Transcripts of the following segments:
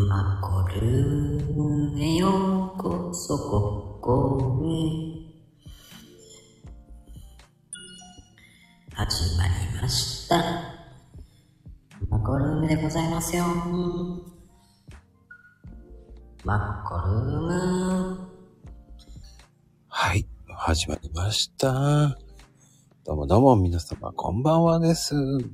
マコルームへようこそここへ始まりましたマコルームでございますよ。マコルーム。 はい、始まりました。どうもどうも皆様こんばんはです。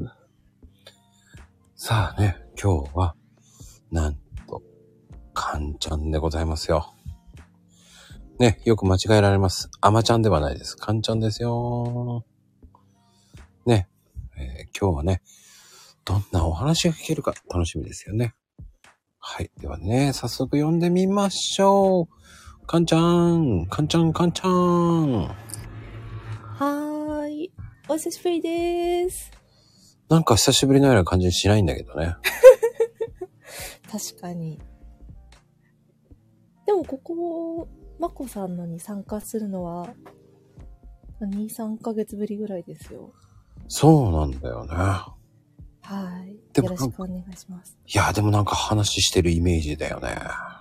さあね、今日はなんとカンちゃんでございますよ。ね、よく間違えられます。アマちゃんではないです。カンちゃんですよ。ね、今日はね、どんなお話が聞けるか楽しみですよね。はい、ではね、早速読んでみましょう。カンちゃん、カンちゃん、カンちゃん。 はーい。お久しぶりです。 なんか久しぶりのような感じしないんだけどね。 確かに。でもここ、まこさんのに参加するのは、2、3ヶ月ぶりぐらいですよ。 そうなんだよね。 はい。 でもよろしくお願いします。 いや、でもなんか話してるイメージだよね。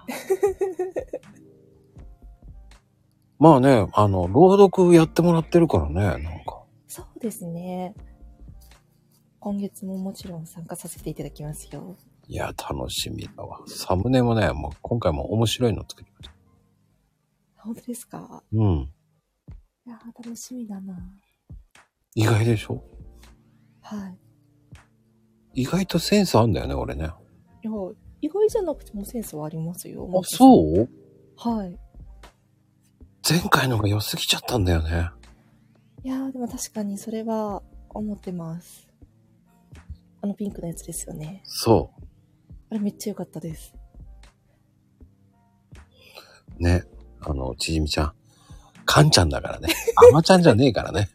まあね、朗読やってもらってるからね、なんか。 そうですね。今月ももちろん参加させていただきますよ。 いや、楽しみだわ。サムネもね、もう今回も面白いの作りました。 本当ですか？ うん。 いやー、楽しみだな。 意外でしょ？ はい。 意外とセンスあんだよね、俺ね。 いや、意外じゃなくてもセンスはありますよ。 あ、そう？ はい。 前回のが良すぎちゃったんだよね。 いやー、でも確かにそれは思ってます。ピンクのやつですよね。 そあれめっちゃ良かったです。 う。ね。ちじみちゃん。カンちゃんだからね。アマちゃんじゃねえからね。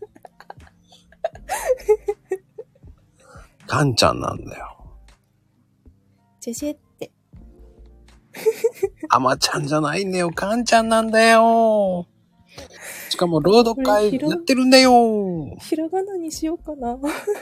カンちゃんなんだよ。 チェチェって。 アマちゃんじゃないんだよ。カンちゃんなんだよ。しかも朗読会やってるんだよ。 ひらがなにしようかな。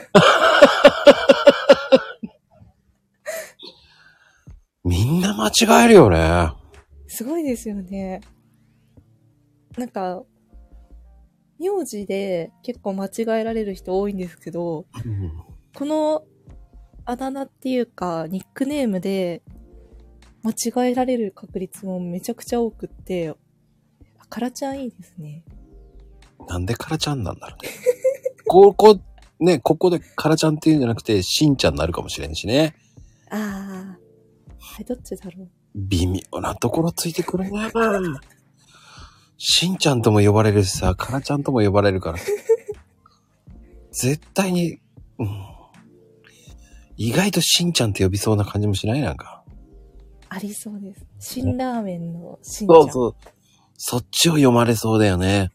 みんな間違えるよね。 すごいですよね。なんか、名字で結構間違えられる人多いんですけど、このあだ名っていうか、ニックネームで間違えられる確率もめちゃくちゃ多くって、カラちゃんいいですね。 なんでカラちゃんなんだろうね。ここでカラちゃんっていうんじゃなくて、しんちゃんになるかもしれんしね。 あー。どっちだろう。 微妙なところついてくるな。しんちゃんとも呼ばれるしさ、カラちゃんとも呼ばれるから。絶対に、意外としんちゃんって呼びそうな感じもしないなんか。 ありそうです。辛ラーメンのしんちゃん。 そうそう。そっちを読まれそうだよね。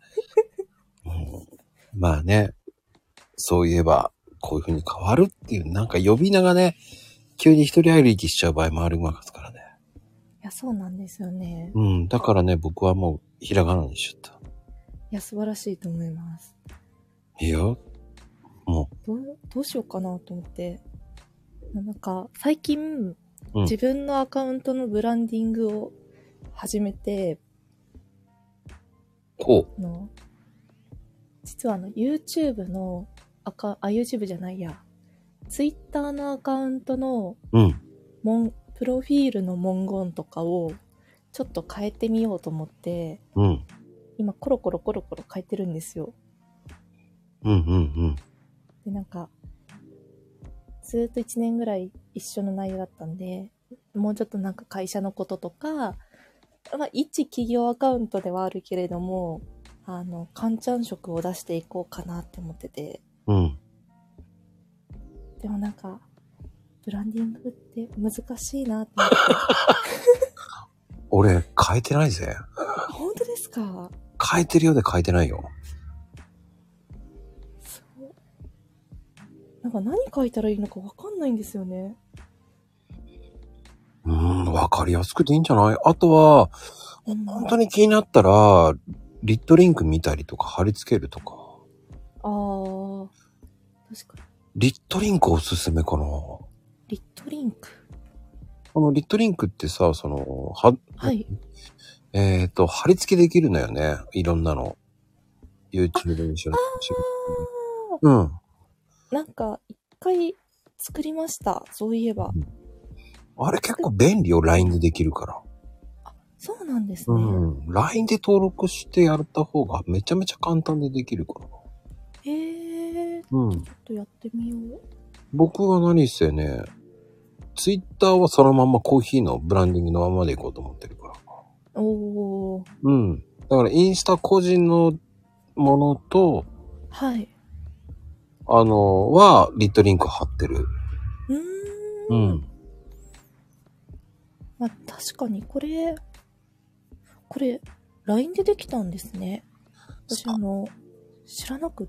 まあね。そういえば、こういう風に変わるっていう、なんか呼び名がね、急に一人歩きしちゃう場合もあるわけですからね。 いや、そうなんですよね。 だからね、僕はもうひらがなにしちゃった。 いや、素晴らしいと思います。 いいよ。もどうしようかなと思って。なんか、最近、自分のアカウントのブランディングを始めて、実はYouTube のYouTube じゃないや。Twitter のアカウントの、プロフィールの文言とかをちょっと変えてみようと思って、今コロコロ変えてるんですよ。で、なんか、ずーっと1年ぐらい一緒の内容だったんで、もうちょっとなんか会社のこととか、まあ、一企業アカウントではあるけれども、カンちゃん色を出していこうかなって思ってて。でもなんか、ブランディングって難しいなって思って。 俺、変えてないぜ。 本当ですか？ 変えてるようで変えてないよ。 そう。なんか何書いたらいいのかわかんないんですよね。 わかりやすくていいんじゃない？あとは、本当に気になったら、リットリンク見たりとか貼り付けるとか。 確かに。 リットリンクおすすめかな。 リットリンク。 リットリンクってさ、 はい。 貼り付けできるのよね。いろんなの。YouTube にしろ。うん。 なんか、一回作りました。そういえば。 あれ結構便利よ、LINE でできるから。 そうなんですうね。 ん。LINE で登録してやった方がめちゃめちゃ簡単でできるから。 へえ。 うん。 ちょっとやってみよう。 僕は何せね、Twitter はそのまんまコーヒーのブランディングのままでいこうと思ってるから。 おー。 うん。だからインスタ個人のものと、 はい。 は、リットリンク貼ってる。ううーん。 ん。 まあ、確かにこれ、LINE でできたんですね。私知らなくって、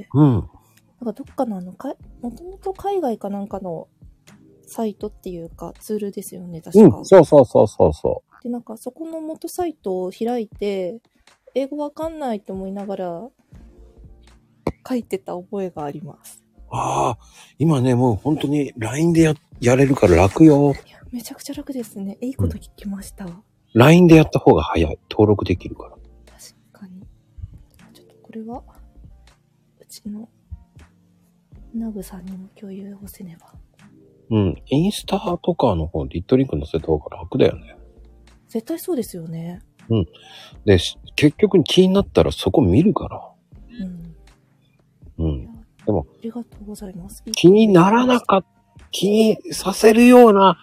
うん。 なんかどっかのもともと海外かなんかのサイトっていうかツールですよね、確か。 そうそうそうそうそで、なんかそこの元サイトを開いて、英語わかんないと思いながら書いてた覚えがあります。 う。ああ、今ね、もう本当に LINE でやれるから楽よ。 いや、めちゃくちゃ楽ですね。いいこと聞きました。 LINE でやった方が早い。登録できるから。 確かに。ちょっとこれは、うちのナグさんにも共有をせねば。 うん。インスタとかの方、リットリンク載せた方が楽だよね。 絶対そうですよね。 うん。で、結局気になったらそこ見るから。 うん。 うん。でも、 ありがとうございます。 気にならなかった、気にさせるような、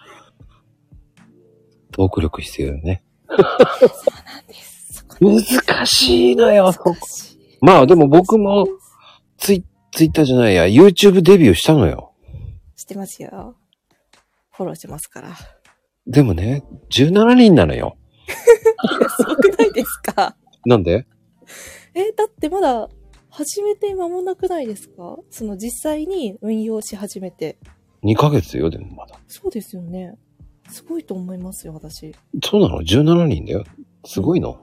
トーク力必要よね。 そうなんです。 難しいのよ、そこ。 難しい。 まあでも僕もツイッターじゃないや、YouTube デビューしたのよ。 してますよ。フォローしてますから。 でもね、17人なのよ。 すごくないですか？ なんで？ だってまだ始めて間もなくないですか？実際に運用し始めて。 2ヶ月よ、でもまだ。 そうですよね。すごいと思いますよ、私。 そうなの？ 17 人だよ。すごいの？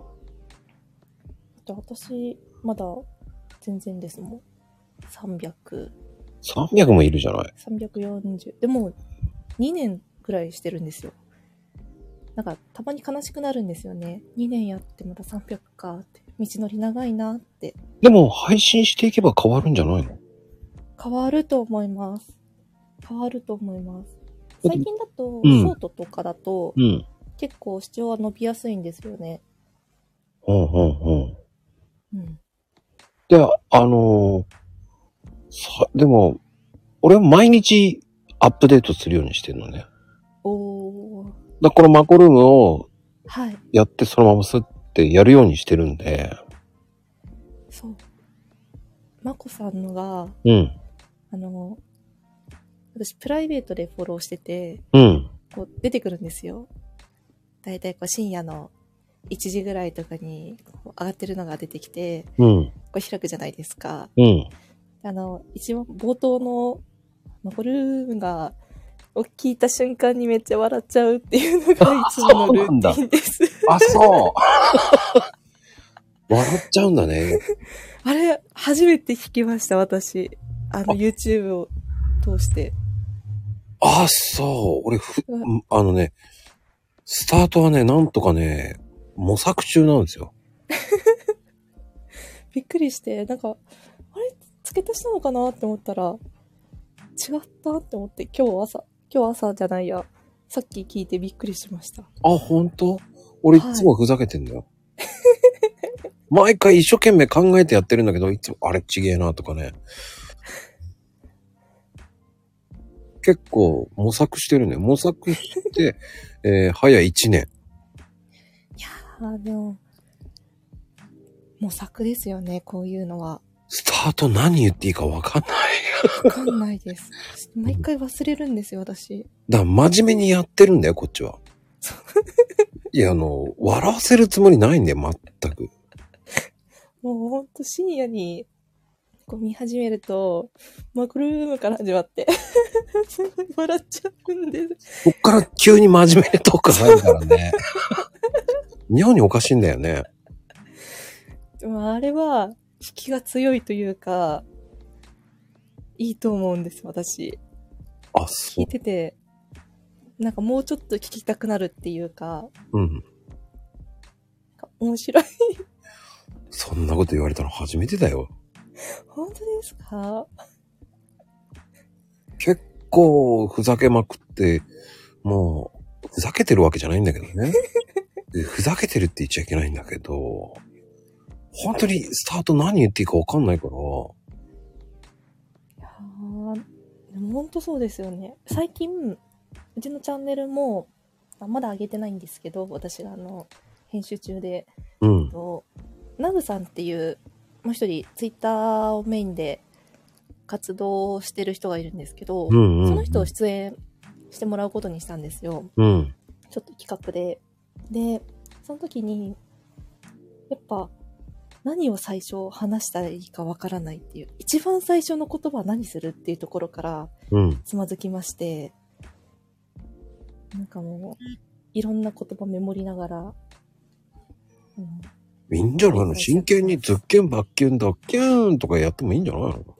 私、まだ全然ですもん。300。 300もいるじゃない。 340。でも、2年くらいしてるんですよ。なんか、たまに悲しくなるんですよね。2年やってまだ300かって。道のり長いなって。 でも配信していけば変わるんじゃないの？ 変わると思います。変わると思います。最近だと、 うんショートとかだと、 うん。 結構視聴は伸びやすいんですよね。 うんうんうん。 うん。 で、でも、俺は毎日アップデートするようにしてるのね。 おー。 このマコルームをはい。 やってそのままスッてやるようにしてるんで。 そう。まこさんのが、 うん。 私プライベートでフォローしてて、 うん。 こう出てくるんですよ。だいたいこう深夜の1時ぐらいとかにこう上がってるのが出てきて、 うん。 こう開くじゃないですか。 うん。 一番冒頭のマコルームが、を聞いた瞬間にめっちゃ笑っちゃうっていうのがいつものルーティンです。 あ、そう。笑っちゃうんだね。 あれ、初めて聞きました、私。YouTube を通して。 あ、そう。俺スタートはね、なんとかね、模索中なんですよ。 びっくりして、なんか、あれ付け足したのかなって思ったら、違ったって思って、今日朝じゃないや、さっき聞いてびっくりしました。 あ、本当？俺いつもふざけてんだよ。毎回一生懸命考えてやってるんだけど、いつもあれちげえなとかね。結構模索してるね。模索して、早1年。 いやー、でも、模索ですよね、こういうのは。 スタート何言っていいかわかんない。 わかんないです。毎回忘れるんですよ、私。 だから真面目にやってるんだよ、こっちは。いや、笑わせるつもりないんだよ、全く。 もうほんと深夜にこう見始めると、マクルームから始まって、すごい笑っちゃうんです。 こっから急に真面目なトーク入るからね。妙におかしいんだよね。 でもあれは、引きが強いというか、いいと思うんです、私。 あ、そ聞いうてて、 なんかもうちょっと聞きたくなるっていうか、 うん。 なんか面白い。 そんなこと言われたの初めてだよ。 本当ですか？ 結構ふざけまくって、もう、ふざけてるわけじゃないんだけどね。でふざけてるって言っちゃいけないんだけど、本当にスタート何言っていいかわかんないから。 いやー、でも本当そうですよね。最近、うちのチャンネルも、まだ上げてないんですけど、私が編集中で、 うん。 ナグさんっていう、もう一人、ツイッターをメインで活動してる人がいるんですけど、 うんうんうん、 その人を出演してもらうことにしたんですよ。 うん。 ちょっと企画で。で、その時に、やっぱ、何を最初話したらいいかわからないっていう、一番最初の言葉は何するっていうところからうん。 つまずきまして、なんかもう、いろんな言葉メモりながら、 いいんじゃないの？真剣にズッキュンバッキュンドッキューンとかやってもいいんじゃないの？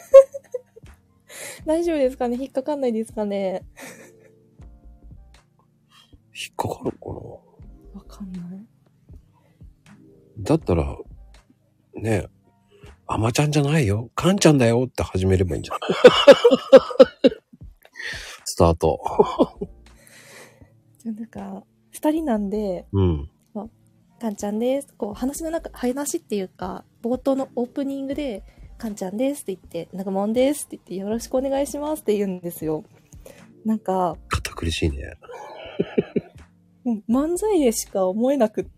大丈夫ですかね？引っかかんないですかね？ 引っかかるかな？ わかんない。 だったら、ねえ、アマちゃんじゃないよ。カンちゃんだよって始めればいいんじゃないスタート。 なんか、二人なんで、 うん。 カンちゃんです。こう、話っていうか、冒頭のオープニングで、カンちゃんですって言って、なんかもんですって言って、よろしくお願いしますって言うんですよ。なんか、 堅苦しいね。 もう漫才でしか思えなくって。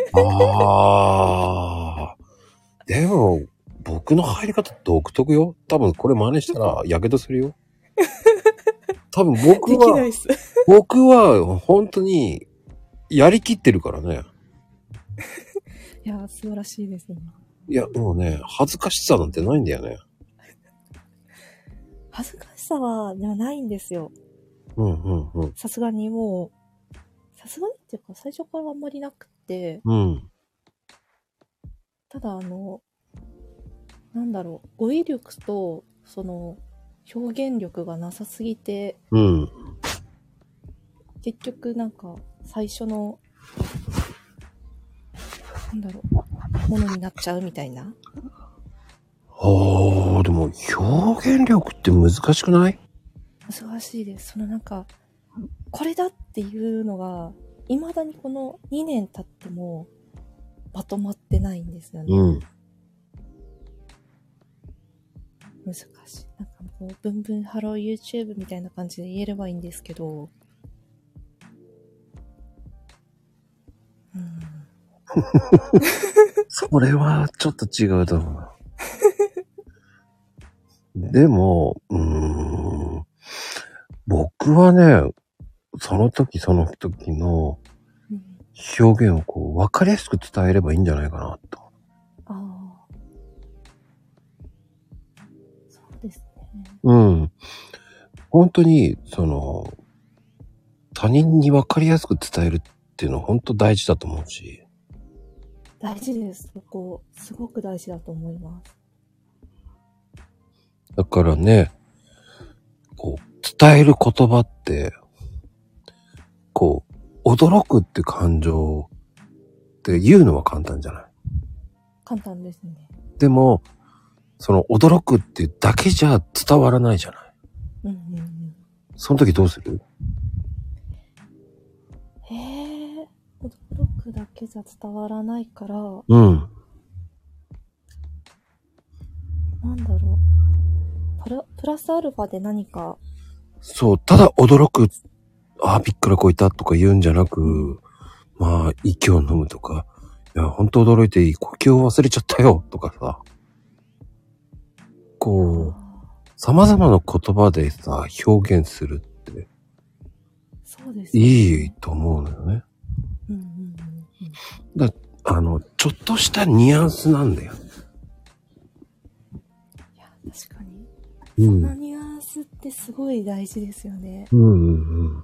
ああ。でも、僕の入り方独特よ。多分これ真似したら火傷するよ。多分僕できないっす。 は本当にやりきってるからね。 いやー、素晴らしいですね。 いや、もうね、恥ずかしさなんてないんだよね。 恥ずかしさは、ではないんですよ。 うんうんうん。 さすがにもう、さすがにっていうか、最初からあんまりなくて、 うん。 ただなんだろう、語彙力と、表現力がなさすぎて、 うん。 結局なんか、最初の、なんだろう、ものになっちゃうみたいな。 ああ、でも表現力って難しくない？ 難しいです。なんか、これだっていうのが、未だにこの2年経っても、まとまってないんですよね。 うん。 難しい。なんかもう、ブンブンハロー YouTube みたいな感じで言えればいいんですけど、 それはちょっと違うと思うな。でも、僕はね、その時その時の表現をこう分かりやすく伝えればいいんじゃないかなと。 ああ。そうですね。 うん。本当に、他人に分かりやすく伝えるっていうのは本当大事だと思うし。 大事です。そこ、すごく大事だと思います。 だからね、こう、伝える言葉って、こう、驚くって感情って言うのは簡単じゃない。 簡単ですね。 でも、その驚くっていうだけじゃ伝わらないじゃない。 うんうんうん。 その時どうする？ へえ、驚くだけじゃ伝わらないから、 うん。 なんだろう。プラスアルファで何か。 そう、ただ驚く、びっくらこいたとか言うんじゃなく、まあ、息を飲むとか、いや、ほんと驚いていい、呼吸を忘れちゃったよとかさ、こう、様々な言葉でさ、表現するって、 そうですね。 いいと思うのよね。 うんうんうんだ、ちょっとしたニュアンスなんだよ。 いや、確かに。 うん。 そのニュアンスってすごい大事ですよね。 うんうんうん。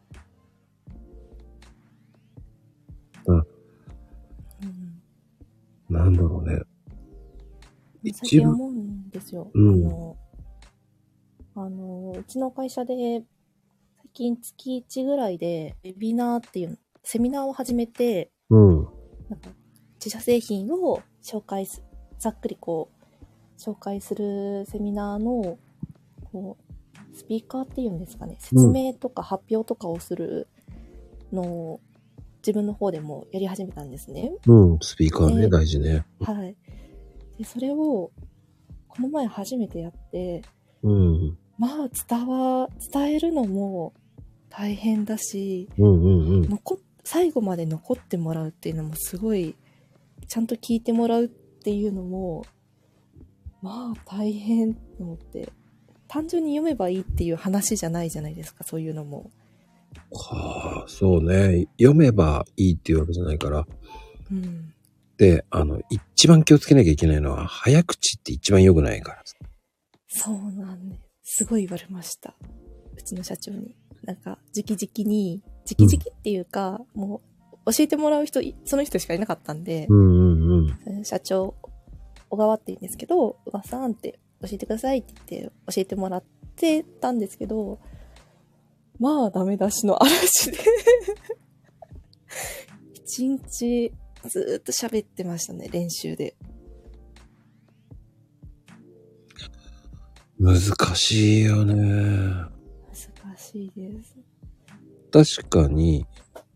なんだろうね。 最近思うんですよ。 うん。 うちの会社で、最近月1ぐらいで、ウェビナーっていうセミナーを始めて、 うん。 なんか自社製品をざっくりこう、紹介するセミナーの、こう、スピーカーっていうんですかね、説明とか発表とかをするのを自分の方でもやり始めたんですね。 うん、スピーカーね、大事ね。 はい。で、それを、この前初めてやって、 うん。 まあ、伝えるのも大変だし、 うんうんうん。 最後まで残ってもらうっていうのもすごい、ちゃんと聞いてもらうっていうのも、まあ大変と思って、単純に読めばいいっていう話じゃないじゃないですか、そういうのも。 はあ、そうね。読めばいいっていうわけじゃないから。 うん。 で、一番気をつけなきゃいけないのは、早口って一番良くないから。 そうなんです。すごい言われました。うちの社長に。なんか、直々っていうか、もう、教えてもらう人、その人しかいなかったんで、社長、小川って言うんですけど、小川さんって教えてくださいって言って教えてもらってたんですけど、まあダメ出しの嵐で一日ずーっと喋ってましたね、練習で。 難しいよね。 難しいです。 確かに、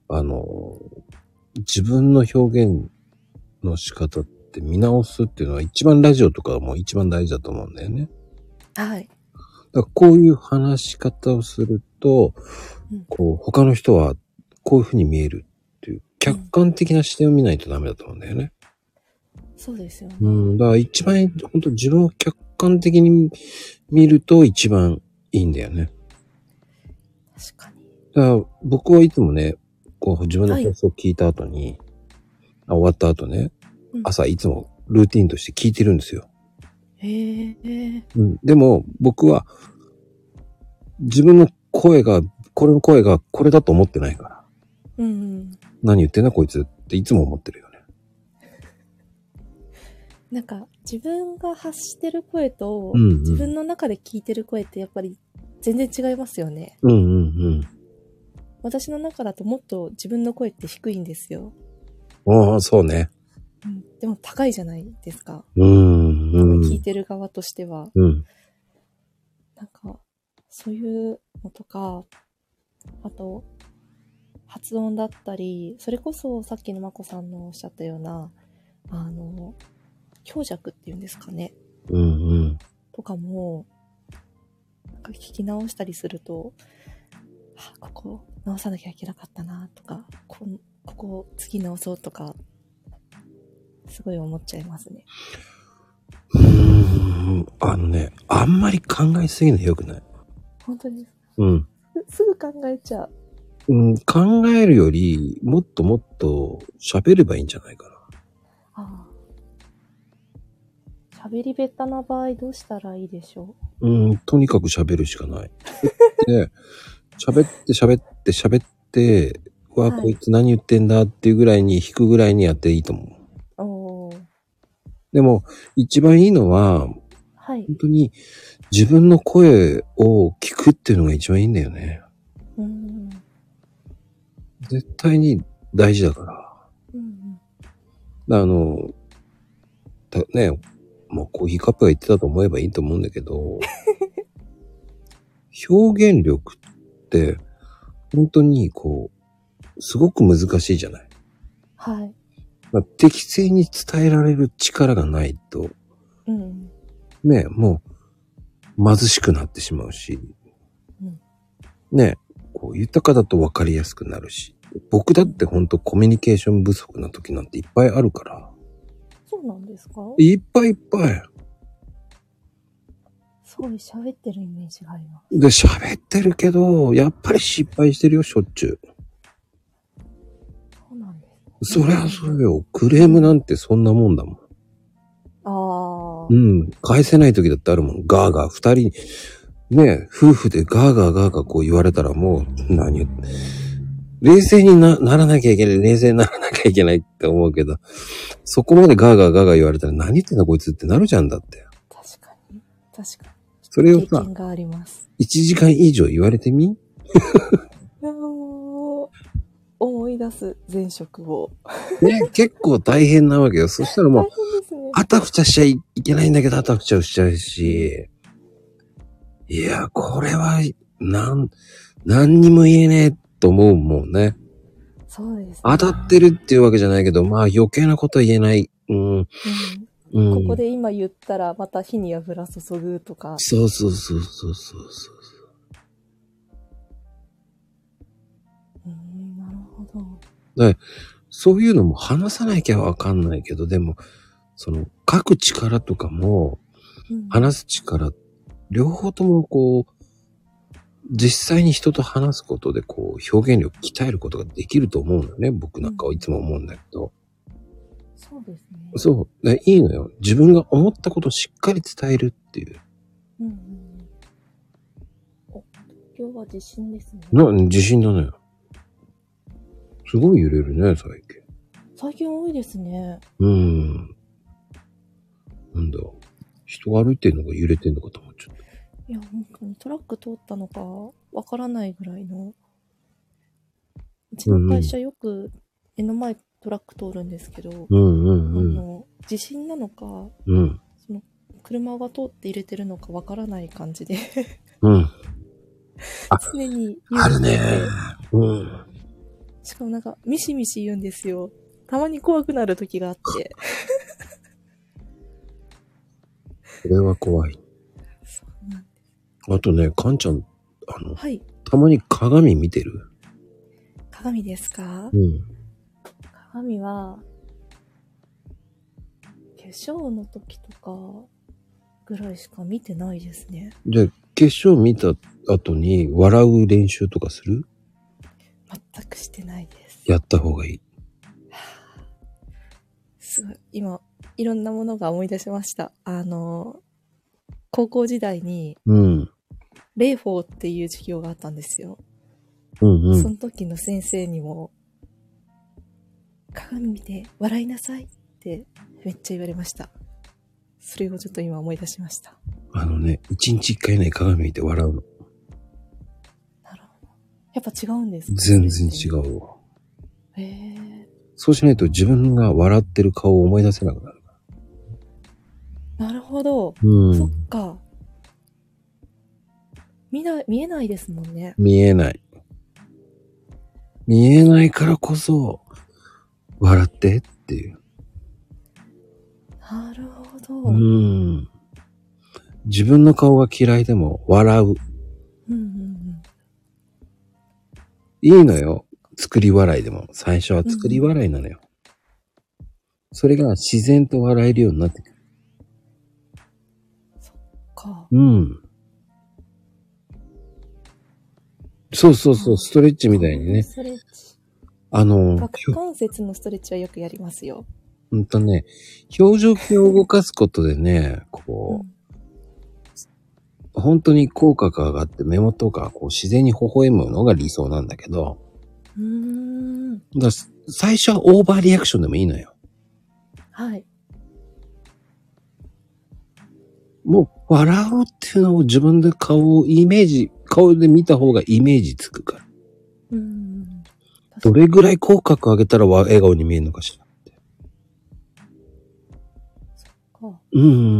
自分の表現の仕方って見直すっていうのは一番ラジオとかも一番大事だと思うんだよね。 はい。 だからこういう話し方をすると、こう他の人はこういう風に見えるっていう客観的な視点を見ないとダメだと思うんだよね。 そうですよね。 だから一番本当自分を客観的に見ると一番いいんだよね。 確かに。 だから僕はいつもね、こう自分の放送を聞いた後に、終わった後ね、朝いつもルーティンとして聞いてるんですよ。 へえ。 でも僕は自分の声が、これの声がこれだと思ってないから。何言ってんだこいつっていつも思ってるよね。 なんか自分が発してる声と、自分の中で聞いてる声ってやっぱり全然違いますよね。私の中だともっと自分の声って低いんですよ。 ああ、そうね。 でも高いじゃないですか。聞いてる側としては。なんか、そういうのとか、あと、発音だったり、それこそさっきのまこさんのおっしゃったような、強弱っていうんですかね。とかも、なんか聞き直したりすると、ここ直さなきゃいけなかったなとか、ここ次直そうとか、すごい思っちゃいますね。 あんまり考えすぎるの良くない。 本当ですか？すぐ考えちゃう。 考えるより、もっともっと喋ればいいんじゃないかな。 喋り下手な場合どうしたらいいでしょう？ とにかく喋るしかない。で、喋って、こいつ何言ってんだっていうぐらいに引くぐらいにやっていいと思う。でも、一番いいのは、本当に自分の声を聞くっていうのが一番いいんだよね。絶対に大事だから。ね、もうコーヒーカップが言ってたと思えばいいと思うんだけど、表現力って本当にすごく難しいじゃない。適正に伝えられる力がないと、ね、もう貧しくなってしまうし、ね、豊かだと分かりやすくなるし、僕だって本当コミュニケーション不足な時なんていっぱいあるから。 そうなんですか？ いっぱいいっぱい。 すごい喋ってるイメージがあります。 で、喋ってるけど、やっぱり失敗してるよ、しょっちゅう。 そうなんですね。そりゃそうよ。クレームなんてそんなもんだもん。返せない時だってあるもん。ガーガー、二人、ね、夫婦でガーガーガーガー言われたらもう、冷静にならなきゃいけない、冷静にならなきゃいけないって思うけど、そこまでガーガーガーガー言われたら何言ってんだこいつってなるじゃんだって。 確かに。 それをさ、 経験があります。 1時間以上言われてみ？ いやもう、思い出す前職を。 ね、結構大変なわけよ。そしたらもう、 大変ですね。 あたふたしちゃいけないんだけど、あたふたしちゃうし。いや、これは、何にも言えねえと思うもんね。 そうですね。 当たってるっていうわけじゃないけど、まあ余計なことは言えない。 ここで今言ったらまた火に油注ぐとか。 そう。 なるほど。 で、そういうのも話さなきゃわかんないけど、でも、その、書く力とかも、話す力、両方ともこう、実際に人と話すことでこう、表現力鍛えることができると思うんだよね。僕なんかはいつも思うんだけど。 そうですね。 そう。いいのよ。自分が思ったことをしっかり伝えるっていう。 今日は地震ですね。 地震だね。すごい揺れるね、最近。 最近多いですね。 なんだ。人が歩いてんのか揺れてんのかと思っちゃった。 いや、本当にトラック通ったのかわからないぐらいの。うちの会社よく目の前トラック通るんですけど、地震なのか、その車が通って入れてるのかわからない感じで常にあるね。 しかもなんかミシミシ言うんですよ。たまに怖くなる時があって。 これは怖い。 そうなんです。 あとね、かんちゃん、 はい。 たまに鏡見てる？ 鏡ですか？鏡は、化粧の時とかぐらいしか見てないですね。 じゃあ、化粧見た後に笑う練習とかする？ 全くしてないです。 やった方がいい。 すごい。今、いろんなものが思い出しました。高校時代に、レイフォーっていう授業があったんですよ。その時の先生にも、鏡見て笑いなさいってめっちゃ言われました。それをちょっと今思い出しました。 一日一回ね、鏡見て笑うの。 なるほど。やっぱ違うんですか？ 全然違うわ。 へえ。 そうしないと自分が笑ってる顔を思い出せなくなるから。 なるほど。そっか。見えないですもんね。 見えない。見えないからこそ、笑ってっていう。 なるほど。 自分の顔が嫌いでも笑う。いいのよ。作り笑いでも。最初は作り笑いなのよ。それが自然と笑えるようになってくる。 そっか。 そう、ストレッチみたいにね。 ストレッチ。 顎関節のストレッチはよくやりますよ。 表情筋を動かすことでね、本当に口角が上がって目元が自然に微笑むのが理想なんだけど、最初はオーバーリアクションでもいいのよ。 はい。 もう笑うっていうのを自分で顔で見た方がイメージつくから。どれぐらい口角上げたら笑顔に見えるのかしらって。 そっか。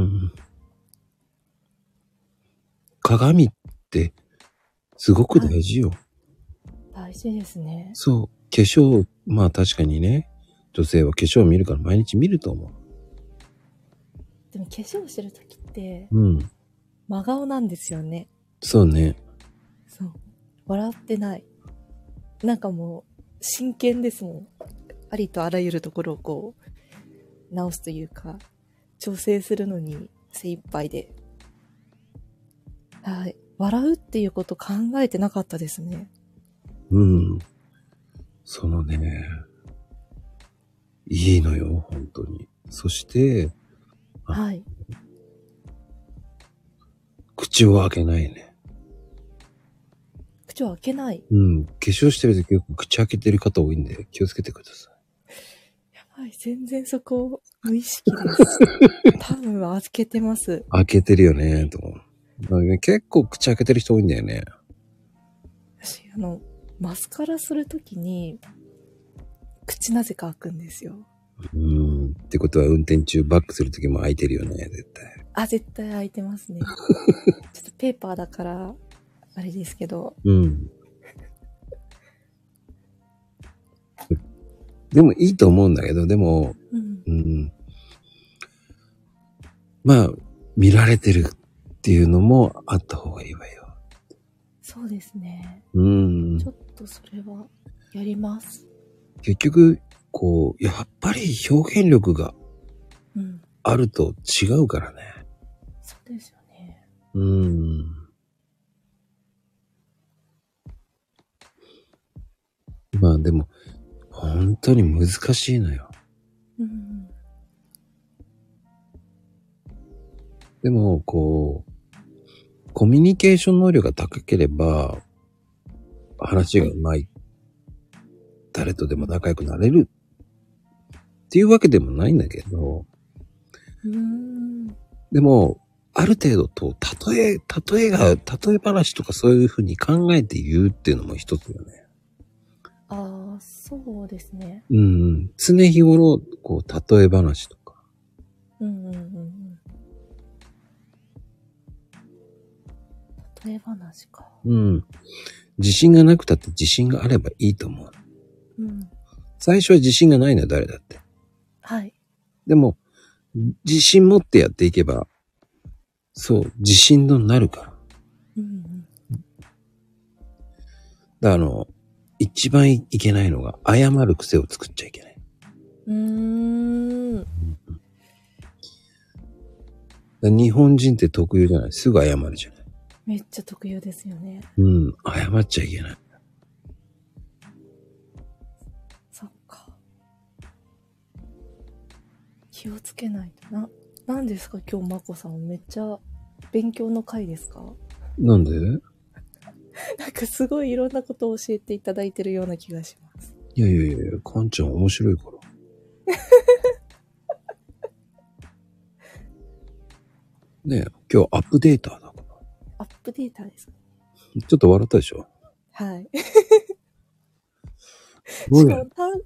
鏡ってすごく大事よ。 大事ですね。 そう。化粧、まあ確かにね、女性は化粧を見るから毎日見ると思う。 でも化粧してる時って、真顔なんですよね。 そうね。 そう。笑ってない。なんかもう、真剣ですもん。ありとあらゆるところを直すというか、調整するのに精一杯で。はい。笑うっていうこと考えてなかったですね。 そのね、いいのよ、本当に。そして、 はい。 口を開けないね。 口を開けない。 化粧してる時よく口開けてる方多いんで気をつけてください。 やばい、全然そこ無意識です。多分開けてます。 開けてるよね、と思う。結構口開けてる人多いんだよね。 私マスカラするときに、口なぜか開くんですよ。 ってことは運転中バックするときも開いてるよね、絶対。 絶対開いてますね。ちょっとペーパーだから、あれですけど。 でもいいと思うんだけど、でも、まあ、見られてるっていうのもあった方がいいわよ。 そうですね。ちょっとそれはやります。 結局、やっぱり表現力があると違うからね。 そうですよね。 まあでも、本当に難しいのよ。でも、コミュニケーション能力が高ければ、話がうまい。誰とでも仲良くなれるっていうわけでもないんだけど、でも、ある程度と、例え話とかそういうふうに考えて言うっていうのも一つよね。 そうですね。 常日頃、例え話とか。 例え話か。 自信がなくたって自信があればいいと思う。最初は自信がないのよ、誰だって。 はい。でも、自信持ってやっていけば、そう、自信になるから。だから一番いけないのが、謝る癖を作っちゃいけない。日本人って特有じゃない？すぐ謝るじゃない？ めっちゃ特有ですよね。 謝っちゃいけない。 そっか。気をつけないとなんですか今日まこさんめっちゃ勉強の回ですか？ なんで？ なんかすごいいろんなことを教えていただいてるような気がします。 いや、かんちゃん面白いから。ねえ、今日アップデーターだから。 アップデーターですか？ ちょっと笑ったでしょ？ はい。しかも、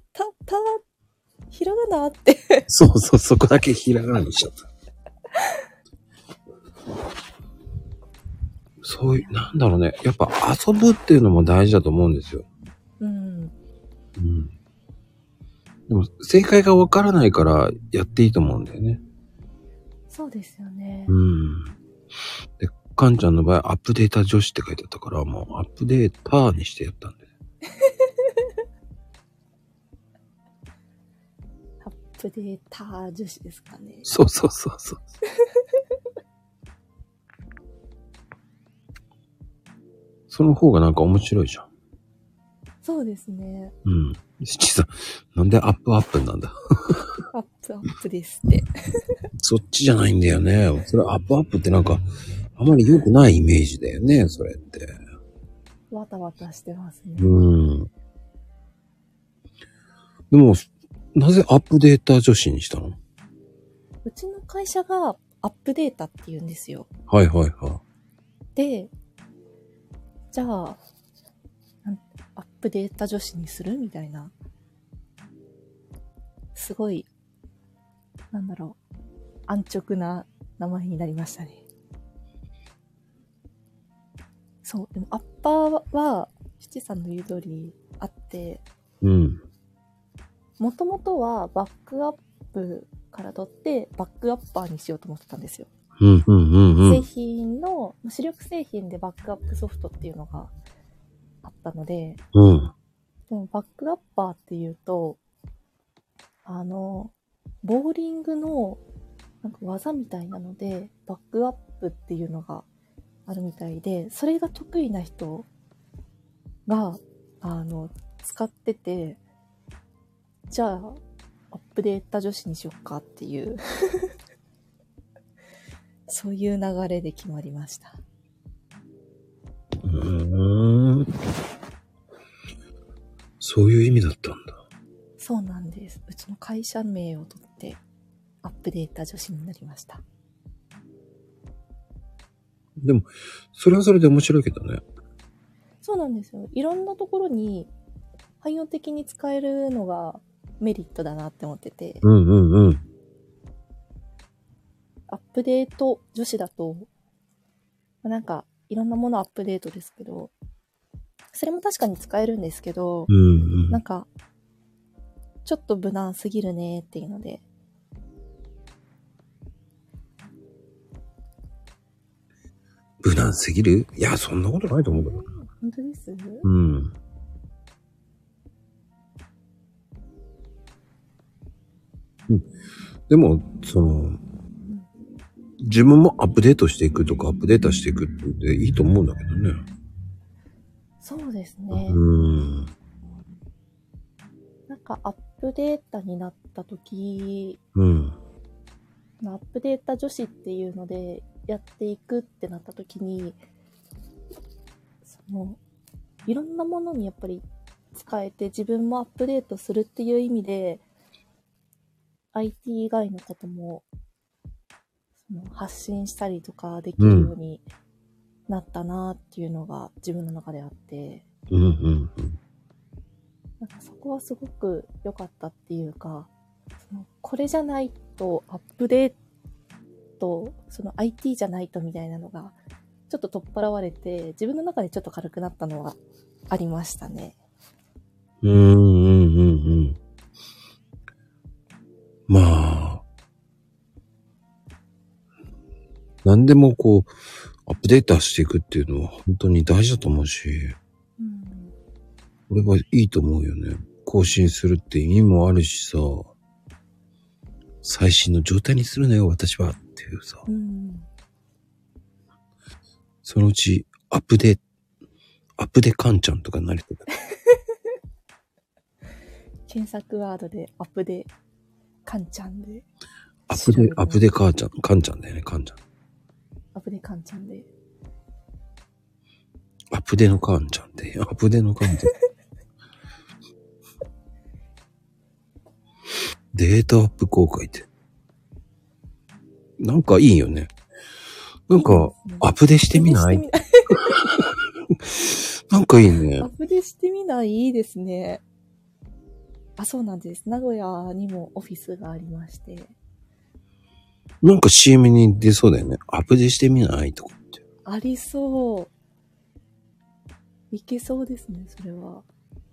ひらがなって。 そう、そこだけひらがなにしちゃった。そういう、なんだろうね。やっぱ遊ぶっていうのも大事だと思うんですよ。でも、正解がわからないからやっていいと思うんだよね。 そうですよね。 で、かんちゃんの場合、アップデータ女子って書いてあったから、もうアップデーターにしてやったんで。 アップデーター女子ですかね。 そう。その方がなんか面白いじゃん。 そうですね。 七さん、なんでアップなんだ。 アップですって。 そっちじゃないんだよね。それアップってなんか、あまり良くないイメージだよね、それって。 わたわたしてますね。 でも、なぜアップデータ女子にしたの？ うちの会社がアップデータって言うんですよ。 はい。 で、じゃあ、アップデータ女子にするみたいな。すごい、安直な名前になりましたね。そう、でもアッパーは、七さんの言う通りあって、もともとはバックアップから取ってバックアッパーにしようと思ってたんですよ。製品の、主力製品でバックアップソフトっていうのがあったので、でもバックアッパーっていうと、ボーリングのなんか技みたいなので、バックアップっていうのがあるみたいで、それが得意な人が、使ってて、じゃあ、アップデータ女子にしよっかっていう、そういう流れで決まりました。 そういう意味だったんだ。 そうなんです。うちの会社名を取って、アップデータ女子になりました。 でも、それはそれで面白いけどね。 そうなんですよ。いろんなところに汎用的に使えるのがメリットだなって思ってて、 うんうんうん。 アップデート女子だと、なんかいろんなものアップデートですけど、それも確かに使えるんですけど、 うんうん。 なんか、ちょっと無難すぎるねっていうので。 無難すぎる？いや、そんなことないと思うけど。 本当です？ うん。でも、自分もアップデートしていくとか、アップデートしていくっていいと思うんだけどね。 そうですね。なんかアップデータになった時、アップデータ女子っていうのでやっていくってなった時に、いろんなものにやっぱり使えて自分もアップデートするっていう意味で、IT 以外のことも発信したりとかできるようになったなっていうのが自分の中であって、なんかそこはすごく良かったっていうか、これじゃないとアップデート、IT じゃないとみたいなのがちょっと取っ払われて、自分の中でちょっと軽くなったのはありましたね。 まあ、何でもこう、アップデートしていくっていうのは本当に大事だと思うし、俺はいいと思うよね。更新するって意味もあるしさ、最新の状態にするのよ、私はっていうさ。そのうち、アップデカンちゃんとかなりそうだ。 検索ワードでアップデカンちゃんで。 アップデカンちゃんだよね、カンちゃん。 アップデカンちゃんで。 アップデのカンちゃんで。アップデのカンちゃん。データアップ公開って。なんかいいよね。なんか、アップデしてみない？なんかいいね。 アップデしてみない？いいですね。あ、そうなんです。名古屋にもオフィスがありまして。 なんか CM に出そうだよね。アップデしてみないとかって。 ありそう。いけそうですね、それは。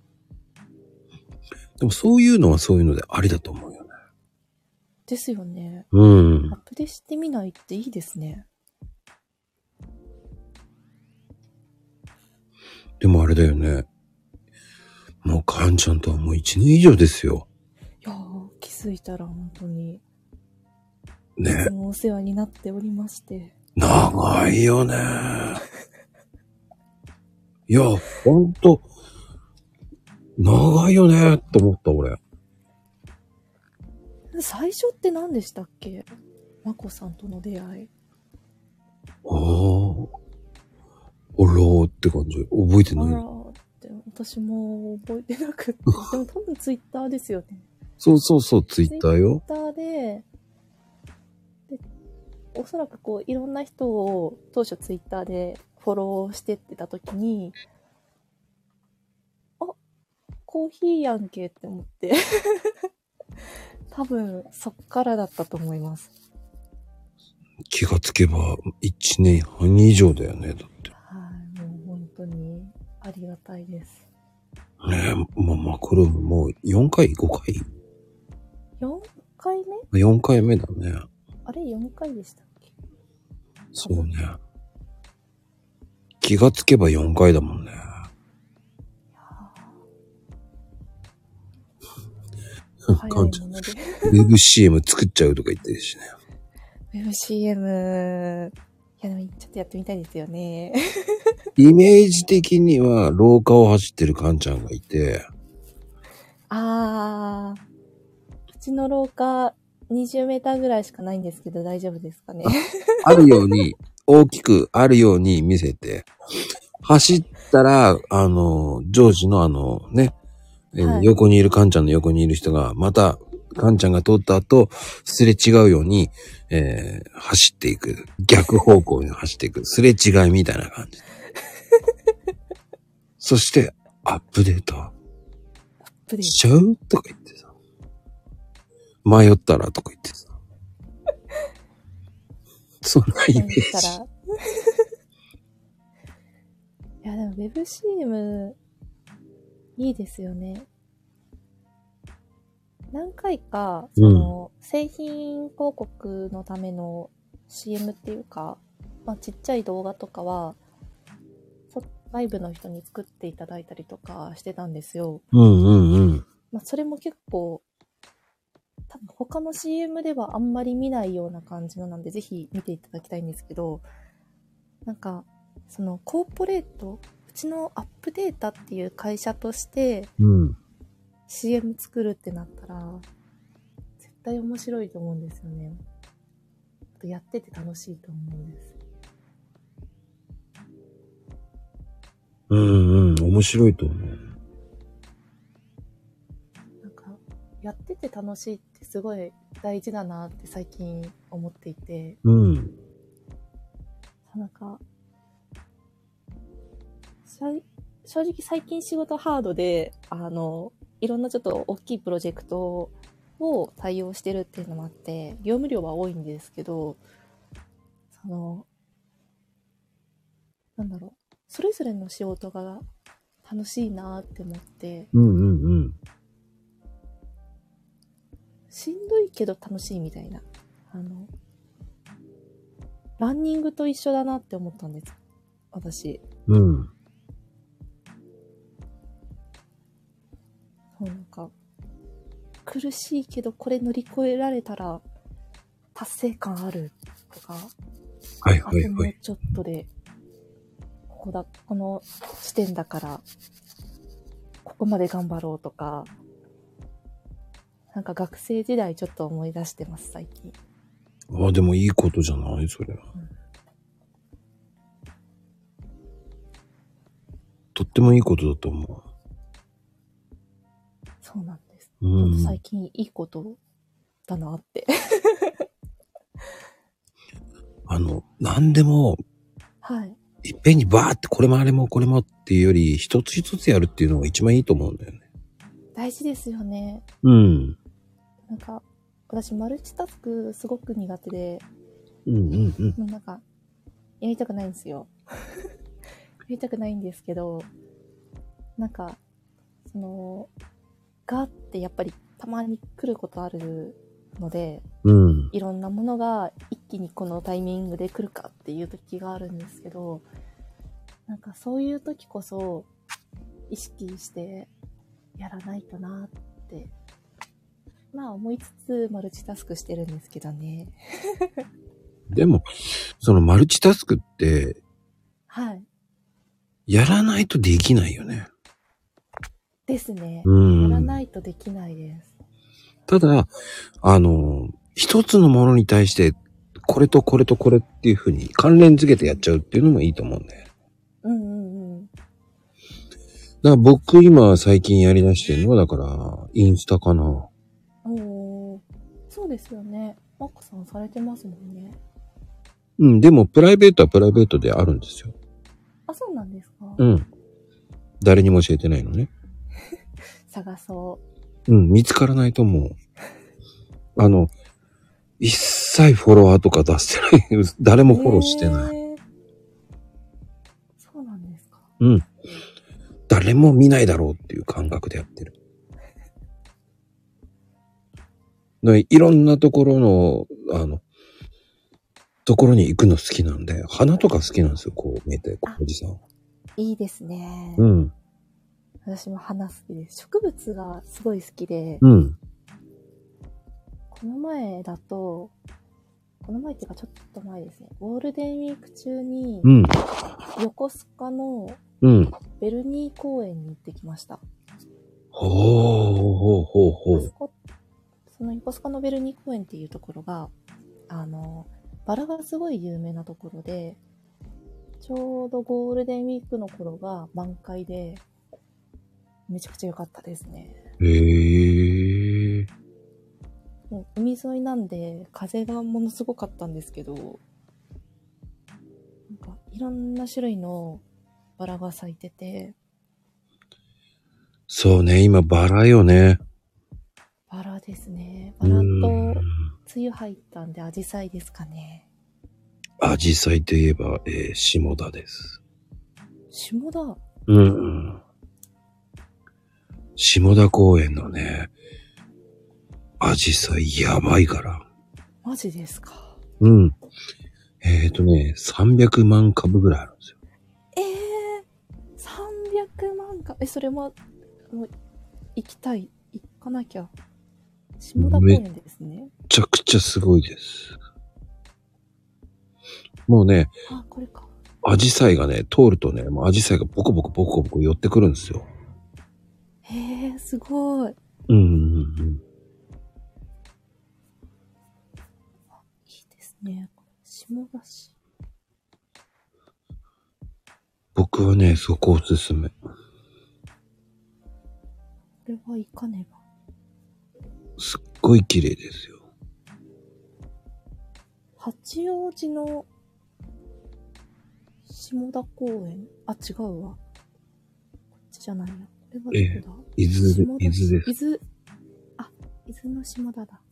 でもそういうのはそういうのでありだと思うよね。 ですよね。 アップデしてみないっていいですね。 でもあれだよね。もうカンちゃんとはもう1年以上ですよ。 いやー、気づいたら本当に。 ね。 いつもお世話になっておりまして。 長いよね。いや、ほんと、長いよねって思った俺。 最初って何でしたっけ？まこさんとの出会い。 あらーって感じ。覚えてない。 あらーって、私も覚えてなくて。でも多分ツイッターですよね。 そう、ツイッターよ。 ツイッターで、おそらくこう、いろんな人を当初ツイッターでフォローしてってた時に、あ、コーヒーやんけって思って。多分、そっからだったと思います。 気がつけば1年半以上だよね、だって。 はい、もう本当にありがたいです。 ねえ、もうマクロームもう4回 ?5 回 ?4 回目 ?4 回目だね。 あれ4回でしたっけ？ そうね。気がつけば4回だもんね。 早いもので。 ウェブ CM 作っちゃうとか言ってるしね。 ウェブ CM、いやでもちょっとやってみたいですよね。 イメージ的には廊下を走ってるカンちゃんがいて。 うちの廊下20メーターぐらいしかないんですけど大丈夫ですかね。 あるように、大きくあるように見せて、走ったら、ジョージのね、はい、横にいるカンちゃんの横にいる人が、また、カンちゃんが通った後、すれ違うように、走っていく。逆方向に走っていく。すれ違いみたいな感じ。 そして、アップデートしちゃうとか言ってさ。迷ったらとか言ってさ。そんなイメージ。 いや、でも WebCM いいですよね。何回か、製品広告のための CM っていうか、まあ、ちっちゃい動画とかは、外部の人に作っていただいたりとかしてたんですよ。まあ、それも結構、多分他の CM ではあんまり見ないような感じのなんで、ぜひ見ていただきたいんですけど、なんか、そのコーポレート、うちのアップデータっていう会社として、CM 作るってなったら、絶対面白いと思うんですよね。あとやってて楽しいと思うんです。 面白いと思う。 なんか、やってて楽しいってすごい大事だなって最近思っていて。なんか、正直最近仕事ハードで、いろんなちょっと大きいプロジェクトを対応してるっていうのもあって、業務量は多いんですけど、なんだろう、それぞれの仕事が楽しいなって思って、しんどいけど楽しいみたいな、ランニングと一緒だなって思ったんです、私。なんか、苦しいけどこれ乗り越えられたら達成感あるとか、あともうちょっとで、この地点だから、ここまで頑張ろうとか、なんか学生時代ちょっと思い出してます、最近。 あ、でもいいことじゃないそれは。とってもいいことだと思う。 そうなんです。最近いいことだなって。 何でも、 はい。 いっぺんにバーってこれもあれもこれもっていうより、一つ一つやるっていうのが一番いいと思うんだよね。 大事ですよね。なんか、私マルチタスクすごく苦手で、なんか、やりたくないんですよ。やりたくないんですけど、なんか、ガーってやっぱりたまに来ることあるので、いろんなものが一気にこのタイミングで来るかっていう時があるんですけど、なんかそういう時こそ意識してやらないとなって、まあ思いつつマルチタスクしてるんですけどね。 でも、そのマルチタスクって、 はい。 やらないとできないよね。 ですね。やらないとできないです。 ただ、一つのものに対して、これとこれとこれっていう風に関連付けてやっちゃうっていうのもいいと思うんだよ。だから僕今最近やり出してるのは、だから、インスタかな。 そうですよね。マッコさんされてますもんね。 でもプライベートはプライベートであるんですよ。 あ、そうなんですか？ 誰にも教えてないのね。 探そう。 見つからないと思う。一切フォロワーとか出してない。誰もフォローしてない。 そうなんですか？ 誰も見ないだろうっていう感覚でやってる。いろんなところの、ところに行くの好きなんで、花とか好きなんですよ、こう見えて、おじさん。 いいですね。私も花好きです。植物がすごい好きで、この前っていうかちょっと前ですね。ゴールデンウィーク中に、横須賀のベルニー公園に行ってきました。その横須賀のベルニー公園っていうところが、バラがすごい有名なところで、ちょうどゴールデンウィークの頃が満開で、めちゃくちゃ良かったですね。もう海沿いなんで風がものすごかったんですけど、なんかいろんな種類のバラが咲いてて、 そうね、今バラよね。 バラですね。バラと、梅雨入ったんで、アジサイですかね。 アジサイといえば、下田です。 下田。 うん。下田公園のね、アジサイやばいから。 マジですか。 うん。300万株ぐらいあるんですよ。 300万か。それもう、行きたい。行かなきゃ。下田公園ですね。 めちゃくちゃすごいです。もうね、 あ、これか。 アジサイがね、通るとね、もうアジサイがボコボコボコボコ寄ってくるんですよ。 へえ、すごい。 うんうんうん。 いいですね。下田市。 僕はね、そこおすすめ。 これは行かねば。 すっごい綺麗ですよ。 八王子の下田公園。あ、違うわ。こっちじゃないな。これはどこだ？ 伊豆です。 伊豆の下田だ。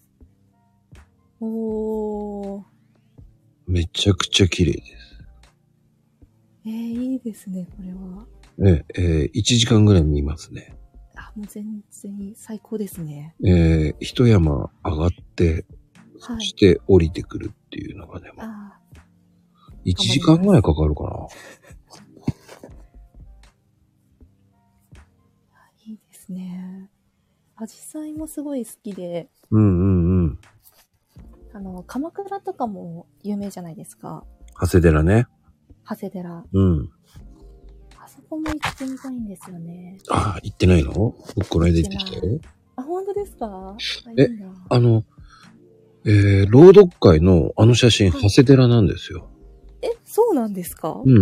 おー。 めちゃくちゃ綺麗です。 いいですね、これは。 1時間ぐらい見ますね。 あ、もう全然最高ですね。 一山上がって、 はい。 そして降りてくるっていうのがね、1時間ぐらいかかるかな。 いいですね。アジサイもすごい好きで。 うんうんうん。 鎌倉とかも有名じゃないですか。 長谷寺ね。 長谷寺。 うん。 あそこも行ってみたいんですよね。 あ、行ってないの？僕この間行ってきたよ。 あ、本当ですか？ 朗読会のあの写真、長谷寺なんですよ。 そうなんですか？ うん。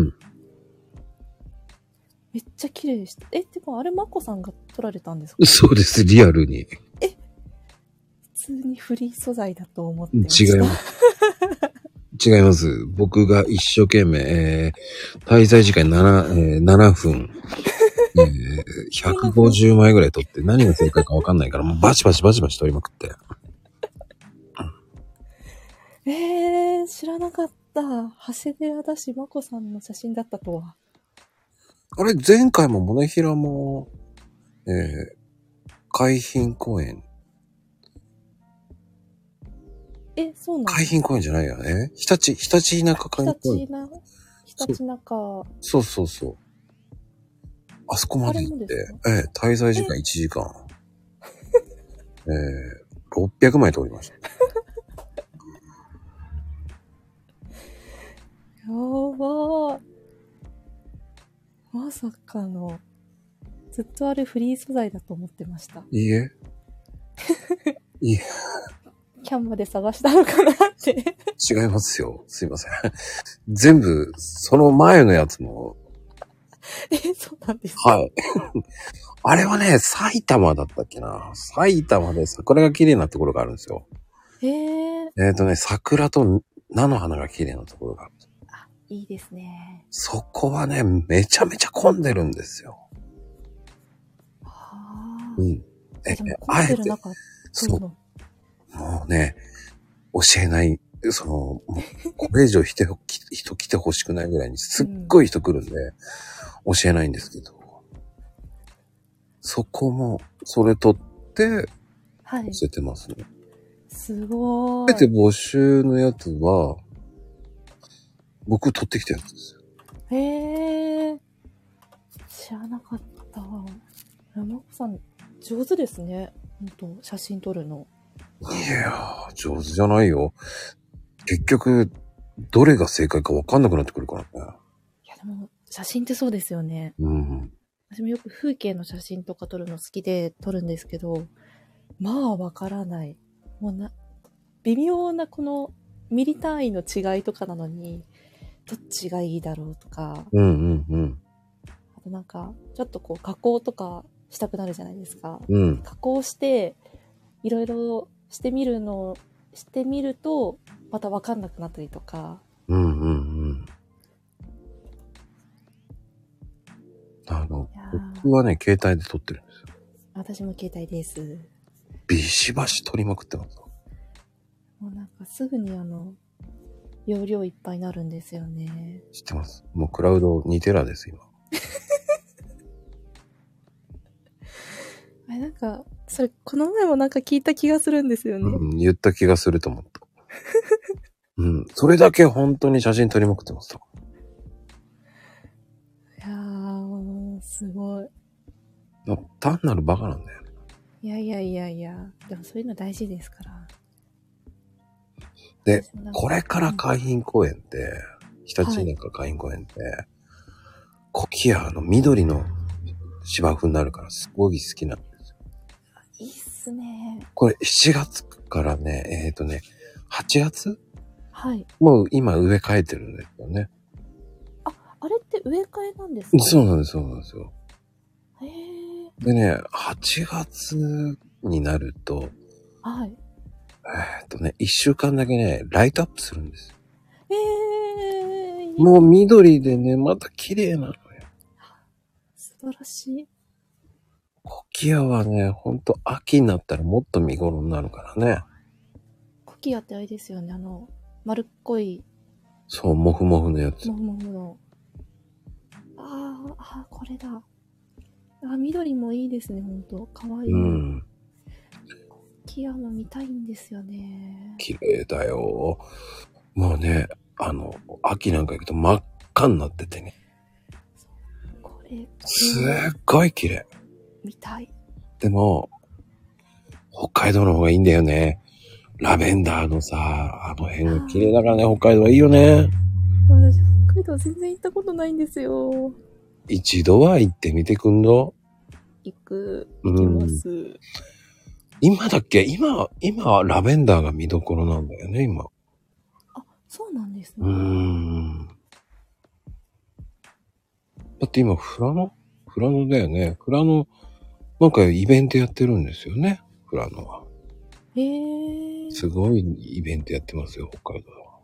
めっちゃ綺麗でした。てか、あれ、まこさんが撮られたんですか？ そうです、リアルに。 普通にフリー素材だと思ってました。 違います。違います。僕が一生懸命、滞在時間7分、150枚ぐらい撮って何が正解かわかんないから、もうバチバチバチバチ撮りまくって。 知らなかった。長谷寺だし、まこさんの写真だったとは。 あれ、前回もモネヒラも、海浜公園。 そうなんですか？ 海浜公園じゃないよね。ひたちなか海浜公園。 ひたちなか。 そうそうそう。あそこまで行って、滞在時間1時間。600枚通りました。 やばー。まさかの。ずっとあれフリー素材だと思ってました。 いいえ。いいえ。 キャンバで探したのかなって。 違いますよ。すいません。全部、その前のやつも。 そうなんですか？ はい。あれはね、埼玉だったっけな。埼玉で桜が綺麗なところがあるんですよ。桜と菜の花が綺麗なところがあるんですよ。 あ、いいですね。 そこはね、めちゃめちゃ混んでるんですよ。うん。 あえて、 そう。もうね、教えない、もうこれ以上人来てほしくないぐらいにすっごい人来るんで、教えないんですけど。そこも、それ取って、教えてますね。 すごーい。 全て募集のやつは、僕取ってきたやつですよ。 知らなかった。山子さん、上手ですね。本当写真撮るの。 いやー、上手じゃないよ。結局、どれが正解か分かんなくなってくるからね。 いやでも、写真ってそうですよね。 うん。 私もよく風景の写真とか撮るの好きで撮るんですけど、まあ分からない。もう微妙なこのミリ単位の違いとかなのに、どっちがいいだろうとか。 うんうんうん。 あとなんか、ちょっとこう加工とかしたくなるじゃないですか。 うん。 加工して、いろいろしてみると、また分かんなくなったりとか。 うんうんうん。 僕はね、携帯で撮ってるんですよ。 私も携帯です。 ビシバシ撮りまくってますよ。 もうなんかすぐに容量いっぱいになるんですよね。 知ってます。もうクラウド2テラです、今。 あれなんか、それこの前もなんか聞いた気がするんですよね。 うん、言った気がすると思った。うん、それだけ本当に写真撮りまくってますよ。 いやー、すごい。 単なるバカなんだよね。 いやいやいやいや、でもそういうの大事ですから。 で、これから海浜公園って、日立はい中海浜公園って、コキアの緑の芝生になるからすごい好きなんですよ。 いいっすね。 これ7月からね、8月はい。 もう今植え替えてるんですよね。 あれって植え替えなんですか？ そうなんです、そうなんですよ。 へー。 でね、8月になると、 はい。 1週間だけね、ライトアップするんですよ。 いいもう緑でね、また綺麗なのよ。 素晴らしい。 コキアはね、ほんと秋になったらもっと見頃になるからね。 コキアってあれですよね。丸っこい。 そう、モフモフのやつ。 もふもふの。これだ。緑もいいですね、ほんと。かわいい。 うん。 コキアも見たいんですよね。 綺麗だよ。もうね、秋なんか行くと真っ赤になっててね。 これ、 すっごい綺麗。 見たい。 でも、北海道の方がいいんだよね。ラベンダーのさ、あの辺が綺麗だからね、北海道はいいよね。 私、北海道全然行ったことないんですよ。 一度は行ってみてくんぞ。 行きます。 今だっけ今、ラベンダーが見どころなんだよね、今。 あ、そうなんですね。 だって今、富良野だよね。富良野、なんかイベントやってるんですよね、富良野は。 へー。 すごいイベントやってますよ、北海道は。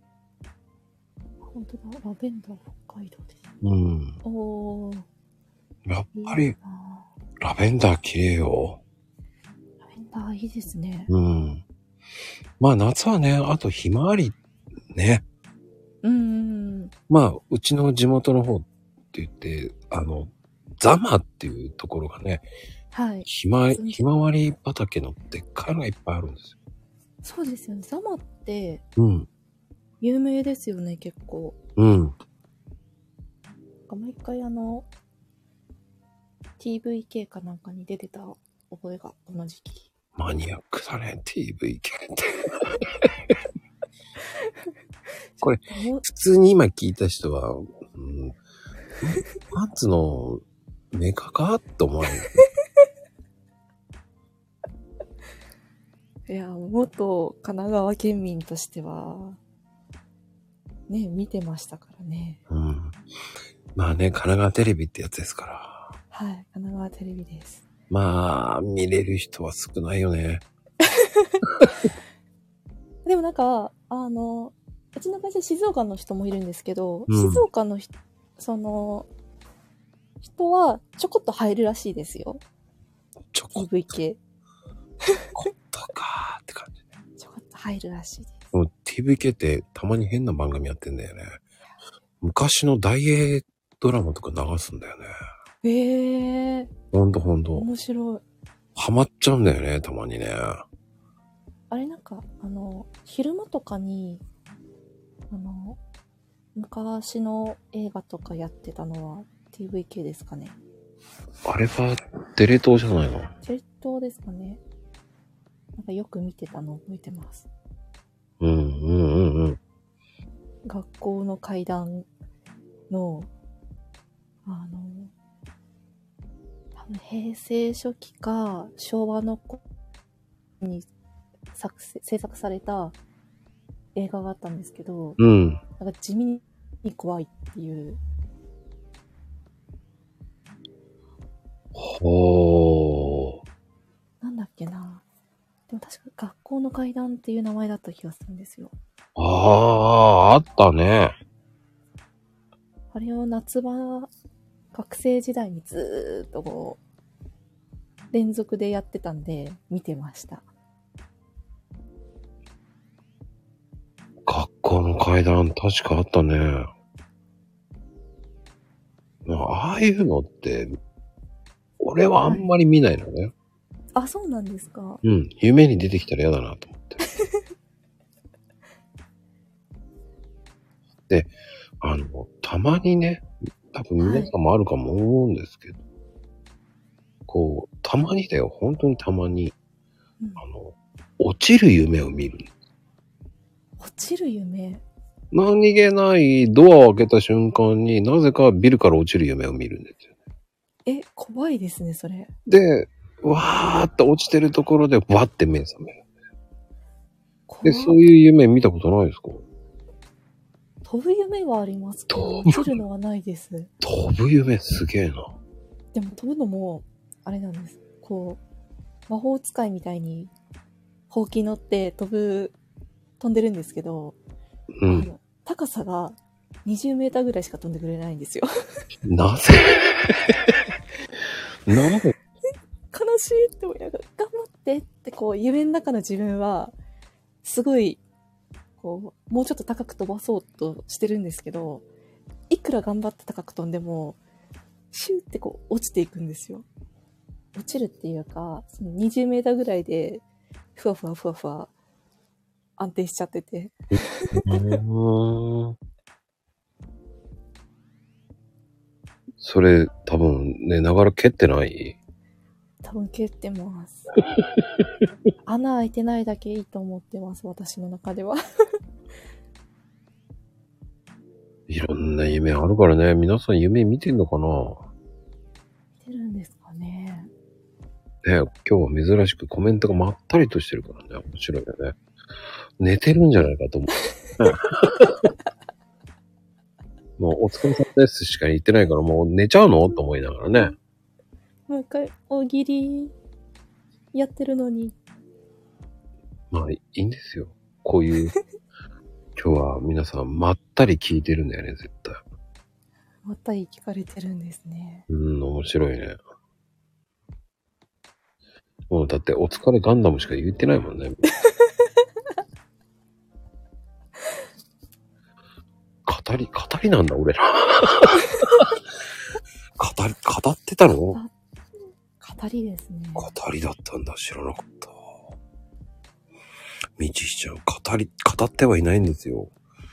本当だ、ラベンダー北海道です。おー。 やっぱり、ラベンダー綺麗よ。 ラベンダーいいですね。 まあ夏はね、あとひまわりね。まあ、うちの地元の方って言って、ザマっていうところがね、 はい。 ひまわり畑のでっかいのがいっぱいあるんですよ。 そうですよね。ザマって、有名ですよね、結構。毎回TVK かなんかに出てた覚えが、この時期。 マニアックだね、TVK って。これ、普通に今聞いた人は、パンツのメカかと思われる。 いや、元神奈川県民としては、ね、見てましたからね。 まあね、神奈川テレビってやつですから。 はい、神奈川テレビです。 まあ、見れる人は少ないよね。 でもなんか、うちの会社静岡の人もいるんですけど、静岡の人はちょこっと入るらしいですよ。 ちょこっと。 TVK。 ちょこっとかーって感じ。 ちょこっと入るらしいです。 でも TVK ってたまに変な番組やってんだよね。昔の大英ドラマとか流すんだよね。ほんと。 面白い。 ハマっちゃうんだよね、たまにね。 あれなんか、昼間とかに、昔の映画とかやってたのは TVK ですかね。 あれはテレ東じゃないの？ テレ東ですかね。なんかよく見てたの覚えてます。学校の階段の、多分平成初期か昭和の頃に制作された映画があったんですけど、なんか地味に怖いっていう。なんだっけな。でも確か学校の階段っていう名前だった気がするんですよ。 あったね。 あれを夏場学生時代にずーっとこう、連続でやってたんで、見てました。 学校の階段、確かあったね。ああいうのって、俺はあんまり見ないのね。 あ、そうなんですか。 うん。夢に出てきたら嫌だなと思って。で、たまにね、多分皆さんもあるかも思うんですけど、こう、たまにだよ、本当にたまに、 うん、 落ちる夢を見る。 落ちる夢？ 何気ないドアを開けた瞬間になぜかビルから落ちる夢を見るんですよね。 怖いですね、それ。 で、わーって落ちてるところでわって目覚める。で、そういう夢見たことないですか？ 飛ぶ夢はありますけど、落ちるのはないです。 飛ぶ夢すげえな。 でも飛ぶのも、あれなんです。こう、魔法使いみたいに、ほうき乗って飛んでるんですけど、 うん。 高さが20メーターぐらいしか飛んでくれないんですよ。 なぜなぜ悲しいって思いながら、頑張ってってこう、夢の中の自分は、すごい、こう、もうちょっと高く飛ばそうとしてるんですけど、いくら頑張って高く飛んでも、シューってこう、落ちていくんですよ。落ちるっていうか、その20メーターぐらいで、ふわふわふわふわ、安定しちゃってて。 それ、多分、寝ながら蹴ってない？ 多分蹴ってます。穴開いてないだけいいと思ってます、私の中では。 いろんな夢あるからね。皆さん夢見てんのかな？ 見てるんですかね。 ね、今日は珍しくコメントがまったりとしてるからね。面白いよね。寝てるんじゃないかと思う。もうお疲れ様ですしか言ってないからもう寝ちゃうのと思いながらね。 もう一回大喜利やってるのに。 まあいいんですよ。こういう、今日は皆さんまったり聞いてるんだよね、絶対。 まったり聞かれてるんですね。 面白いね。もうだってお疲れガンダムしか言ってないもんね。語りなんだ、俺ら。語ってたの？語りですね。 語りだったんだ、知らなかった。みちしちゃん、語ってはいないんですよ。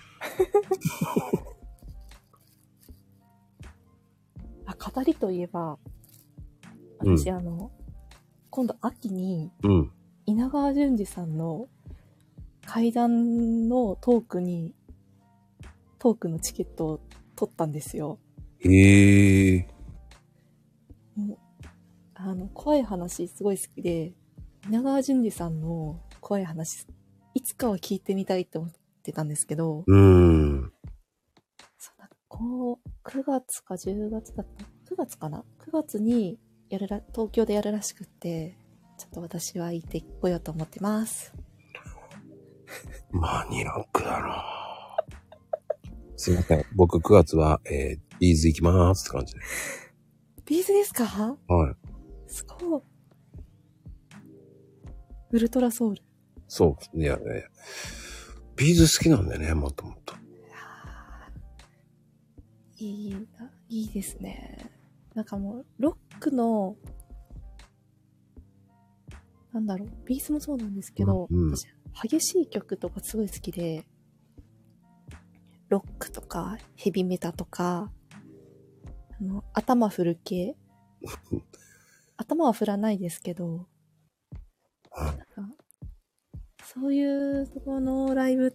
語りといえば、私、今度秋に、稲川淳二さんの怪談のトークのチケットを取ったんですよ。 へえ。 怖い話すごい好きで、稲川淳二さんの怖い話、いつかは聞いてみたいって思ってたんですけど、9月か10月だった。9月かな ?9 月に東京でやるらしくって、ちょっと私は行ってこようと思ってます。 マニアックだな。すいません。僕9月は、ビーズ行きまーすって感じで。 ビーズですか？ はい。 すごい。ウルトラソウル。 そう。いやね。ビーズ好きなんだよね、もともと。 いいですね。なんかもう、ロックの、ビーズもそうなんですけど、私、激しい曲とかすごい好きで、ロックとか、ヘビメタとか、頭振る系頭は振らないですけど、そういうところのライブって、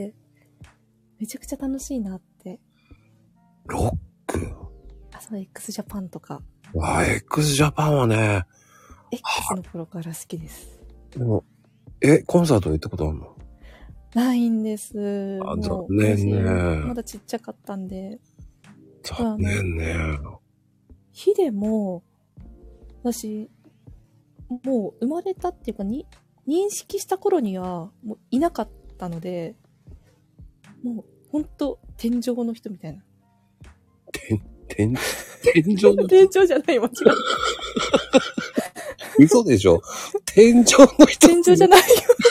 めちゃくちゃ楽しいなって。 ロック？ x ジャパンとか。 x ジャパンはね、 X の頃から好きです。 でも、コンサート行ったことあるの？ ないんです。 残念ね。 まだちっちゃかったんで。 残念ね。 ヒデも、私、もう生まれたっていうか認識した頃にはもういなかったので、もうほんと天井の人みたいな。 天井天井の人。 天井じゃない、間違え嘘でしょ。天井の人。 天井じゃないよ。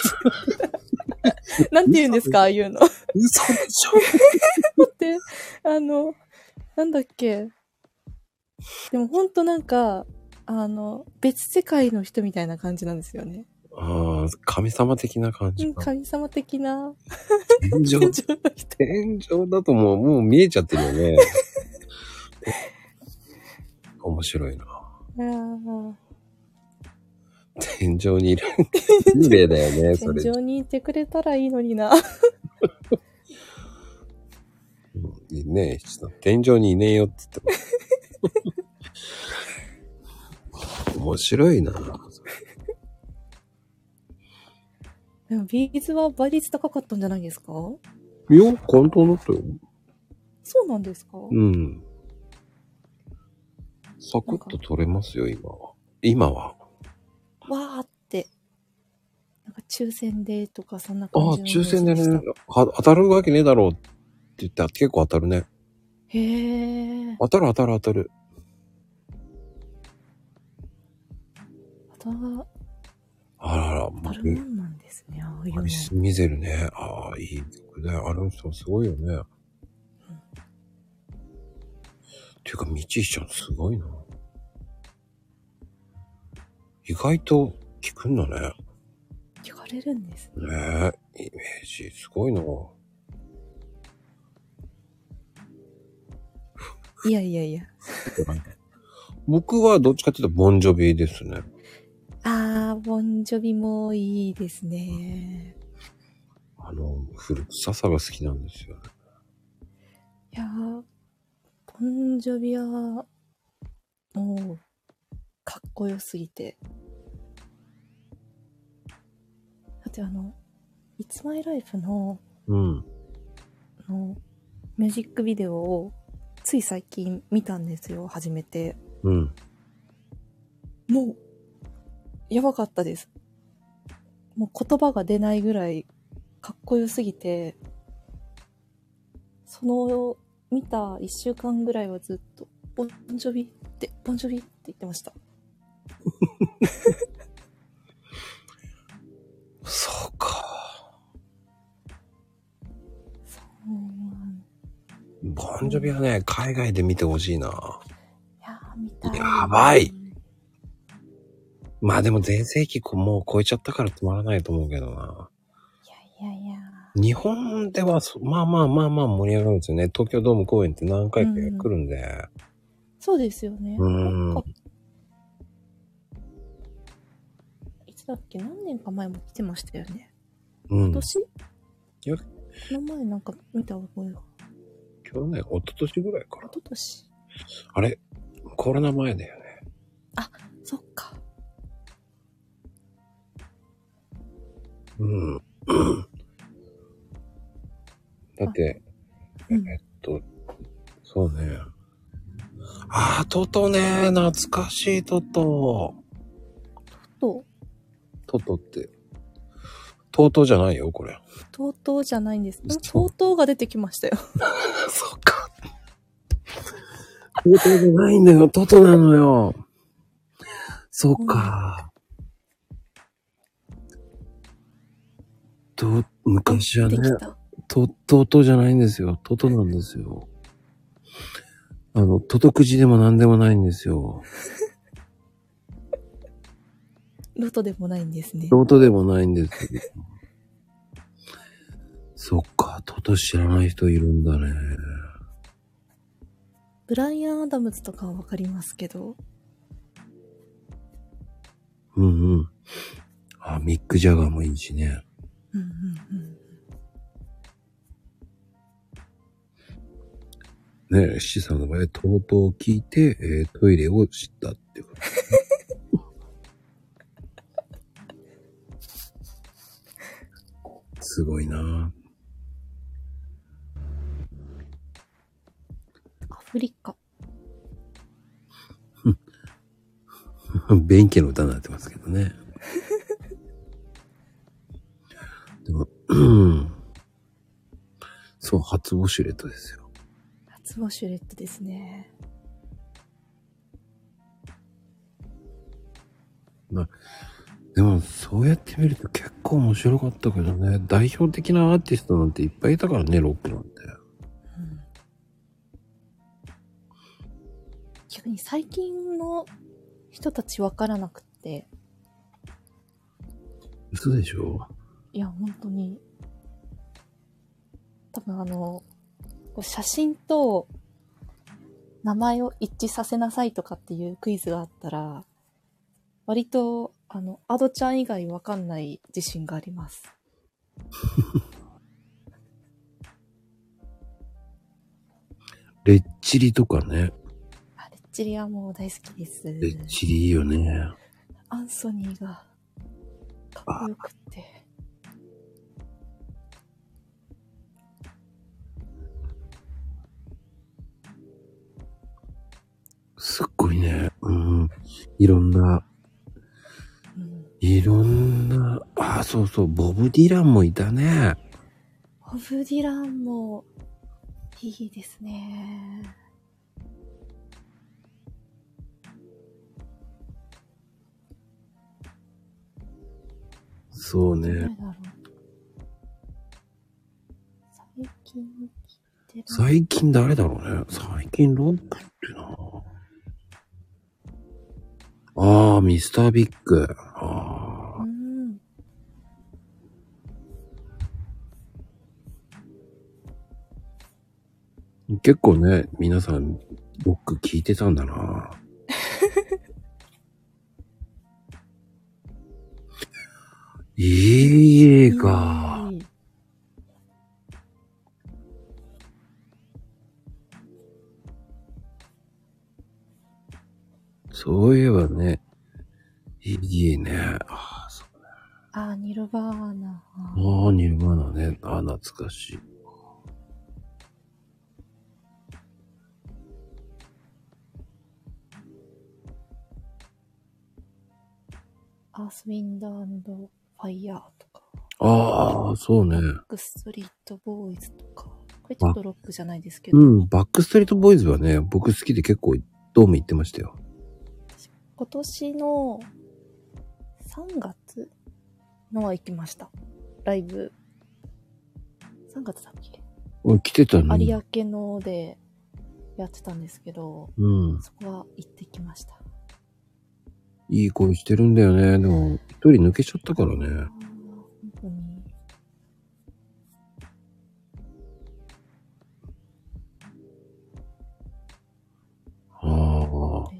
なんて言うんですか、ああいうの。 嘘でしょ。 で、なんだっけ。でもほんとなんか、別世界の人みたいな感じなんですよね。 ああ、神様的な感じか。 神様的な天井、 天井の人。 天井だともう見えちゃってるよね。面白いな。天井にいる。幽霊だよね、それ。 天井にいてくれたらいいのにな。 ねえ、天井にいねえよって言っても。面白いな。 でもビーズは倍率高かったんじゃないですか？ いや、簡単だったよ。 そうなんですか？ うん。サクッと取れますよ、今は。今は。 わーって、なんか抽選でとかそんな感じのイメージ抽選でした。 ね、当たるわけねえだろうって言ったら結構当たるね。 へー。 当たる。あらら、 当たるもんなんですね、ああいうの。 アリス・ミゼルね。ああ、いい曲ね。あの人すごいよね。ていうか、ミチちゃんすごいな。意外と聞くんだね。 聞かれるんですね。ねえ、イメージすごいな。 いやいやいや。 僕はどっちかっていうとボンジョビですね。 ボンジョビもいいですね。 古臭さが好きなんですよね。 いやー、ボンジョビは、もう、かっこよすぎて。だってIt's My Life の、ミュージックビデオを、つい最近見たんですよ、初めて。もう、やばかったです。もう言葉が出ないぐらいかっこよすぎて、見た1週間ぐらいはずっと、ボンジョビって言ってました。 そうか。ボンジョビはね、海外で見てほしいな。 見たい。 やばい。まあでも全盛期もう超えちゃったから止まらないと思うけどな。 いや。 日本ではまあ盛り上がるんですよね。東京ドーム公演って何回か来るんで。 そうですよね。いつだっけ？何年か前も来てましたよね。今年？この前なんか見た覚えが。 去年、一昨年ぐらいかな。 一昨年。 あれ？コロナ前だよね。 あ、そっか。 だって、そうね。トトね、懐かしいトト。トトって。トートじゃないよ、これ。 トートじゃないんです。トートが出てきましたよ。 そっか。トートじゃないんだよ、トトなのよ。そっか。昔はね、トトじゃないんですよ。トトなんですよ。トトくじでも何でもないんですよ。 ロトでもないんですね。 ロトでもないんですよ。そっか、トト知らない人いるんだね。 ブライアン・アダムズとかはわかりますけど。 ミック・ジャガーもいいしね。ねえ、シさんの場合、とうとう聞いて、トイレを知ったっていうこと。すごいな。 アフリカ。 ベンケの歌になってますけどね。でも、そう、初ウォシュレットですよ。 初ウォシュレットですね。 でも、そうやって見ると結構面白かったけどね。代表的なアーティストなんていっぱいいたからね、ロックなんて。 うん、逆に最近の人たちわからなくって。 嘘でしょ？ いや、本当に。多分こう写真と名前を一致させなさいとかっていうクイズがあったら、割と、アドちゃん以外わかんない自信があります。 レッチリとかね。 レッチリはもう大好きです。 レッチリいいよね。 アンソニーがかっこよくって。 すっごいね。うん。いろんな、そうそう、ボブ・ディランもいたね。 ボブ・ディランもいいですね。 そうね。最近誰だろうね。最近ロックってな。ああ、ミスタービッグ。ああ。結構ね、皆さん、ロック聞いてたんだな。いい映画。そういえばね、いいね。ああ、そうね。 ああ、ニルバーナ。 ああ、ニルバーナね。ああ、懐かしい。 アースウィンド&ファイヤーとか。 ああ、そうね。 バックストリートボーイズとか。これちょっとロックじゃないですけど。 バックストリートボーイズはね、僕好きで結構ドーム行ってましたよ。 今年の3月のは行きました。ライブ。3月だっけ？ 来てたね。 有明のでやってたんですけど、そこは行ってきました。 いい声してるんだよね。でも、一人抜けちゃったからね。 本当に。 ああ。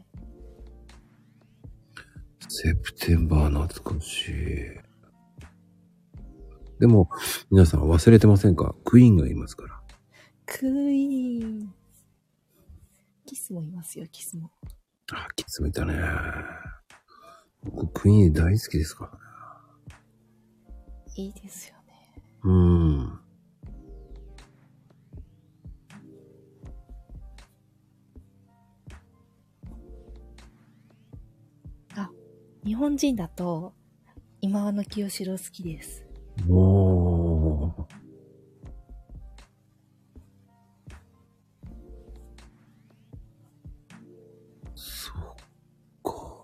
セプテンバー懐かしい。でも、皆さん忘れてませんか？クイーンがいますから。 クイーン。キスもいますよ、キスも。 あ、キスもいたね。僕、クイーン大好きですからね。 いいですよね。あ、日本人だと、今和の清志郎好きです。 おー。そうか。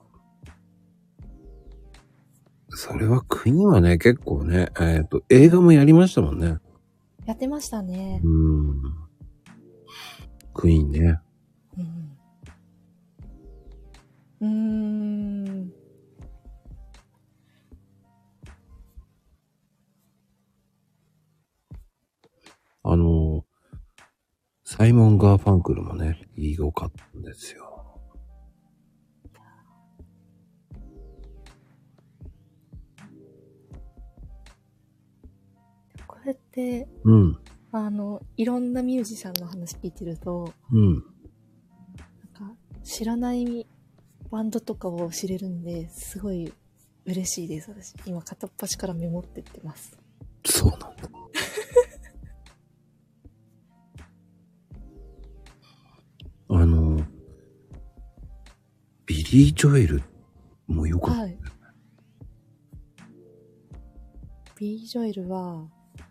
それはクイーンはね、結構ね、映画もやりましたもんね。 やってましたね。 クイーンね。サイモン・ガーファンクルもね、いい良かったんですよ。 これって、いろんなミュージシャンの話聞いてると、なんか知らないバンドとかを知れるんで、すごい嬉しいです、私。今片っ端からメモってってます。 そうなんだ。ビリー・ジョエルもよかった。はい。 ビリー・ジョエルは、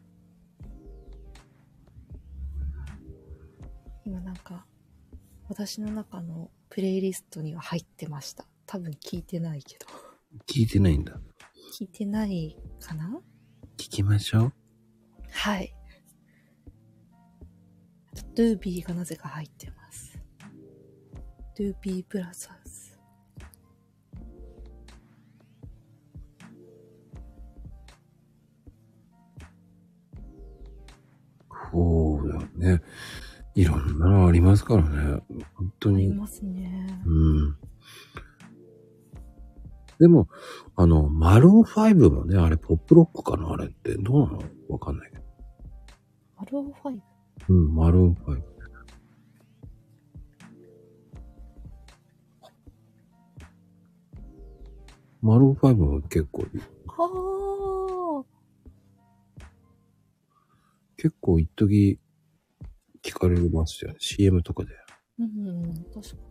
今なんか、私の中のプレイリストには入ってました。多分聞いてないけど。 聞いてないんだ。 聞いてないかな？ 聞きましょう。 はい。ドゥービーがなぜか入ってます。ドゥービーブラザーズ。 そうだよね。いろんなのありますからね。本当に。 ありますね。 うん。でも、マルーン5もね、あれポップロックかなあれってどうなのわかんないけど。 マルーン 5？ うん、マルーン5。マルーン5も結構、結構一時聞かれましたよね。CM とかで。 うん、確かに。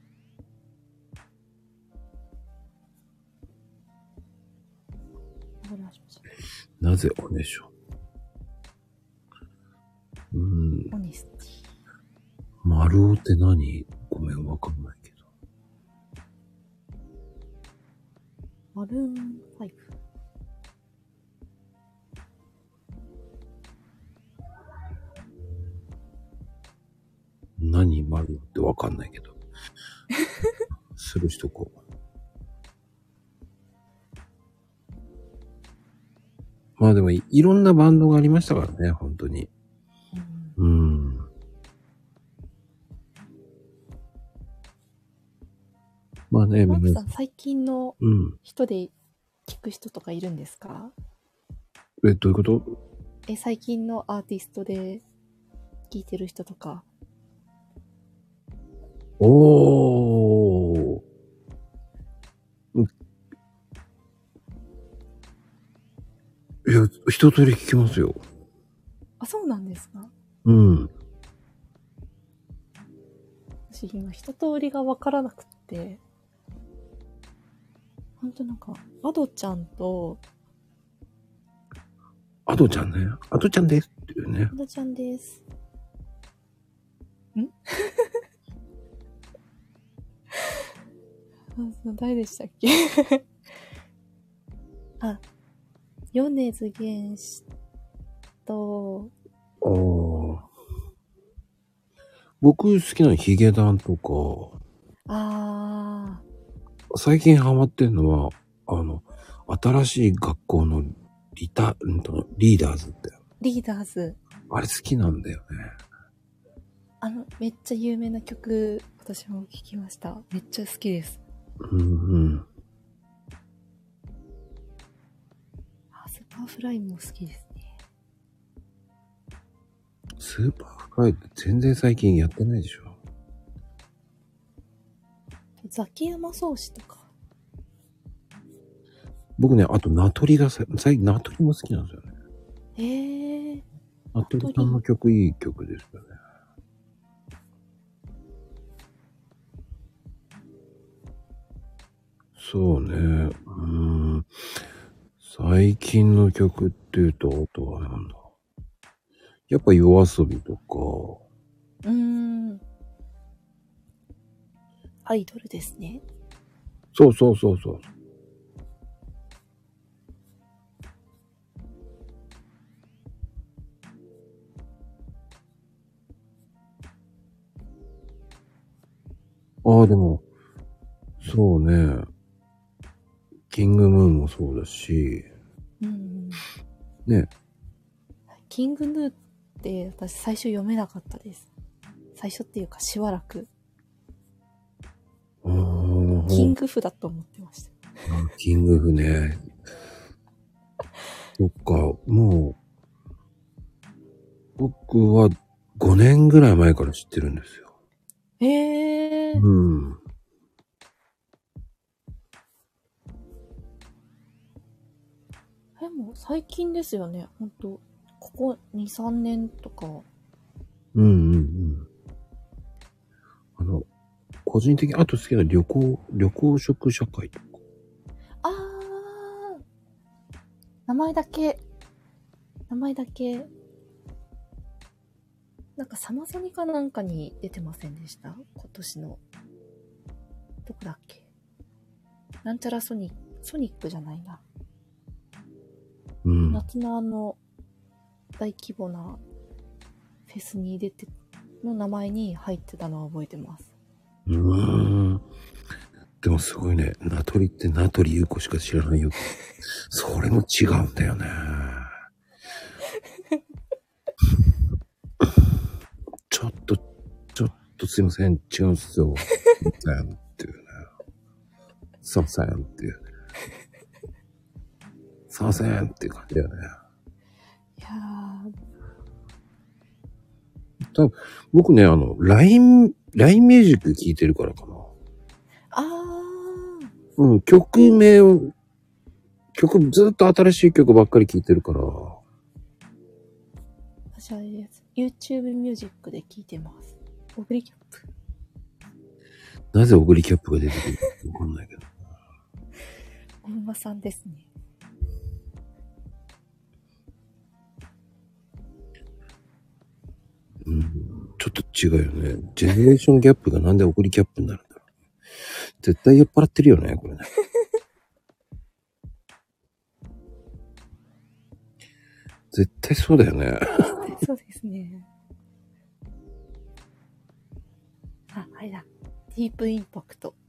なぜおねしょ。 オネスティ。 丸尾って何？ごめん、わかんないけど。 マルーン5。 何丸尾ってわかんないけど。するしとこう。まあでもいろんなバンドがありましたからね、本当に。まあね、 マークさん、最近の人で聞く人とかいるんですか？ どういうこと？ 最近のアーティストで聞いてる人とか。 おー。いや、一通り聞きますよ。 あ、そうなんですか？ うん。 私今一通りがわからなくって。ほんとなんか、アドちゃんと、 アドちゃんね。アドちゃんですっていうね。 アドちゃんです。ん誰でしたっけあ、米津玄師と、 僕好きなのヒゲダンとか、最近ハマってんのは、新しい学校のリーダーズって。 リーダーズ。 あれ好きなんだよね。 めっちゃ有名な曲、私も聞きました。めっちゃ好きです。 うんうん。 スーパーフライも好きですね。 スーパーフライって全然最近やってないでしょ。 ザキヤマ宗師とか。 僕ね、あとナトリが最近ナトリも好きなんですよね。ナトリさんの曲いい曲ですよね。そうね。最近の曲っていうと、あとはなんだ。やっぱ夜遊びとか。 アイドルですね。 そうそうそうそう。ああ、でも、そうね。キングムーンもそうだし。ね。 キングヌーって私最初読めなかったです。最初っていうかしばらく。キングフだと思ってました。 キングフね。そっか、もう、僕は5年ぐらい前から知ってるんですよ。 もう最近ですよね。ほんと、ここ2、3年とか。 個人的にあと好きな旅行食社会とか。 名前だけ、なんかサマソニかなんかに出てませんでした？今年の。どこだっけ？なんちゃらソニッソニックじゃないな。 うん。 夏の大規模なフェスに出て、の名前に入ってたのは覚えてます。 でもすごいね。名取って名取裕子しか知らないよ。それも違うんだよね。ちょっとすいません。違うんですよ。さんっていうね。さんっていうね。させんっていう感じだよね。 いや多分僕ね、LINE ミュージック聞いてるからかな。うん、曲ずっと新しい曲ばっかり聴いてるから。 私は YouTube ミュージックで聴いてます。オグリキャップ。 なぜオグリキャップが出てくるかわかんないけど。 お馬さんですね。 うん、ちょっと違うよね。ジェネレーションギャップがなんでオグリキャップになるんだろう。絶対酔っ払ってるよね、これね。絶対そうだよね。 そうですね。あれだ。ディープインパクト。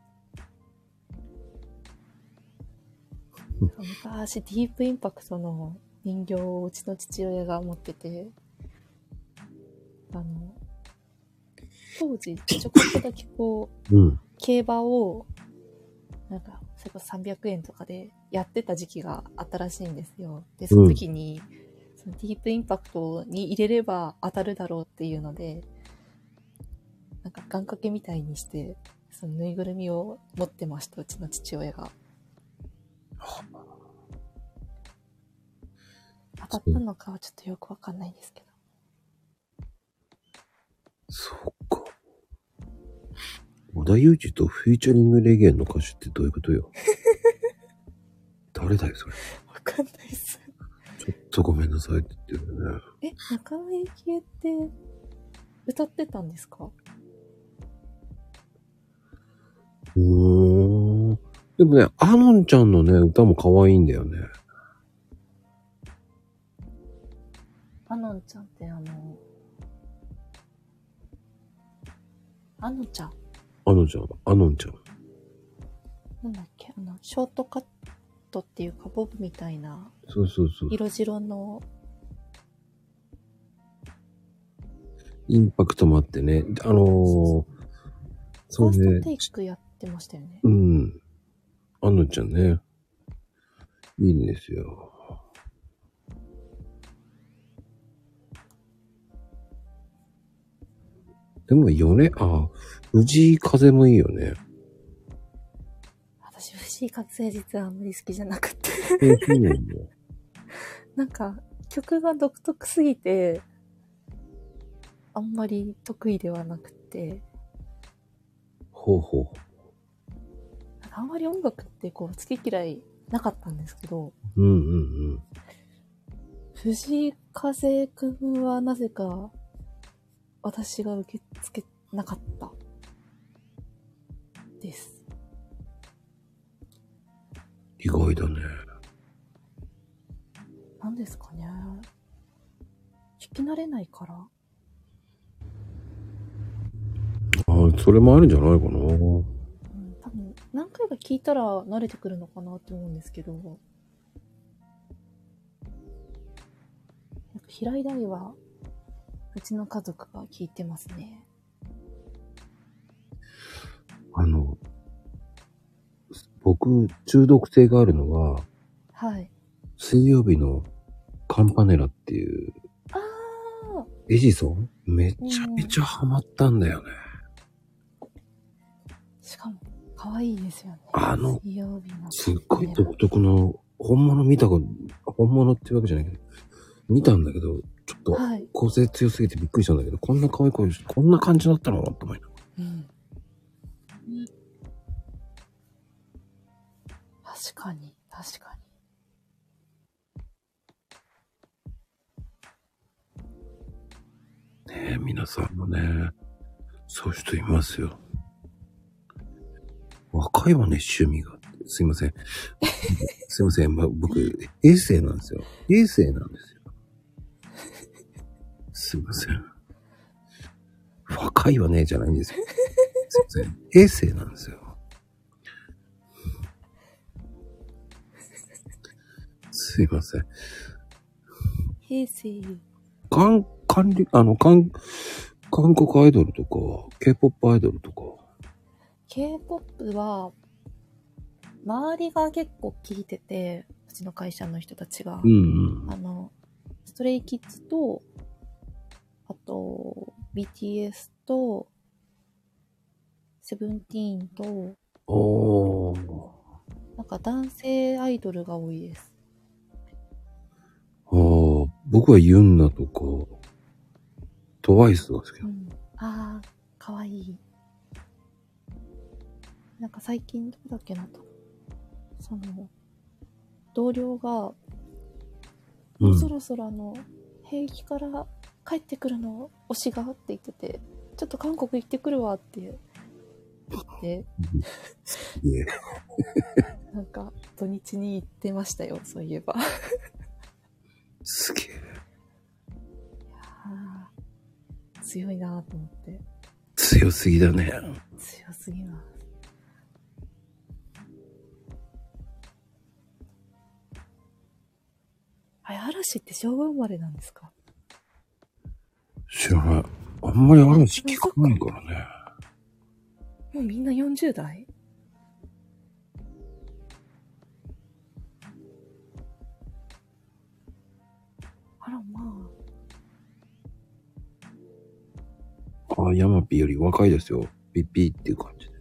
昔、ディープインパクトの人形をうちの父親が持ってて、当時、ちょこっとだけ競馬を、なんか、それこそ300円とかでやってた時期があったらしいんですよ。で、その時に、そのディープインパクトに入れれば当たるだろうっていうので、なんか願掛けみたいにして、そのぬいぐるみを持ってました、うちの父親が。当たったのかはちょっとよくわかんないんですけど。 そっか。小田裕二とフューチャリングレゲエの歌手ってどういうことよ。誰だよ、それ。 わかんないっす。 ちょっとごめんなさいって言ってるね。 中野幸恵って歌ってたんですか？ でもね、アノンちゃんのね、歌も可愛いんだよね。 アノンちゃんってアノちゃん。 アノンちゃん。 なんだっけ、ショートカットっていうか、ボブみたいな。 そう。 色白の。 インパクトもあってね。 そうね。ファーストテイクやってましたよね。 うん。アノンちゃんね。いいんですよ。でも藤井風もいいよね。 私、藤井風実はあんまり好きじゃなくて。 そうなんだ。 なんか、曲が独特すぎて、あんまり得意ではなくて。 ほう。 あんまり音楽って好き嫌いなかったんですけど。藤井風くんはなぜか、私が受け付けなかったです。 意外だね。 なんですかね。聞き慣れないから。 それもあるんじゃないかな。 多分何回か聞いたら慣れてくるのかなって思うんですけど。平井大はうちの家族が聞いてますね。 僕、中毒性があるのは、 はい。 水曜日のカンパネラっていう、エジソンめちゃめちゃハマったんだよね。 しかも、可愛いですよね。水曜日のすっごい独特の、本物っていうわけじゃないけど、見たんだけど、ちょっと構成強すぎてびっくりしたんだけど、こんな可愛い声して、こんな感じだったのと思いながら。 確かに。 ねえ、皆さんもね、そういう人いますよ。若いわね、趣味が。 すいません。すいません。僕、平成なんですよ。平成なんですよ。すいません。若いわね、じゃないんですよ。すいません。平成なんですよ。すいません。 平成。 韓国アイドルとか、K-POP アイドルとか。 K-POP は、周りが結構聞いてて、うちの会社の人たちが。 うんうん。 ストレイキッズと、あと、BTS と、セブンティーンと、 おー。 なんか男性アイドルが多いです。 僕はユンナとか、トワイスが好きだ。 うん。あー、かわいい。なんか最近どうだっけなと。同僚が、もうそろそろ兵役から帰ってくるの推しがって言ってて、ちょっと韓国行ってくるわって言って、なんか土日に行ってましたよ、そういえば。 すげえ。 強いなぁと思って。 強すぎだね。 強すぎます。あれ、嵐って昭和生まれなんですか？ 知らない。あんまり嵐聞かないからね。 もうみんな40代？あら、まあ。 ヤマピーより若いですよ。ピッピーっていう感じで。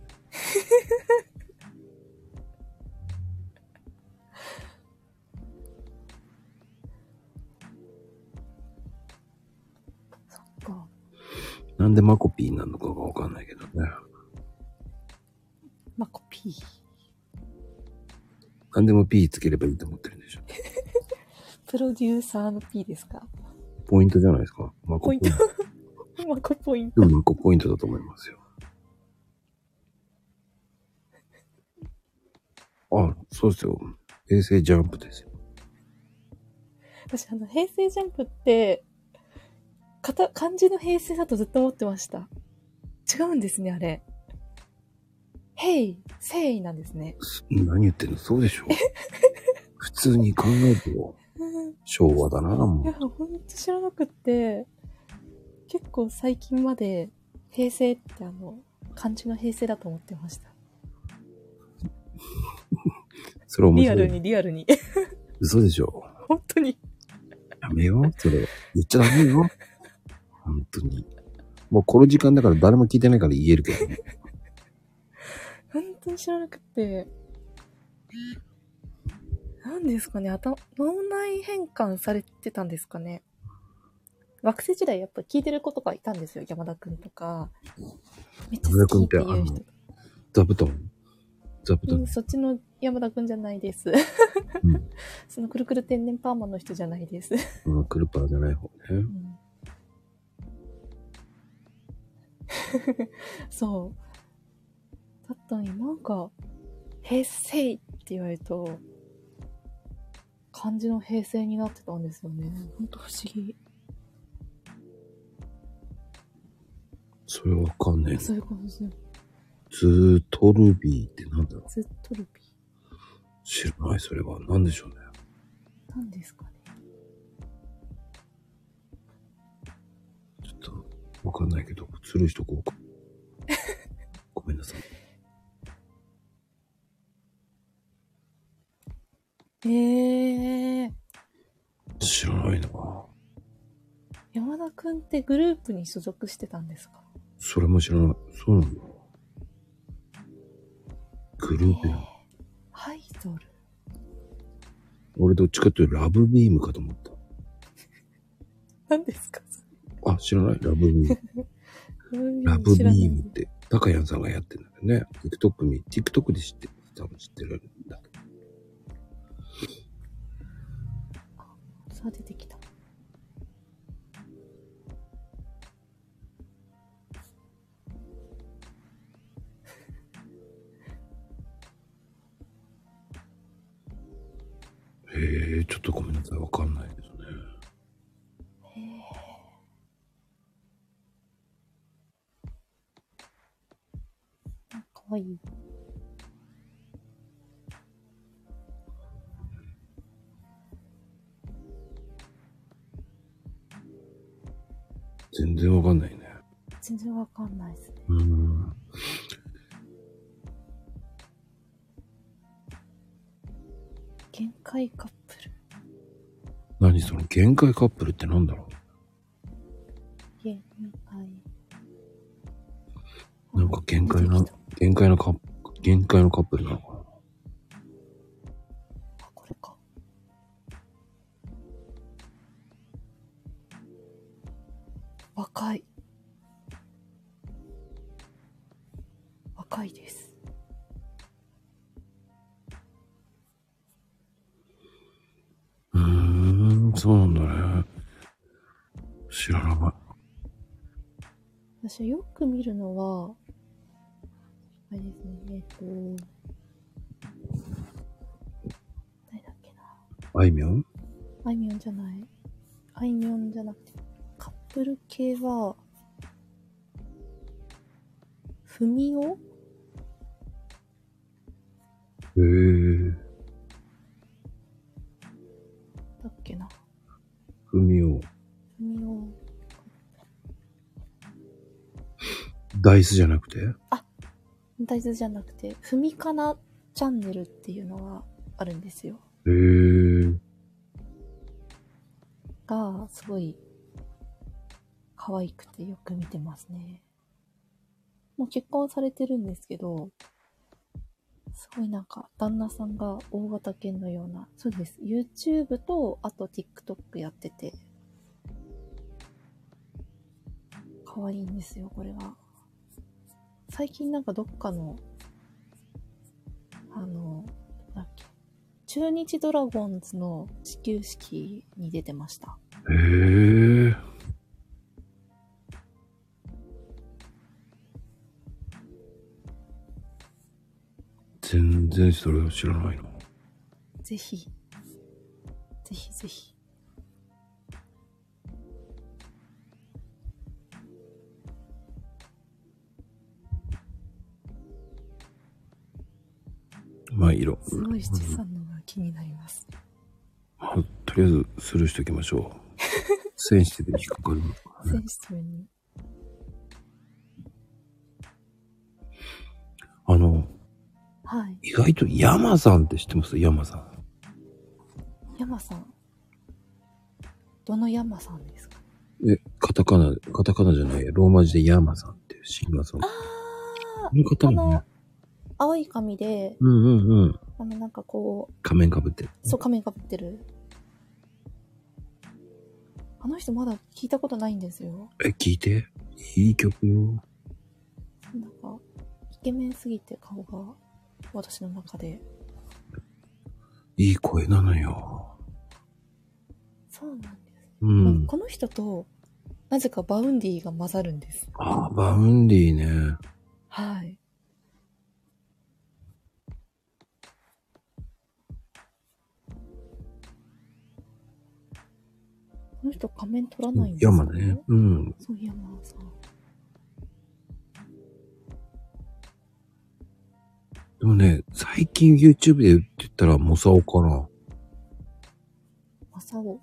そっか。 なんでマコピーなのかがわかんないけどね。 マコピー。 なんでもピーつければいいと思ってるんでしょ。 プロデューサーの P ですか？ ポイントじゃないですか。マコポイント。マコポイント。 マコポイントだと思いますよ。そうですよ。平成ジャンプですよ。 私、平成ジャンプって、漢字の平成だとずっと思ってました。違うんですね、あれ。へい、せいなんですね。 何言ってんの？そうでしょ。普通に考えてよ。昭和だな、もう。 いや、ほんと知らなくって、結構最近まで平成って漢字の平成だと思ってました。 それ面白い。 リアルに。 嘘でしょ。 本当に。 やめよう、それ。言っちゃダメよ。本当に。もうこの時間だから誰も聞いてないから言えるけどね。 本当に知らなくて。何ですかね、脳内変換されてたんですかね。学生時代やっぱ聞いてる子とかいたんですよ。山田くんとか。めっちゃ好きっていう人。 座布団そっちの山田くんじゃないです。 うん、 そのくるくる天然パーマの人じゃないです。 クルパーじゃない方ね。 そう。だったのになんか、平成って言われると、漢字の平成になってたんですよね。ほんと不思議。 それわかんない。 そういうことですよ。 ズートルビーってなんだろう。 ズートルビー。 知らない、それは。なんでしょうね。 何ですかね。 ちょっと、わかんないけど、スルーしとこうか。ごめんなさい。知らないな。 山田くんってグループに所属してたんですか？ それも知らない。そうなんだ。グループや。 アイドル。 俺どっちかっていうとラブビームかと思った。 何ですか？ 知らない？ラブビーム。ラブビームって、タカヤンさんがやってるんだけどね。TikTok で多分知ってるんだけど。 さあ出てきた。 ちょっとごめんなさい。わかんないですね。 かわいい。 全然わかんないね。 全然わかんないですね。限界カップル。 何その限界カップルってなんだろ限界。 う。なんか限界のカップルなのかな。 あ、これか。若い。若いです。 そうなんだね。知らない。 私よく見るのは、あれですね、誰だっけな。 あいみょんあいみょんじゃない。あいみょんじゃなくて、カップル系は、ふみおだっけな。 ふみお。 ふみお。 ダイスじゃなくて？ あ、大豆じゃなくて、ふみかなチャンネルっていうのがあるんですよ。が、すごい、可愛くてよく見てますね。もう結婚されてるんですけど、すごいなんか、旦那さんが大型犬のような、そうです。YouTube と、あと TikTok やってて、可愛いんですよ、これが。最近なんかどっかの、なんだっけ、中日ドラゴンズの始球式に出てました。 全然それを知らないの。 ぜひ、ぜひぜひ。 まあ、色。 すごい七三のが気になります。 とりあえずスルーしておきましょう。センシティブに引っかかるのかセンシティブに。はい。 意外と山さんって知ってます？山さん。 山さん。どの山さんですか？ カタカナじゃない、ローマ字で山さんっていうシンガーソング。 あこの方もね。 青い髪で、なんかこう。 仮面かぶってる。 そう、仮面かぶってる。あの人まだ聞いたことないんですよ。 聞いて。いい曲よ。 なんか、イケメンすぎて顔が、私の中で。 いい声なのよ。 そうなんです。この人と、なぜかバウンディが混ざるんです。 ああ、バウンディね。 はい。この人仮面取らないんですよ。 山ね。 そう、山さん。 でもね、最近 YouTube で言ったらモサオかな。 マサオ。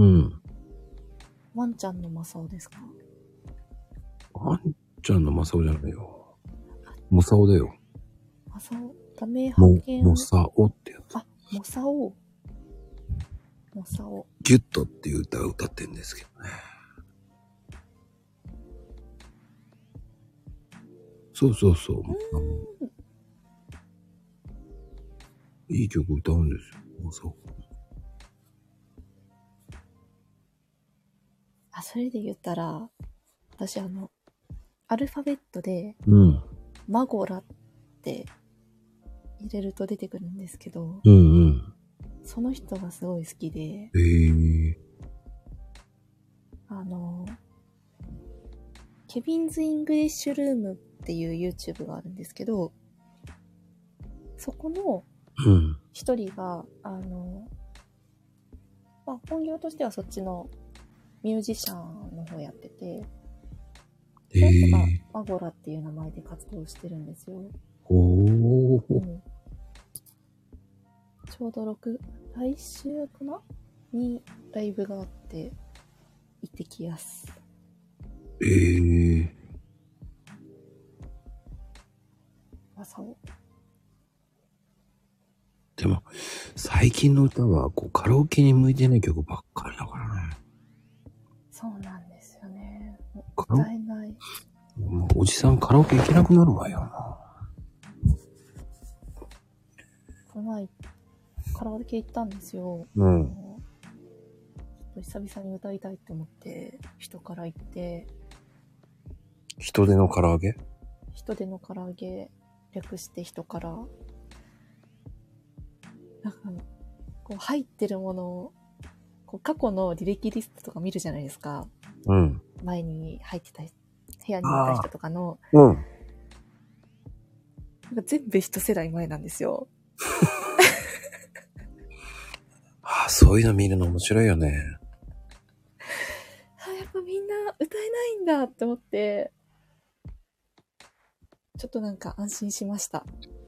ワンちゃんのマサオですか？ ワンちゃんのマサオじゃないよ。モサオだよ。 マサオ。ダメ発見。 モサオってやつ。 あ、モサオ。モサオ。 ギュッとっていう歌を歌ってるんですけどね。そうそうそう。いい曲歌うんですよ。モサオ。 あ、それで言ったら、私アルファベットで、マゴラって入れると出てくるんですけど、その人がすごい好きで、ケビンズ・イングリッシュルームっていう YouTube があるんですけど、そこの一人が、 まあ、本業としてはそっちのミュージシャンの方やってて、その人がマゴラっていう名前で活動してるんですよ。 おー。 うん、ちょうど来週かなにライブがあって行ってきやす。朝を。 でも、最近の歌は、こう、カラオケに向いてない曲ばっかりだからね。 そうなんですよね。歌えない。 もうおじさんカラオケ行けなくなるわよな。 この前、カラオケ行ったんですよ。 うん。 ちょっと久々に歌いたいって思って、人から行って。 人手の唐揚げ？ 人手の唐揚げ、略して人から。なんか、こう入ってるものを、こう過去の履歴リストとか見るじゃないですか。 うん。 前に入ってた、部屋にいた人とかの。 うん。 なんか全部一世代前なんですよ。 ああ、そういうの見るの面白いよね。 やっぱみんな歌えないんだって思って、ちょっとなんか安心しました。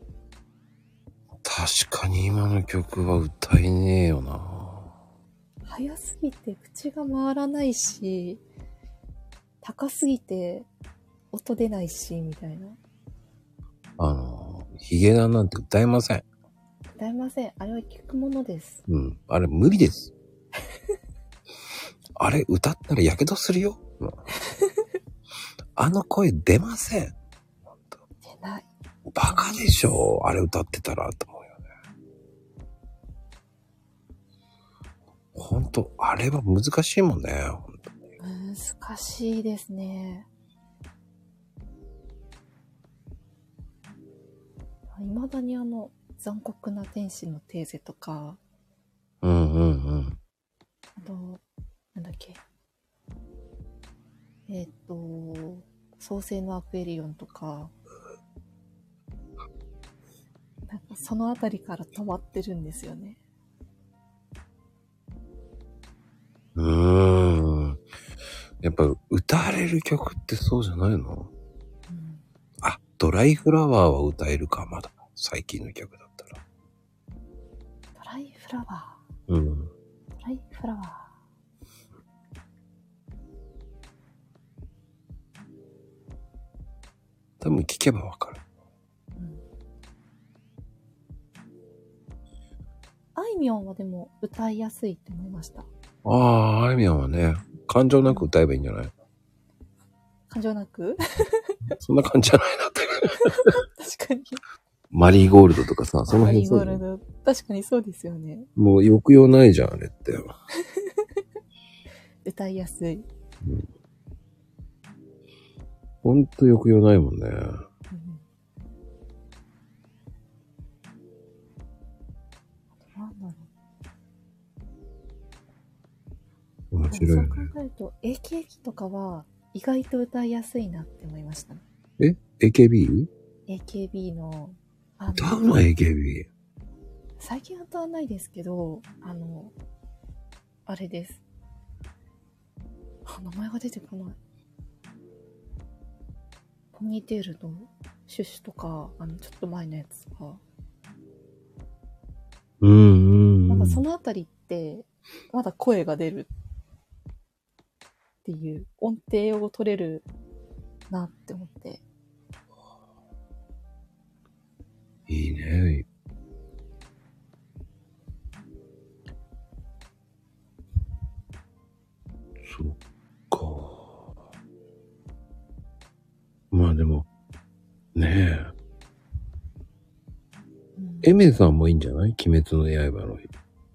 確かに今の曲は歌えねえよな。 早すぎて口が回らないし、高すぎて音出ないし、みたいな。 ヒゲダンなんて歌えません。 歌えません。あれは聞くものです。 うん。あれ無理です。あれ歌ったらやけどするよ。あの声出ません。 出ない。 バカでしょ。あれ歌ってたらと思うよね。ほんと、あれは難しいもんね。ほんと難しいですね。未だに残酷な天使のテーゼとか、 うんうんうん。 あと、なんだっけ。創世のアクエリオンとか、なんかそのあたりから止まってるんですよね。 やっぱ歌われる曲ってそうじゃないの？ うん、 あ、ドライフラワーは歌えるか、まだ。最近の曲だったら。 ドライフラワー。うん。 ドライフラワー。 多分聞けばわかる。 あいみょんはでも歌いやすいって思いました。 ああ、あいみょんはね、感情なく歌えばいいんじゃない？ 感情なくそんな感じじゃないなって。 確かに。 マリーゴールドとかさ、その辺そう。 マリーゴールド。確かにそうですよね。 もう抑揚ないじゃん、あれって。 歌いやすい。 ほんと抑揚ないもんね。 なんだろう。面白いよね。 そう考えると AKB とかは意外と歌いやすいなって思いました。 AKB？ AKB の歌うの AKB。 最近歌わないですけど、あれです。名前が出てこない。ポニーテールのシュッシュとか、ちょっと前のやつとか。なんかそのあたりって、まだ声が出るっていう音程を取れるなって思って。 いいね。そっか。まあでも、ねえ。エメさんもいいんじゃない？鬼滅の刃の日。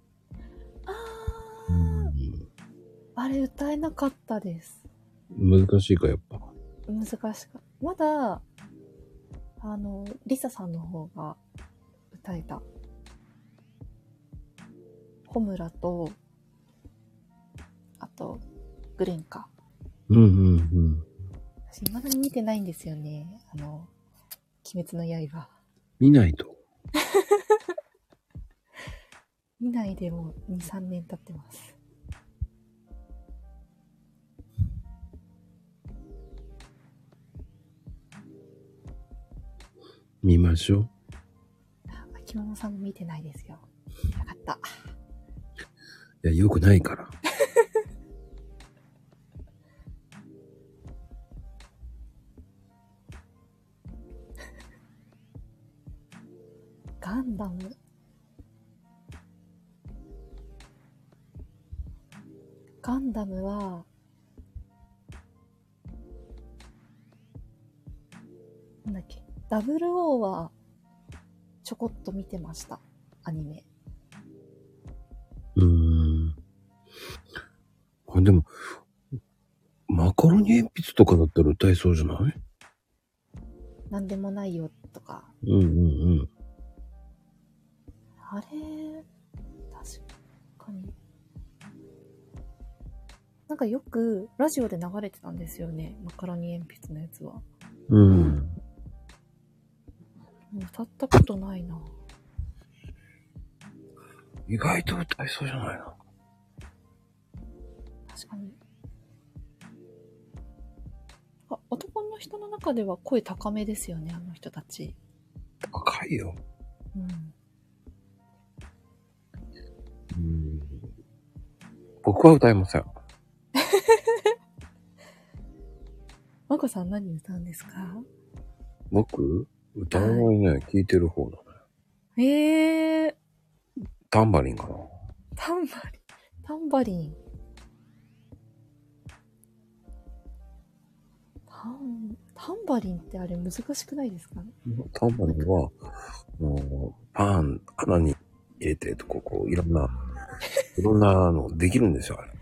あれ歌えなかったです。 難しいか、やっぱ。 難しかった。まだ、リサさんの方が歌えた。ホムラと、あと、グレンか。私、未だに見てないんですよね。鬼滅の刃。 見ないと。 見ないでも2、3年経ってます。 見ましょう。 秋物さんも見てないですよ。よかった。 いや、よくないから。 ガンダム。ガンダムは、なんだっけ、00はちょこっと見てました。アニメ。 あ、でも、マカロニ鉛筆とかだったら歌えそうじゃない？ なんでもないよとか。 うんうんうん。 あれ、確かに。なんかよくラジオで流れてたんですよね。マカロニ鉛筆のやつは。 うん。 歌ったことないな。 意外と歌えそうじゃないの？ 確かに。あ、男の人の中では声高めですよね、あの人たち。 高いよ。僕は歌えません。 まこさん何歌うんですか？ 僕歌わないね。聞いてる方だね。タンバリンかな。 タンバリン。タンバリンってあれ難しくないですか？ タンバリンは、パン、穴に入れてとこう、いろんなのできるんですよ、あれ。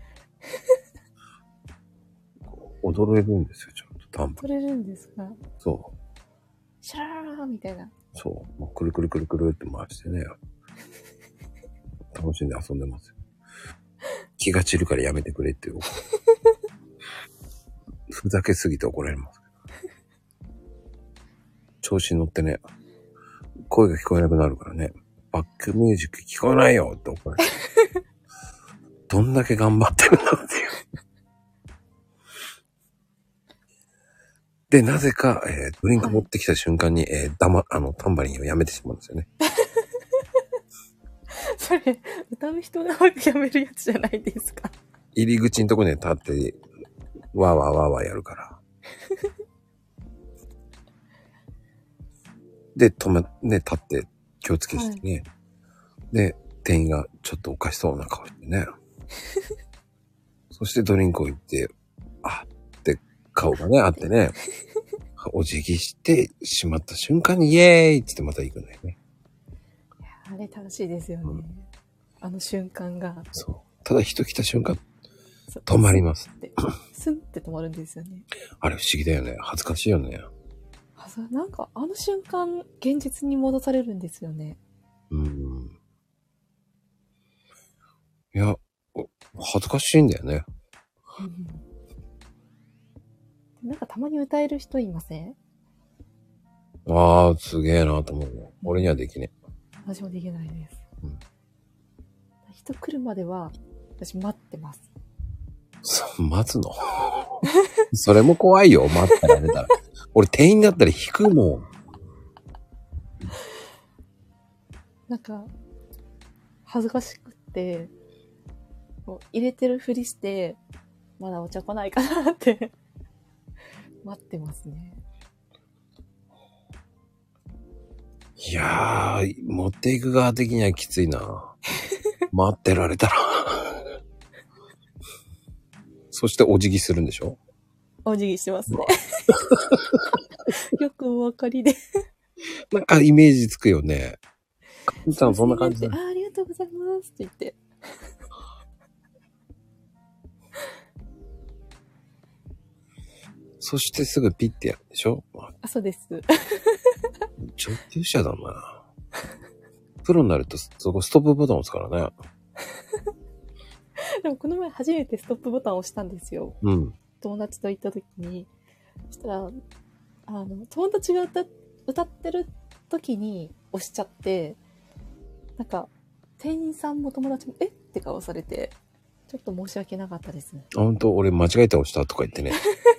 踊れるんですよ、ちゃんとタンバリン。 踊れるんですか？ そう。 シャラララみたいな。 そう。もうくるくるくるくるって回してね。楽しんで遊んでますよ。気が散るからやめてくれっていう。ふざけすぎて怒られます。調子に乗ってね、声が聞こえなくなるからね、バックミュージック聞こえないよって怒られる。どんだけ頑張ってるんだっていう。で、なぜか、ドリンク持ってきた瞬間に、タンバリンをやめてしまうんですよね。 それ、歌う人がやめるやつじゃないですか。 入り口のとこに立って、わーわーわーわーやるから。で、立って気をつけしてね。で、店員がちょっとおかしそうな顔してね。そしてドリンクを言って、あって顔がね、あってね。お辞儀してしまった瞬間にイエーイって言ってまた行くんだよね。 いや、あれ楽しいですよね。あの瞬間が。 そう。ただ人来た瞬間、止まります。 スンって止まるんですよね。 あれ不思議だよね。恥ずかしいよね。 なんかあの瞬間、現実に戻されるんですよね。 いや、恥ずかしいんだよね。 なんかたまに歌える人いません？ ああ、すげえなと思うよ。俺にはできねえ。 私もできないです。人来るまでは、私待ってます。 待つのそれも怖いよ、待ったら出たら。俺店員だったら引くもん。 なんか、恥ずかしくって、入れてるふりして、まだお茶来ないかなって待ってますね。 いやー、持っていく側的にはきついな。待ってられたら。そしてお辞儀するんでしょ？ お辞儀してますね。よくお分かりで。 なんかイメージつくよね。かんちゃんそんな感じだ。 ありがとうございますって言って。 そしてすぐピッてやるでしょ？ あ、そうです。 上級者だな。プロになるとそこストップボタン押すからね。 でもこの前初めてストップボタンを押したんですよ。友達と行った時に。そしたら、友達が歌ってる時に押しちゃって、なんか、 店員さんも友達も、えって顔されて、ちょっと申し訳なかったですね。 ほんと、俺間違えて押したとか言ってね。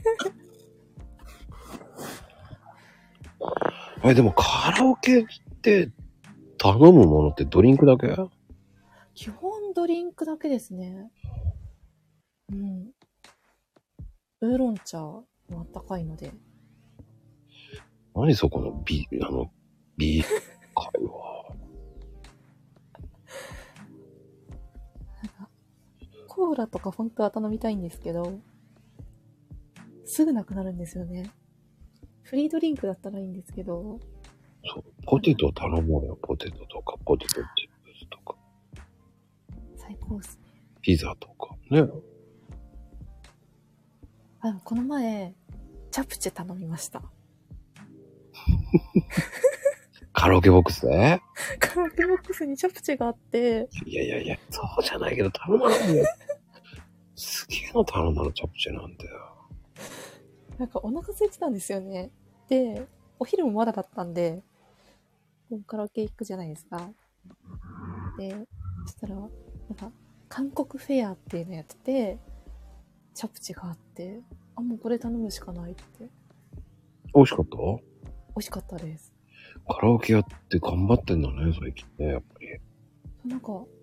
でもカラオケって頼むものってドリンクだけ？ 基本ドリンクだけですね。うん。ウーロン茶もあったかいので。 何そこのビ会話。 コーラとか本当は頼みたいんですけど、すぐなくなるんですよね。フリードリンクだったらいいんですけど。 そう、ポテト頼もうよ。ポテトとか、ポテトチップスとか。 最高っすね。 ピザとかね。 この前、チャプチェ頼みました。 カラオケボックスで？ カラオケボックスにチャプチェがあって。 いや、そうじゃないけど頼まないよ。すげえの頼んだのチャプチェなんだよ。 なんかお腹空いてたんですよね。で、お昼もまだだったんで、カラオケ行くじゃないですか。で、そしたら、なんか、韓国フェアっていうのやってて、チャプチェがあって、もうこれ頼むしかないって。 美味しかった？ 美味しかったです。 カラオケやって頑張ってんだね、最近ね、やっぱり。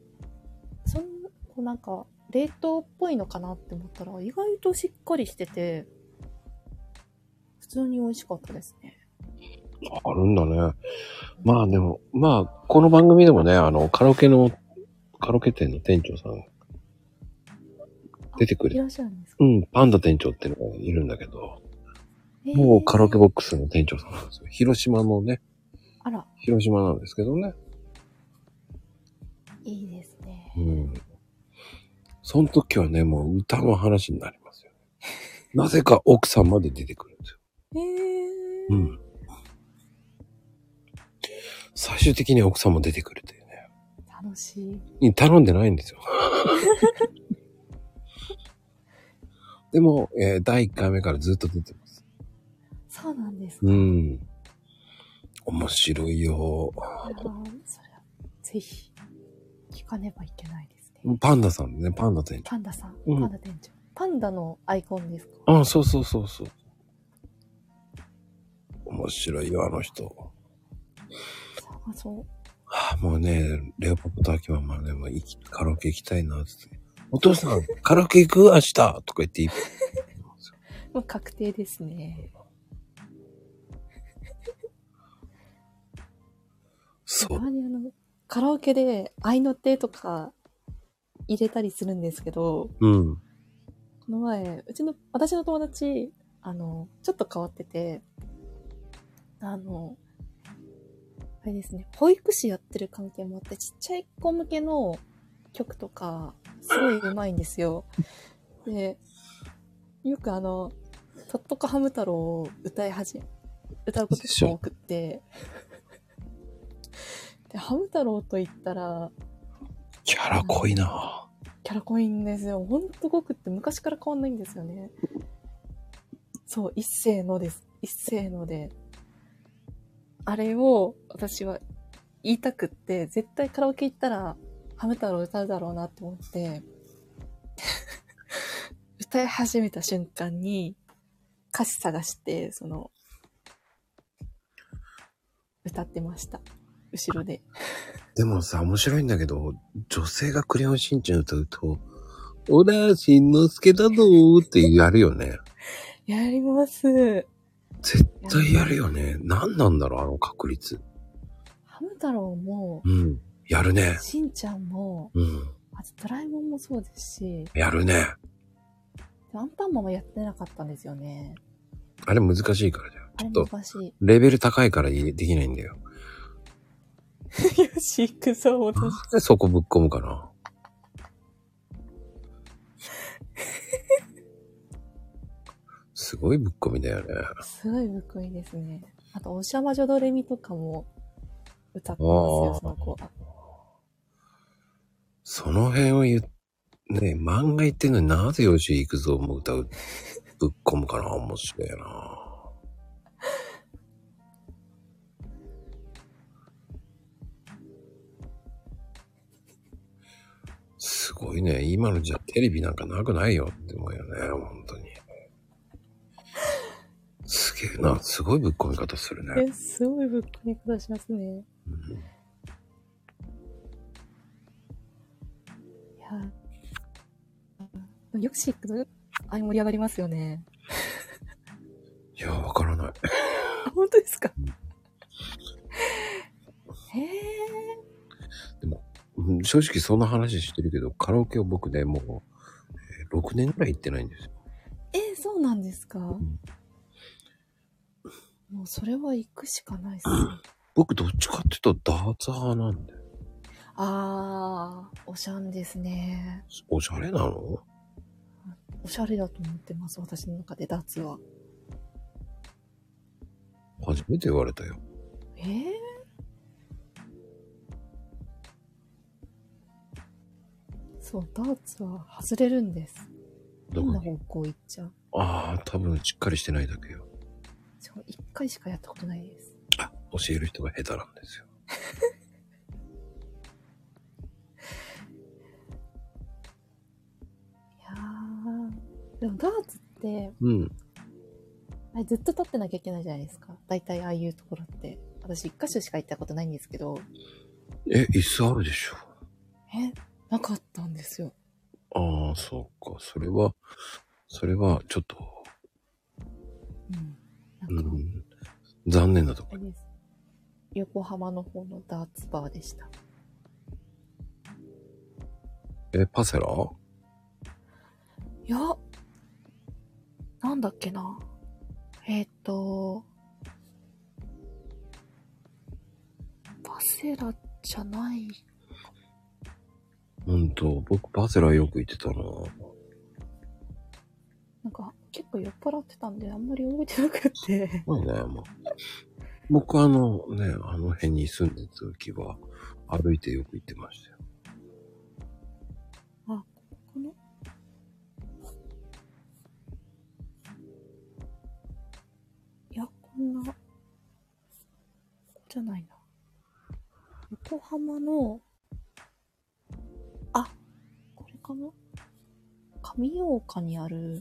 なんか、冷凍っぽいのかなって思ったら、意外としっかりしてて、普通に美味しかったですね。 あるんだね。まあでも、この番組でもね、カラオケ店の店長さん、出てくれ。 いらっしゃるんですか？ うん、パンダ店長っていうのがいるんだけど、もうカラオケボックスの店長さんなんですよ。広島のね。 あら。 広島なんですけどね。 いいですね。 うん。その時はね、もう歌の話になりますよね。なぜか奥さんまで出てくるんですよ。うん。最終的に奥さんも出てくるというね。 楽しい。頼んでないんですよ。でも、第1回目からずっと出てます。 そうなんですか。 うん。面白いよ。 それはぜひ聞かねばいけないですね。パンダさんね、パンダ店長。 パンダさん、パンダ店長。パンダのアイコンですか？ ああ、そう。面白いよ、あの人。 そう。 もうね、レオパパとアキママね、もうカラオケ行きたいな、つって。お父さん、カラオケ行く？明日とか言っていい。 もう確定ですね。そう。カラオケで愛の手とか入れたりするんですけど、 うん。 この前、私の友達、ちょっと変わってて、あれですね、保育士やってる関係もあって、ちっちゃい子向けの曲とか、すごい上手いんですよ。で、よくとっとかハム太郎を歌うことが多くって、で、ハム太郎と言ったら、 キャラ濃いな。 キャラ濃いんですよ。ほんと濃くって昔から変わんないんですよね。そう、一世のです。一世ので。あれを私は言いたくって、絶対カラオケ行ったらハム太郎歌うだろうなって思って、歌い始めた瞬間に歌詞探して、歌ってました。後ろで。 でもさ、面白いんだけど、女性がクレヨンしんちゃん歌うと、おら、しんのすけだぞーってやるよね。 やります。 絶対やるよね。何なんだろう、あの確率。 ハム太郎も、 やるね。 しんちゃんも、あとドラえもんもそうですし。 やるね。 アンパンマンはやってなかったんですよね。 あれ難しいからじゃん。ちょっと、レベル高いからできないんだよ。 よし、行くぞ、私。 なんでそこぶっ込むかな。すごいぶっ込みだよね。 すごいぶっ込みですね。あと、おしゃまじょどれみとかも歌ってますよ、その子は。 その辺をね、漫画言ってんのになぜよし行くぞも歌う、ぶっ込むかな。面白いな。 ごいね。今のじゃテレビなんかなくないよって思うよね。本当に。すげえな。すごいぶっ込み方するね。 すごいぶっ込み方しますね。いや、よくし行くと、あれ盛り上がりますよね。 いや、わからない。 本当ですか？へえ。 でも、正直そんな話してるけど、カラオケを僕ね、もう、6年ぐらい行ってないんですよ。 そうなんですか？もうそれは行くしかないっすね。 僕どっちかっていうとダーツ派なんで。 おしゃんですね。 おしゃれなの？ おしゃれだと思ってます、私の中でダーツは。 初めて言われたよ。 そう、ダーツは外れるんです。変な方向行っちゃう。 多分しっかりしてないだけよ。 しかも1回しかやったことないです。 教える人が下手なんですよ。 いやー、でもダーツって、あれずっと立ってなきゃいけないじゃないですか。だいたいああいうところって。私1箇所しか行ったことないんですけど。 椅子あるでしょ。 なかったんですよ。 そうか。それはちょっと、残念なところ。 横浜の方のダーツバーでした。 パセラ？ いや、なんだっけな。パセラじゃない。 僕パセラよく行ってたな。 なんか結構酔っ払ってたんであんまり覚えてなくて。 まあね、僕あの辺に住んでた時は歩いてよく行ってましたよ。 ここの？いや、こんな、じゃないな。横浜の、これかな？上大岡にある、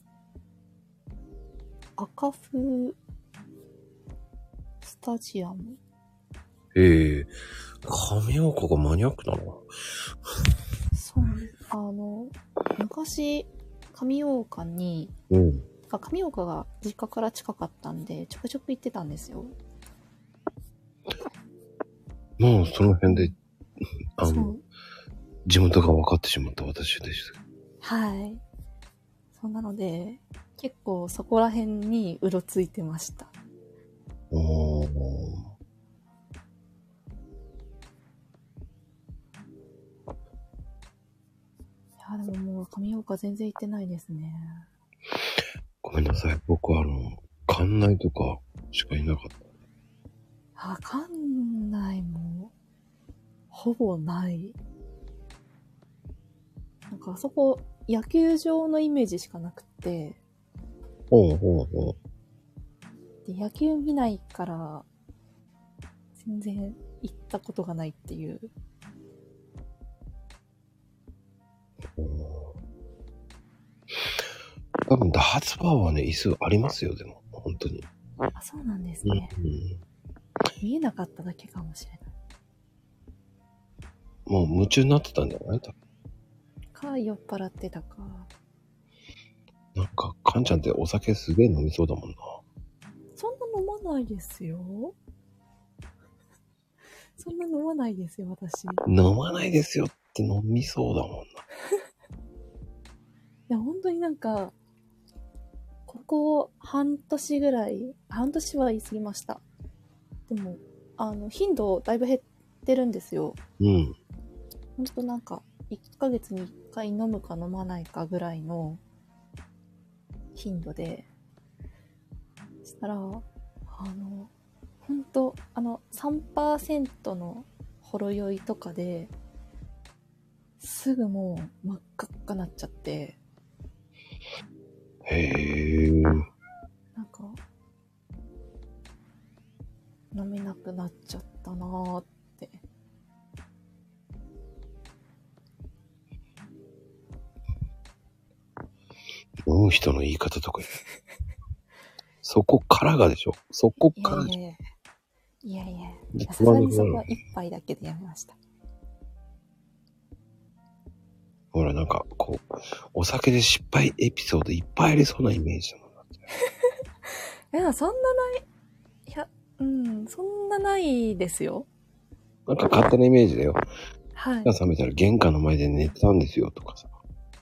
赤風スタジアム。 上岡がマニアックなの？ そうです。昔、上大岡に、上大岡が実家から近かったんで、ちょくちょく行ってたんですよ。 もうその辺で、地元が分かってしまった私です。 はい。そうなので、結構そこら辺にうろついてました。いや、でももう上大岡全然行ってないですね。 ごめんなさい。僕館内とかしかいなかった。 館内も、ほぼない。なんかあそこ、野球場のイメージしかなくて。で、野球見ないから、全然行ったことがないっていう。 多分ダーツバーはね、椅子ありますよ、でも。本当に。 そうなんですね。見えなかっただけかもしれない。 もう夢中になってたんじゃない？ 酔っ払ってたか。 なんか、カンちゃんってお酒すげえ飲みそうだもんな。 そんな飲まないですよ。そんな飲まないですよ、私。 飲まないですよって飲みそうだもんな。いや、本当になんか、ここ半年ぐらい、半年は言い過ぎました。でも、頻度だいぶ減ってるんですよ。ほんとなんか、1ヶ月に1回飲むか飲まないかぐらいの頻度で、そしたら、ほんと、3% のほろ酔いとかで、すぐもう真っ赤っかなっちゃって。なんか、飲めなくなっちゃったなーって。 人の言い方とか。そこからがでしょ。そこからでしょ。 いや、 でさすがにそこは一杯だけでやめました。 ほら、なんか、こう、お酒で失敗エピソードいっぱいありそうなイメージだもん。 いや、そんなない、いや、そんなないですよ。 なんか勝手なイメージだよ。 はい。 目が覚めたら玄関の前で寝てたんですよとかさ。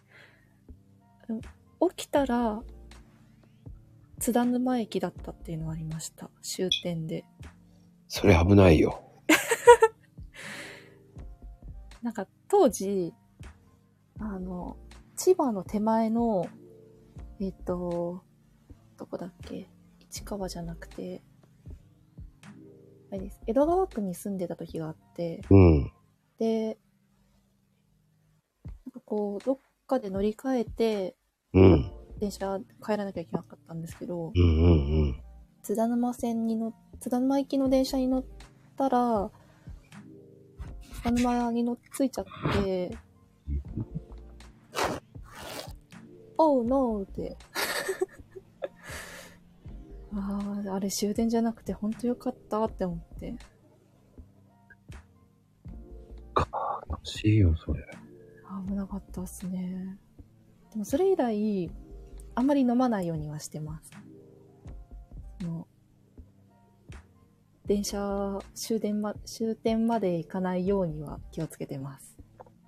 起きたら、津田沼駅だったっていうのはありました。終点で。 それ危ないよ。 なんか当時、千葉の手前の、どこだっけ？市川じゃなくて、あれです。江戸川区に住んでた時があって、 うん。 で、なんかこう、どっかで乗り換えて、 うん。 電車帰らなきゃいけなかったんですけど、 うんうんうん。 津田沼行きの電車に乗ったら、津田沼に着いちゃって、Oh no! って。あれ終電じゃなくてほんとよかったって思って。 悲しいよ、それ。 危なかったっすね。でもそれ以来、あんまり飲まないようにはしてます。電車終点まで行かないようには気をつけてます。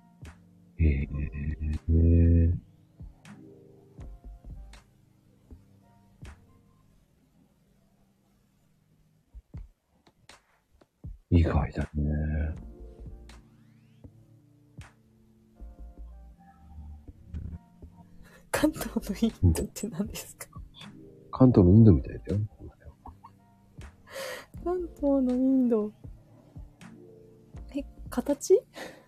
意外だね。 関東のインドって何ですか？ 関東のインドみたいだよ。 関東のインド。形？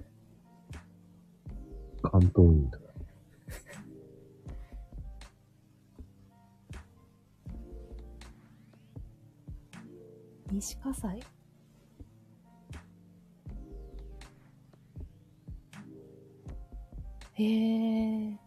関東インド。 西葛西？へー。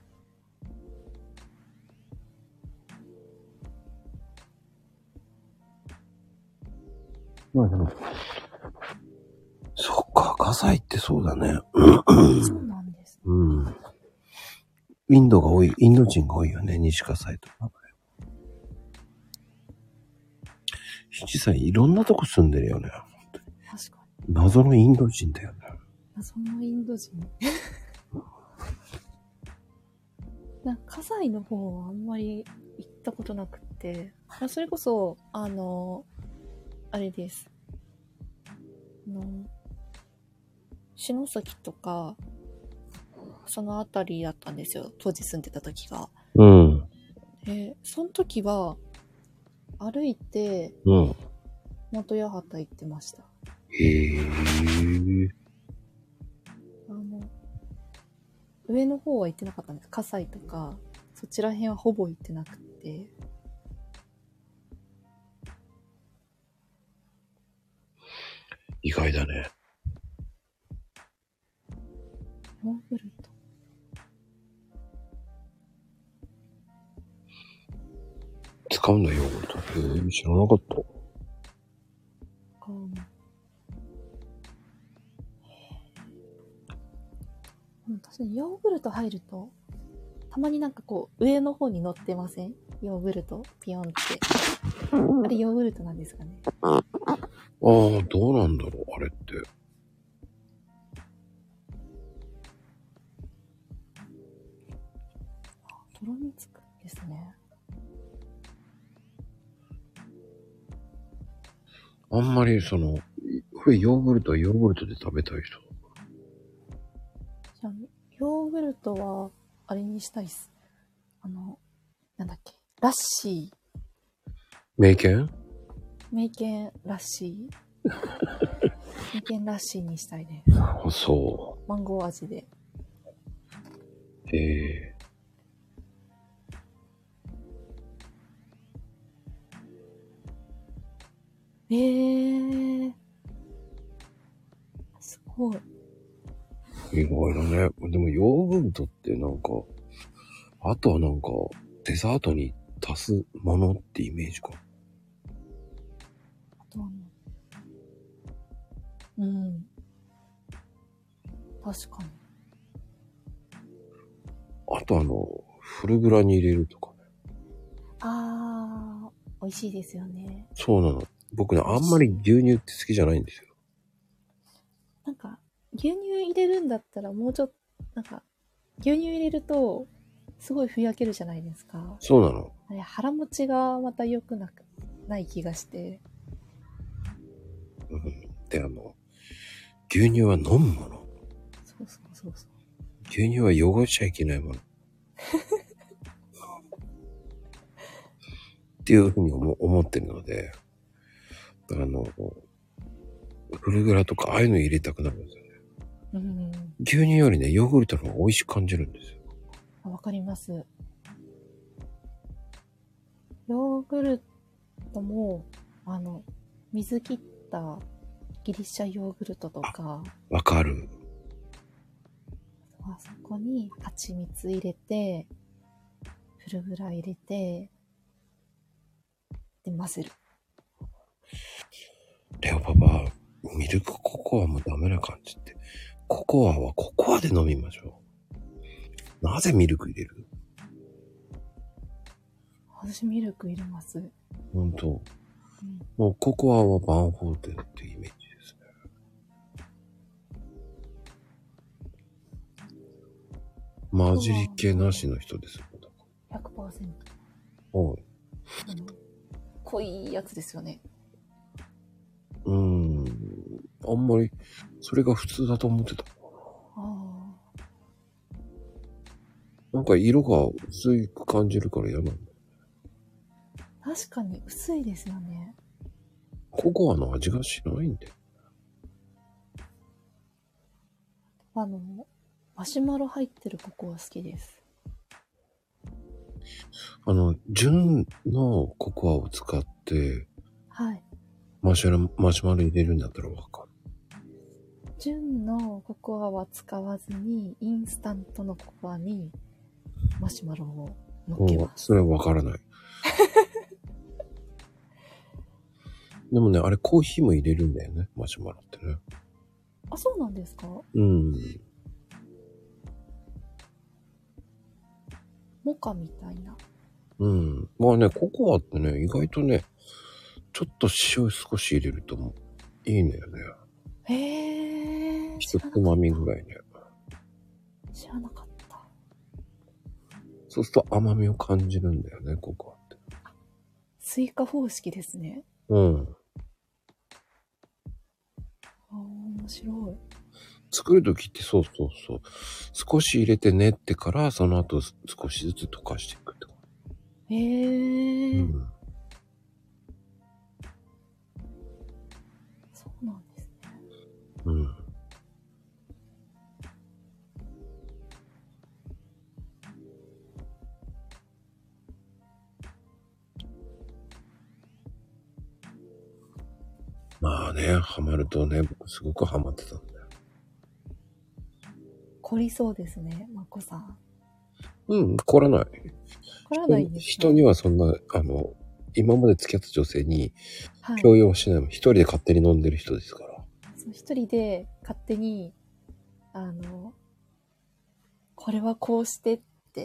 まあでも、そっか、葛西ってそうだね。 そうなんです。 うん。インド人が多いよね、西葛西とか。七歳いろんなとこ住んでるよね。 確かに。謎のインド人だよね。 謎のインド人。なんか葛西の方はあんまり行ったことなくて、それこそ、あれです。篠崎とか、そのあたりだったんですよ。当時住んでた時が。 うん。 その時は、歩いて、 うん。 元八幡行ってました。 へー。 上の方は行ってなかったんです。葛西とか、そちら辺はほぼ行ってなくて。 意外だね。 ヨーグルト。 使うんだよ、ヨーグルト。知らなかった。 確かにヨーグルト入ると、たまになんかこう、上の方に乗ってません？ヨーグルトピヨンって。あれヨーグルトなんですかね？ ああ、どうなんだろう、あれって。 とろみつくんですね。 あんまりヨーグルトはヨーグルトで食べたい人。 じゃあ、ヨーグルトは、あれにしたいっす。なんだっけ。ラッシー。 名犬ラッシー。名犬ラッシーにしたいです。 あ、そマンゴー味で。すごい。 意外だね。でもヨーグルトってなんか、 あとはなんか、デザートに足すものってイメージか。 あとうん。確かに。 あとフルグラに入れるとかね。 あー、美味しいですよね。 そうなの。僕ね、あんまり牛乳って好きじゃないんですよ。 なんか、牛乳入れるんだったらもうちょっと、なんか、牛乳入れると、すごいふやけるじゃないですか。 そうなの。 あれ、腹持ちがまた良くない気がして。 うん。で、牛乳は飲むもの。 そうそうそうそう。 牛乳は汚しちゃいけないもの。っていうふうに思ってるので、フルグラとかああいうの入れたくなるんですよね。 うん。 牛乳よりね、ヨーグルトの方が美味しく感じるんですよ。 わかります。ヨーグルトも、水切ったギリシャヨーグルトとか、 わかる。 あそこに蜂蜜入れて、フルグラ入れて、で、混ぜる。 レオパパ、ミルクココアもダメな感じって。ココアはココアで飲みましょう。なぜミルク入れる？ 私ミルク入れます。 ほんと。 うん、 もうココアはバンホーテンってイメージですね。混じり系なしの人ですよ。 100%。 はい。 濃いやつですよね。 あんまり、それが普通だと思ってた。なんか色が薄く感じるから嫌なんだ。 確かに薄いですよね。 ココアの味がしないんだよ。 マシュマロ入ってるココア好きです。 純のココアを使って、 はい。 マシュマロ入れるんだったらわかる。 純のココアは使わずに、インスタントのココアにマシュマロを乗っけます。 それはわからない。でもね、あれコーヒーも入れるんだよね、マシュマロってね。 あ、そうなんですか？モカみたいな。 まあね、ココアってね、意外とね、ちょっと塩少し入れるといいんだよね。 へー。 一つまみぐらいね。 知らなかった。 そうすると甘みを感じるんだよね、ココアって。 スイカ方式ですね。 面白い。 作るときってそう。少し入れて練ってから、その後少しずつ溶かしていくってこと。 そうなんですね。 まあね、ハマるとね、僕すごくハマってたんだよ。 凝りそうですね、まこさん。 凝らない。 凝らないんですか？ 人にはそんな、今まで付き合った女性に強要しないもん、一人で勝手に飲んでる人ですから。 そう、一人で勝手に、これはこうしてって、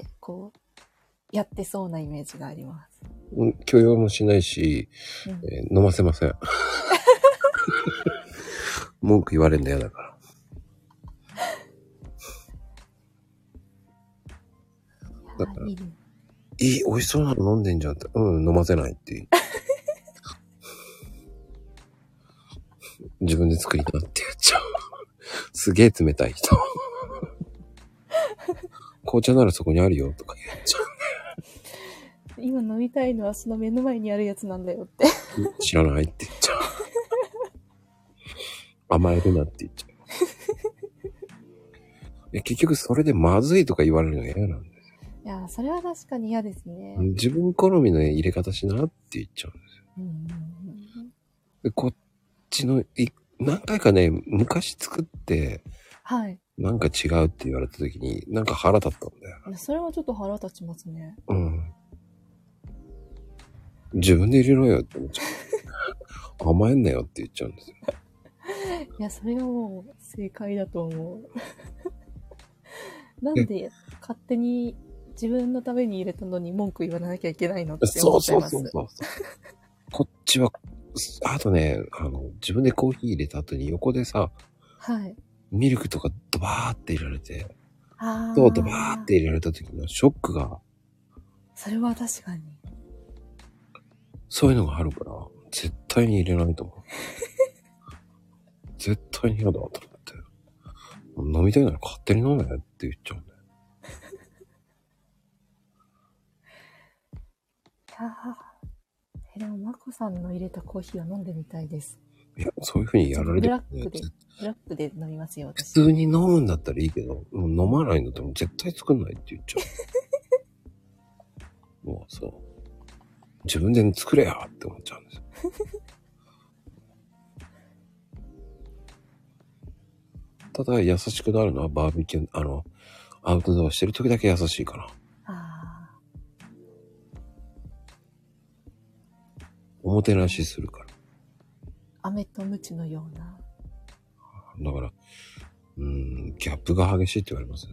こう、やってそうなイメージがあります。 許容もしないし、飲ませません。文句言われるの嫌だから。だから、美味しそうなの飲んでんじゃんって、飲ませないって自分で作りなって言っちゃう。すげえ冷たい人。紅茶ならそこにあるよとか言っちゃう。 今飲みたいのはその目の前にあるやつなんだよって。 知らないって言っちゃう。甘えるなって言っちゃう。結局それでまずいとか言われるのが嫌なんですよ。 いや、それは確かに嫌ですね。 自分好みの入れ方しなって言っちゃうんですよ。でこっちの何回かね、昔作って、 はい。 なんか違うって言われた時に、なんか腹立ったんだよ。 いや、それはちょっと腹立ちますね。 うん。自分で入れろよって思っちゃう。甘えんなよって言っちゃうんですよ。 いや、それはもう正解だと思う。なんで勝手に自分のために入れたのに文句言わなきゃいけないのって思っちゃいます。 そう。こっちは、あとね、自分でコーヒー入れた後に横でさ、 はい。 ミルクとかドバーって入れられて、 ドドバーって入れられた時のショックが、 それは確かに。 そういうのがあるから、絶対に入れないと思う。絶対に嫌だと思って。飲みたいなら勝手に飲めって言っちゃうんだよ。 いやー、でも、まこさんの入れたコーヒーは飲んでみたいです。 いや、そういう風にやられてる、 ブラックで飲みますよ、私。 普通に飲むんだったらいいけど、飲まないんだったら絶対作んないって言っちゃう。もうそう。自分で作れやって思っちゃうんですよ。ただ優しくなるのはバーベキュー、アウトドアしてる時だけ優しいかな。おもてなしするから。 飴と鞭のような。 だから、ギャップが激しいって言われますね。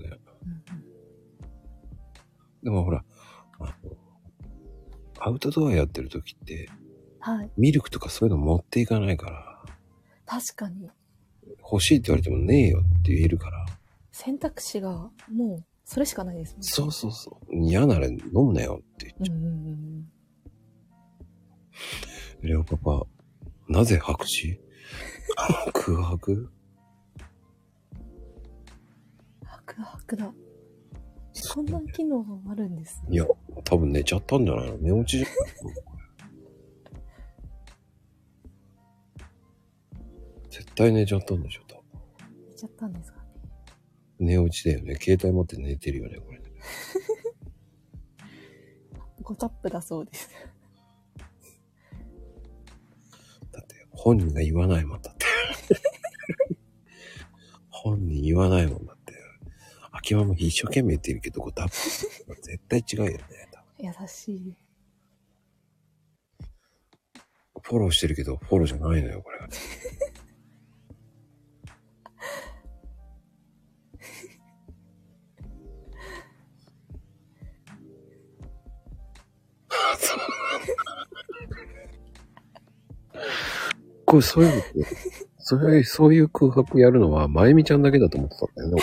でもほら、アウトドアやってる時って、 はい。 ミルクとかそういうの持っていかないから。 確かに。 欲しいって言われてもねえよって言えるから。選択肢がもうそれしかないですもんね。 そう。嫌なら飲むなよって言っちゃう。レオパパ、なぜ白紙空白白だ。そんな機能があるんです、ね。 いや、多分寝ちゃったんじゃないの？寝落ちじゃん。絶対寝ちゃったんでしょ、多分。 寝ちゃったんですかね。 寝落ちだよね。携帯持って寝てるよね、これ。 5タップだそうです。 だって、本人が言わないもんだって。本人言わないもんだって。秋葉も一生懸命言ってるけど、5タップ。絶対違うよね。 優しい。 フォローしてるけど、フォローじゃないのよ、これ。これそういうの、そういう空白やるのは、まゆみちゃんだけだと思ってたんだよね。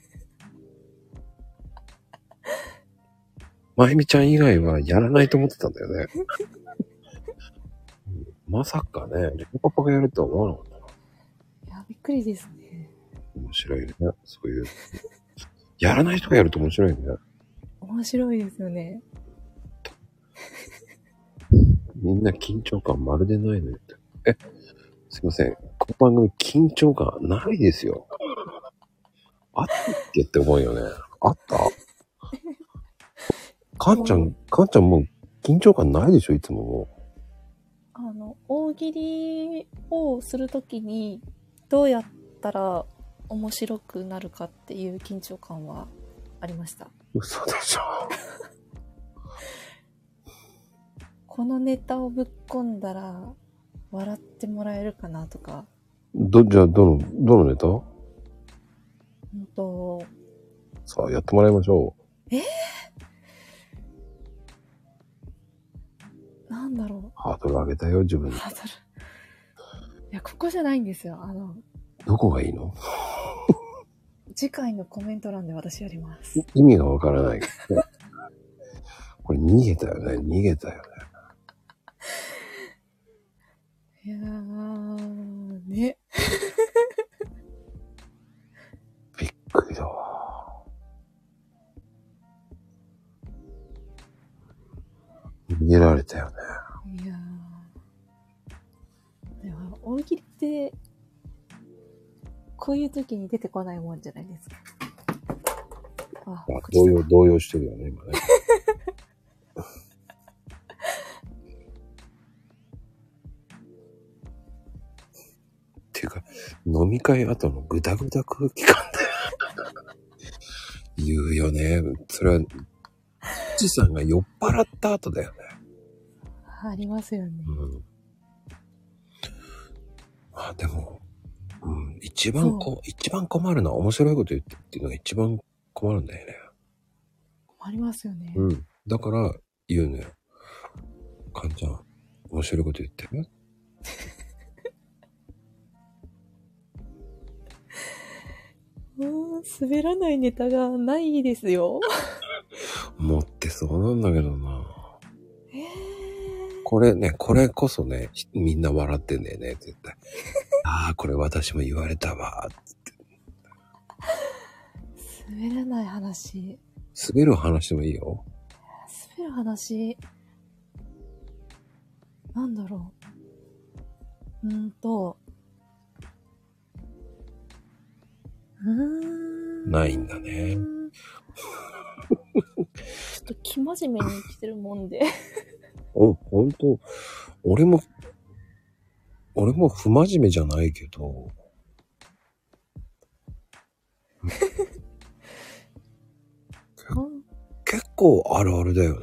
まゆみちゃん以外はやらないと思ってたんだよね。まさかね、レコパパがやるとは思わなかったな。 いや、びっくりですね。 面白いね。そういう。やらない人がやると面白いね。 面白いですよね。 みんな緊張感まるでないのよって。すいません。この番組緊張感ないですよ。あったっけって思うよね。あったかんちゃんもう緊張感ないでしょいつももう。 大喜利をするときにどうやったら面白くなるかっていう緊張感はありました。 嘘でしょ。 このネタをぶっ込んだら笑ってもらえるかなとか。 じゃあどのネタ？さあやってもらいましょう。 なんだろう。 ハードル上げたよ、自分で。 ハードル。いや、ここじゃないんですよ。 どこがいいの？ 次回のコメント欄で私やります。 意味がわからない。これ逃げたよね。いやー、ね。 びっくりだわ。逃げられたよね。 いやー。でも、大喜利って、こういう時に出てこないもんじゃないですか。 動揺してるよね、今ね。っていうか、飲み会後のグダグダ空気感で。 言うよね。それは、ちさんが酔っ払った後だよね。 ありますよね。 うん。あ、でも、うん、一番困るのは面白いこと言ってっていうのが一番困るんだよね。 ありますよね。 うん。だから言うのよ。かんちゃん、面白いこと言ってね。 滑らないネタがないですよ。 持ってそうなんだけどな。これね、これこそね、みんな笑ってんだよね、絶対。ああ、これ私も言われたわ。 滑らない話。 滑る話でもいいよ。 滑る話。なんだろう。 ないんだね。 ちょっと生真面目に生きてるもんで。 ほんと、俺も不真面目じゃないけど、結構あるあるだよね、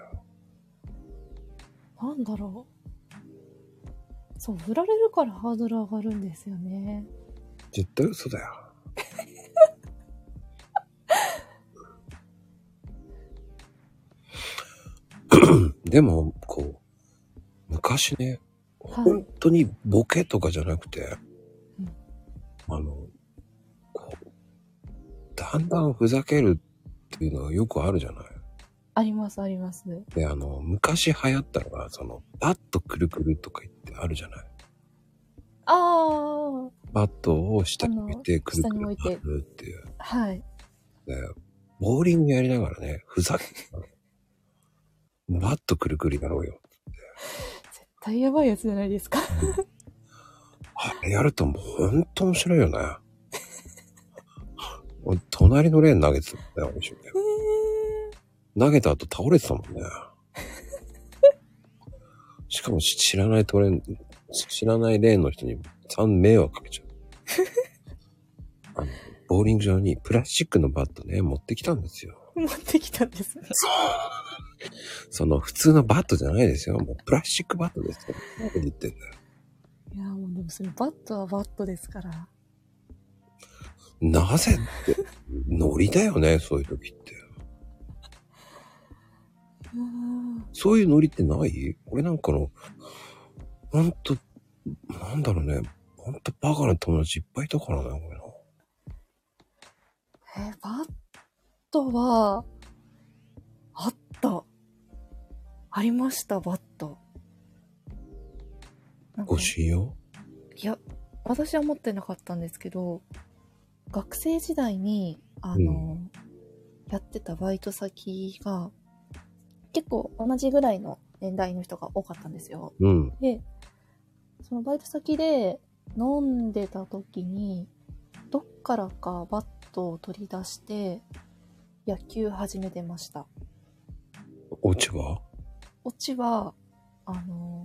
俺。なんだろう。そう、振られるからハードル上がるんですよね。 絶対嘘だよ。でも、こう、昔ね、 はい、 本当にボケとかじゃなくて、こう、だんだんふざけるっていうのがよくあるじゃない。 あります、あります。 で、昔流行ったのが、バットくるくるとか言ってあるじゃない。 ああ。 バットを下に置いてくるくる回るっていう。 はい。 で、ボーリングやりながらね、ふざけた。バットくるくるやろうよ。 絶対やばいやつじゃないですか。 あれやるともうほんと面白いよね。俺、隣のレーン投げてたもんね、一緒に。投げた後倒れてたもんね。しかも知らないレーンの人に迷惑かけちゃう。ボーリング場にプラスチックのバットね、持ってきたんですよ。 持ってきたんですね。 そう。普通のバットじゃないですよ。もうプラスチックバットですよ。何言ってんだよ。 いや、もうでもそれバットはバットですから。 なぜって、ノリだよね、そういう時って。そういうノリってない俺なんかほんと、なんだろうね。ほんとバカな友達いっぱいいたからね、俺な。 バットは、あった。ありました、バット。 欲しいよ。 いや、私は持ってなかったんですけど、学生時代に、やってたバイト先が、結構同じぐらいの年代の人が多かったんですよ。 うん。 で、そのバイト先で飲んでた時に、どっからかバットを取り出して野球始めてました。 オチはあ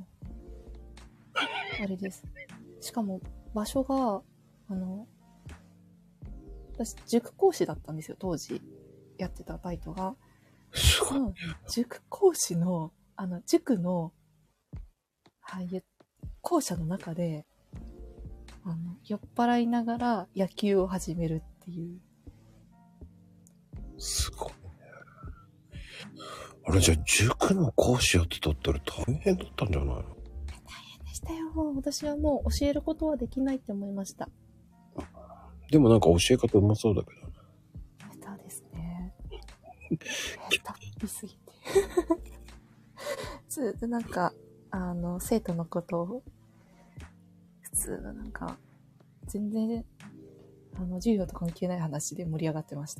れです。しかも場所が私塾講師だったんですよ、当時やってたバイトが。その塾講師の塾の校舎の中で酔っ払いながら野球を始めるっていう。 すごいね。あれじゃあ塾の講師やってたったら大変だったんじゃないの？大変でしたよ。私はもう教えることはできないって思いました。 でもなんか教え方うまそうだけどね。 下手ですね。下手っぴすぎて。ずっとなんか生徒のことを普通のなんか全然授業と関係ない話で盛り上がってました。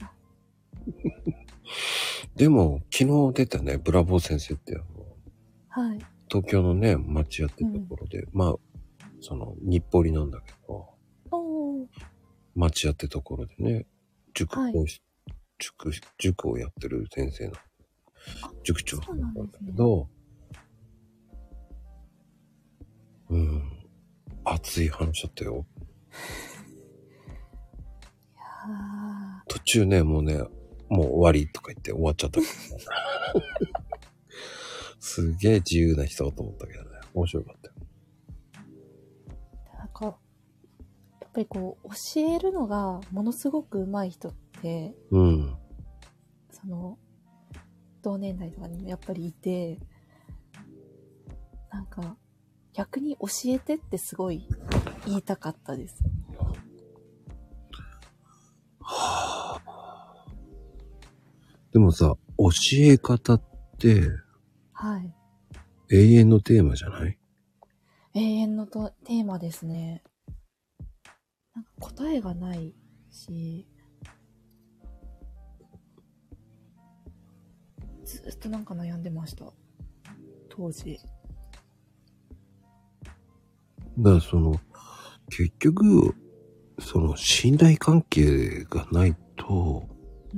でも昨日出たね、ブラボー先生ってはい。 東京のね、町屋ってところで、まあ日暮里なんだけど、町屋ってところでね、塾をやってる先生の塾長さんなんだけど、熱い話だったよ。途中ね、もうね、 もう終わりとか言って終わっちゃったけど。すげえ自由な人だと思ったけどね。面白かったよ。 なんか、やっぱりこう、教えるのがものすごく上手い人って、 うん。 その、同年代とかにもやっぱりいて、なんか、逆に教えてってすごい言いたかったです。 はあ。でもさ、教え方って、 はい。 永遠のテーマじゃない？ 永遠のテーマですね。なんか答えがないし、ずっとなんか悩んでました。当時。 だから結局、信頼関係がないと、 うん。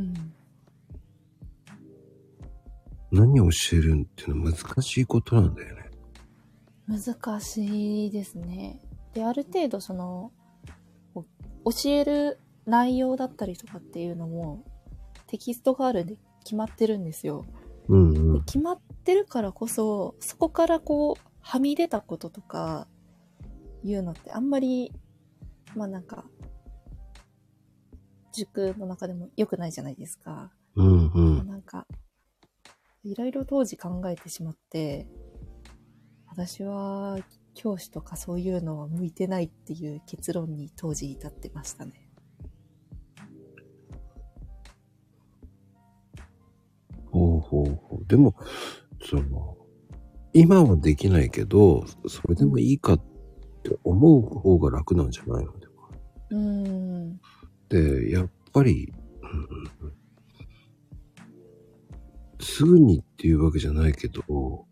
何を教えるっていうのは難しいことなんだよね。 難しいですね。で、ある程度教える内容だったりとかっていうのもテキストファイルで決まってるんですよ。 うんうん。 で決まってるからこそ、そこからこう、はみ出たこととかいうのってあんまり、まあなんか、塾の中でも良くないじゃないですか。 うんうん。 なんか、いろいろ当時考えてしまって、私は教師とかそういうのは向いてないっていう結論に当時至ってましたね。 ほうほうほう。でも、今はできないけど、それでもいいかって思う方が楽なんじゃないの？で、やっぱり、すぐにっていうわけじゃないけど、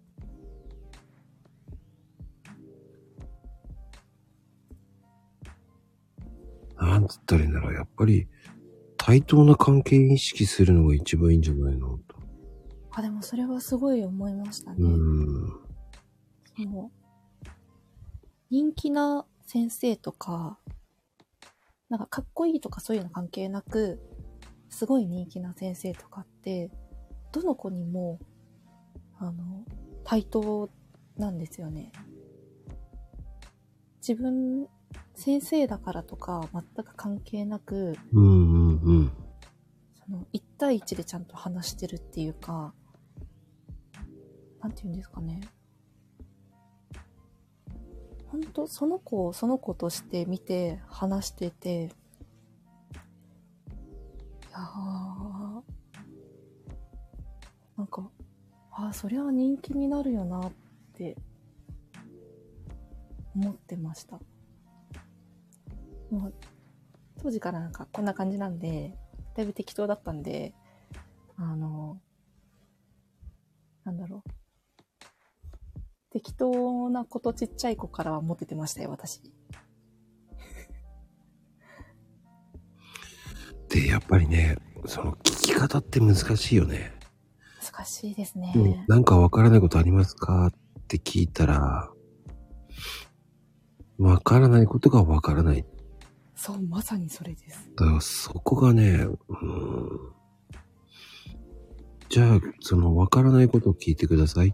なんつったらいいんだろう、やっぱり対等な関係意識するのが一番いいんじゃないのと。 あ、でもそれはすごい思いましたね。人気な先生とか、なんかかっこいいとかそういうの関係なく、すごい人気な先生とかって、どの子にも、対等なんですよね。自分、先生だからとか全く関係なく、1対1でちゃんと話してるっていうか、なんて言うんですかね。本当その子をその子として見て話してて、いやー、なんか、そりゃ人気になるよなって思ってました。もう当時からなんかこんな感じなんで、だいぶ適当だったんで、なんだろう。適当なことちっちゃい子からはモテてましたよ、私。 で、やっぱりね、聞き方って難しいよね。 難しいですね。 なんかわからないことありますかって聞いたら、わからないことがわからない。 そう、まさにそれです。 だからそこがね、じゃあ、わからないことを聞いてください。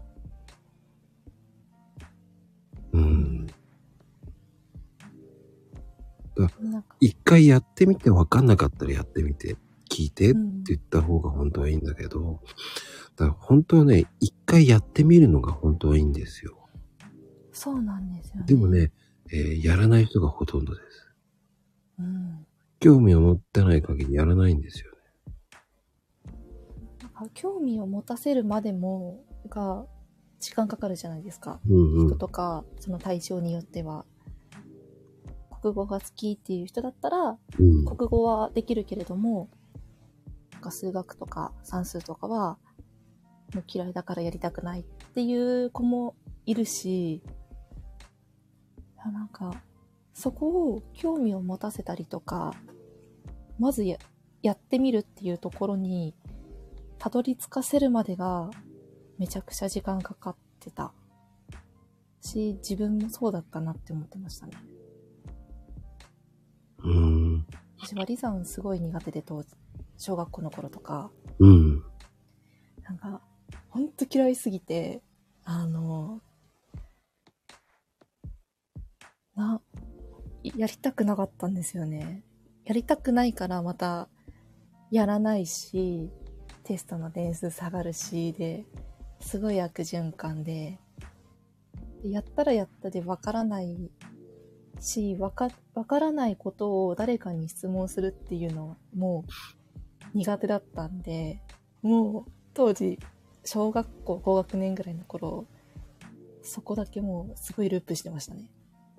一回やってみてわかんなかったらやってみて、聞いてって言った方が本当はいいんだけど、だから本当はね、一回やってみるのが本当はいいんですよ。 そうなんですよね。 でもね、やらない人がほとんどです。興味を持ってない限りやらないんですよね。 なんか興味を持たせるまでもが時間かかるじゃないですか。人とか、その対象によっては。国語が好きっていう人だったら、国語はできるけれども、なんか数学とか算数とかはもう嫌いだからやりたくないっていう子もいるし、なんかそこを興味を持たせたりとか、まず やってみるっていうところにたどり着かせるまでがめちゃくちゃ時間かかってたし、自分もそうだったなって思ってましたね。私割り算すごい苦手で当時。 小学校の頃とか。 うん。 なんか、ほんと嫌いすぎて、やりたくなかったんですよね。やりたくないからまたやらないし、テストの点数下がるし、すごい悪循環で、やったらやったでわからないし、わからないことを誰かに質問するっていうのはもう苦手だったんで、もう当時小学校高学年ぐらいの頃、そこだけもうすごいループしてましたね。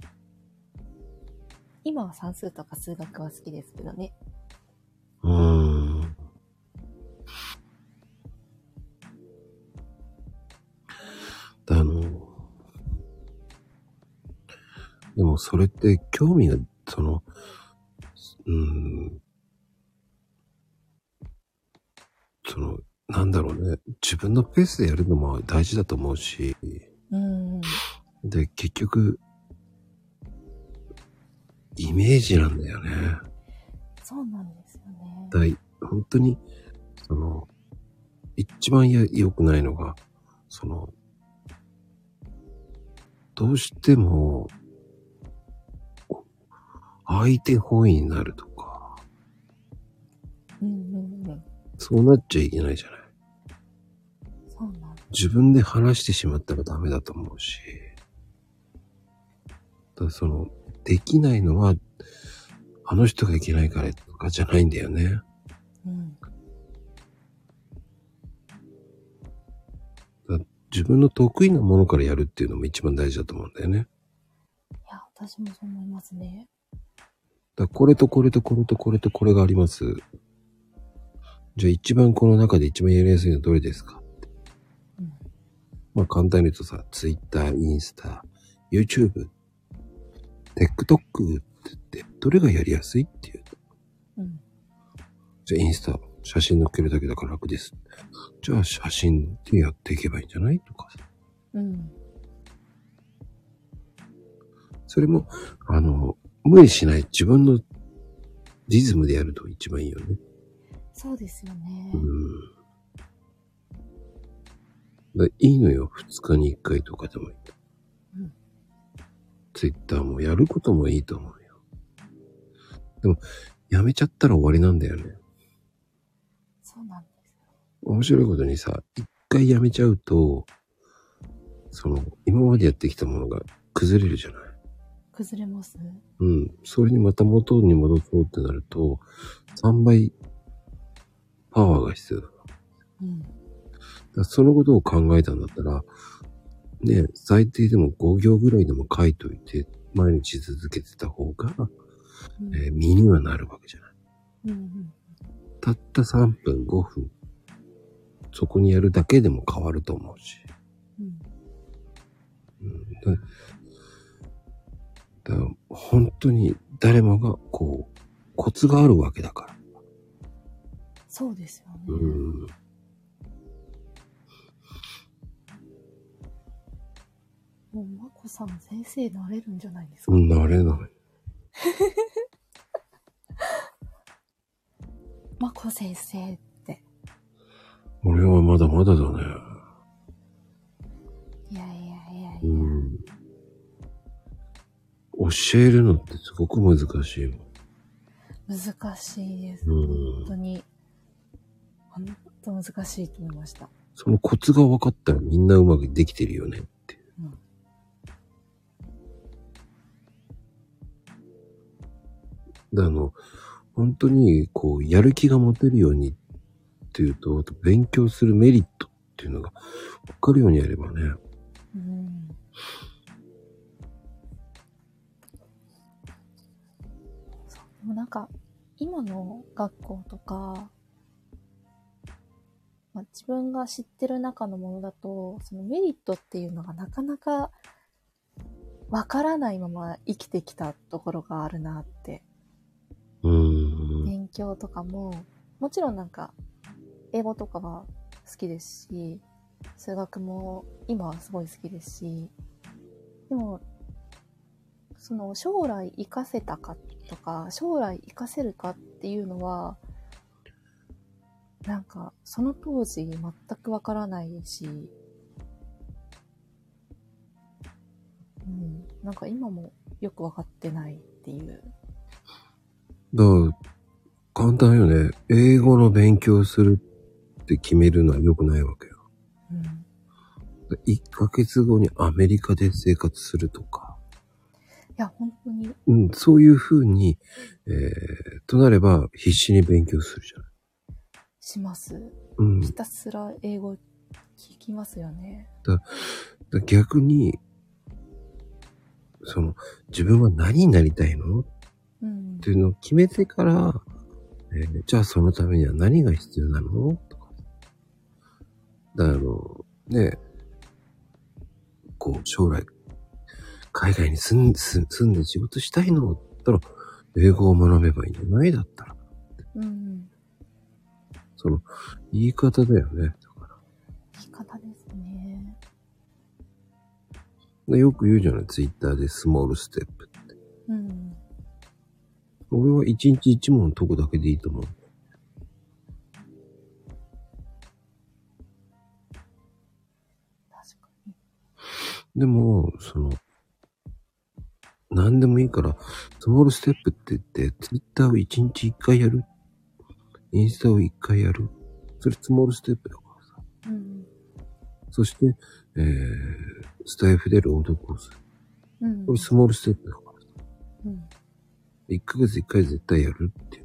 今は算数とか数学は好きですけどね。 でもそれって興味が、なんだろうね。自分のペースでやるのも大事だと思うし。で、結局、イメージなんだよね。 そうなんですよね。 本当に、一番良くないのが、どうしても、相手本位になるとか、そうなっちゃいけないじゃない。 そうなんです。 自分で話してしまったらダメだと思うし、できないのは、あの人がいけないからとかじゃないんだよね。自分の得意なものからやるっていうのも一番大事だと思うんだよね。 いや、私もそう思いますね。 これとこれとこれとこれとこれがあります。じゃあ一番この中で一番やりやすいのはどれですかって。まあ簡単に言うとさ、Twitter、インスタ、YouTube、TikTok って言って、どれがやりやすいっていうと。じゃあインスタ、写真載っけるだけだから楽です。じゃあ写真でやっていけばいいんじゃないとかさ。それも、無理しない自分のリズムでやると一番いいよね。 そうですよね。 いいのよ。2日に1回とかでもいい。Twitter もやることもいいと思うよ。でも、やめちゃったら終わりなんだよね。 そうなんですよ。 面白いことにさ、一回やめちゃうと、今までやってきたものが崩れるじゃない。 崩れます？ それにまた元に戻そうってなると、3倍パワーが必要だ。そのことを考えたんだったら、ね、最低でも5行ぐらいでも書いといて、毎日続けてた方が、身にはなるわけじゃない。たった3分、5分、そこにやるだけでも変わると思うし。だから本当に誰もがコツがあるわけだから。 そうですよね。もう、まこさん先生なれるんじゃないですか？ なれない。 まこ先生って。 俺はまだまだだね。 いや。 教えるのってすごく難しいもん。 難しいです。本当に。本当難しいと思いました。 そのコツが分かったらみんなうまくできてるよねって。本当にやる気が持てるようにっていうと、勉強するメリットっていうのが分かるようにやればね。 でもなんか、今の学校とか、自分が知ってる中のものだと、そのメリットっていうのがなかなかわからないまま生きてきたところがあるなって。勉強とかも、もちろんなんか、英語とかは好きですし、数学も今はすごい好きですし、でも、その将来活かせたかとか、将来活かせるかっていうのは、 なんか、その当時全くわからないし、なんか今もよくわかってないっていう。 だから、簡単よね。英語の勉強するって決めるのは良くないわけよ。1ヶ月後にアメリカで生活するとか。 いや、本当に。 そういう風に、となれば必死に勉強するじゃない。 します。ひたすら英語聞きますよね。 だ逆に、自分は何になりたいの、っていうのを決めてから、じゃあそのためには何が必要なのとか。だからね、将来、海外に住んで仕事したいのだったら、英語を学べばいいんじゃないだったら。言い方だよね。だから言い方ですね。 よく言うじゃない、ツイッターでスモールステップって。俺は一日一問解くだけでいいと思う。 確かに。 でも、何でもいいから、スモールステップって言って、ツイッターを一日一回やる。インスタを一回やる。それスモールステップだからさ。そして、スタイフで朗読をする。これスモールステップだからさ。1ヶ月1回絶対やるっていう。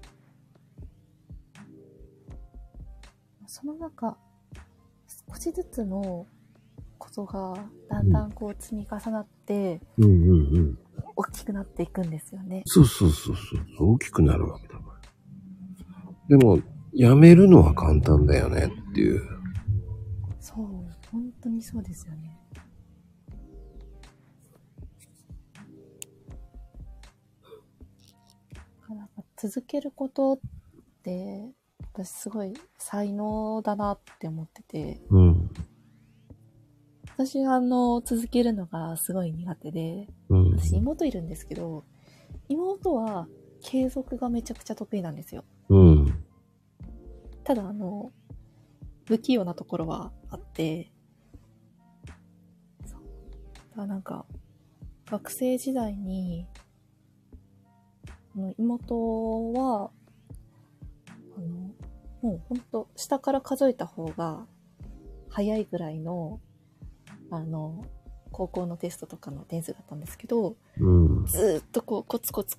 その中、少しずつのことがだんだん積み重なって、大きくなっていくんですよね。 そう。大きくなるわけだから。でも、やめるのは簡単だよねっていう。 そう、本当にそうですよね。なんか続けることって、私すごい才能だなって思ってて、私は続けるのがすごい苦手で、私妹いるんですけど、妹は継続がめちゃくちゃ得意なんですよ。ただ不器用なところはあって、なんか学生時代に妹はもうほんと下から数えた方が早いぐらいの高校のテストとかの点数だったんですけど、ずっとコツコツ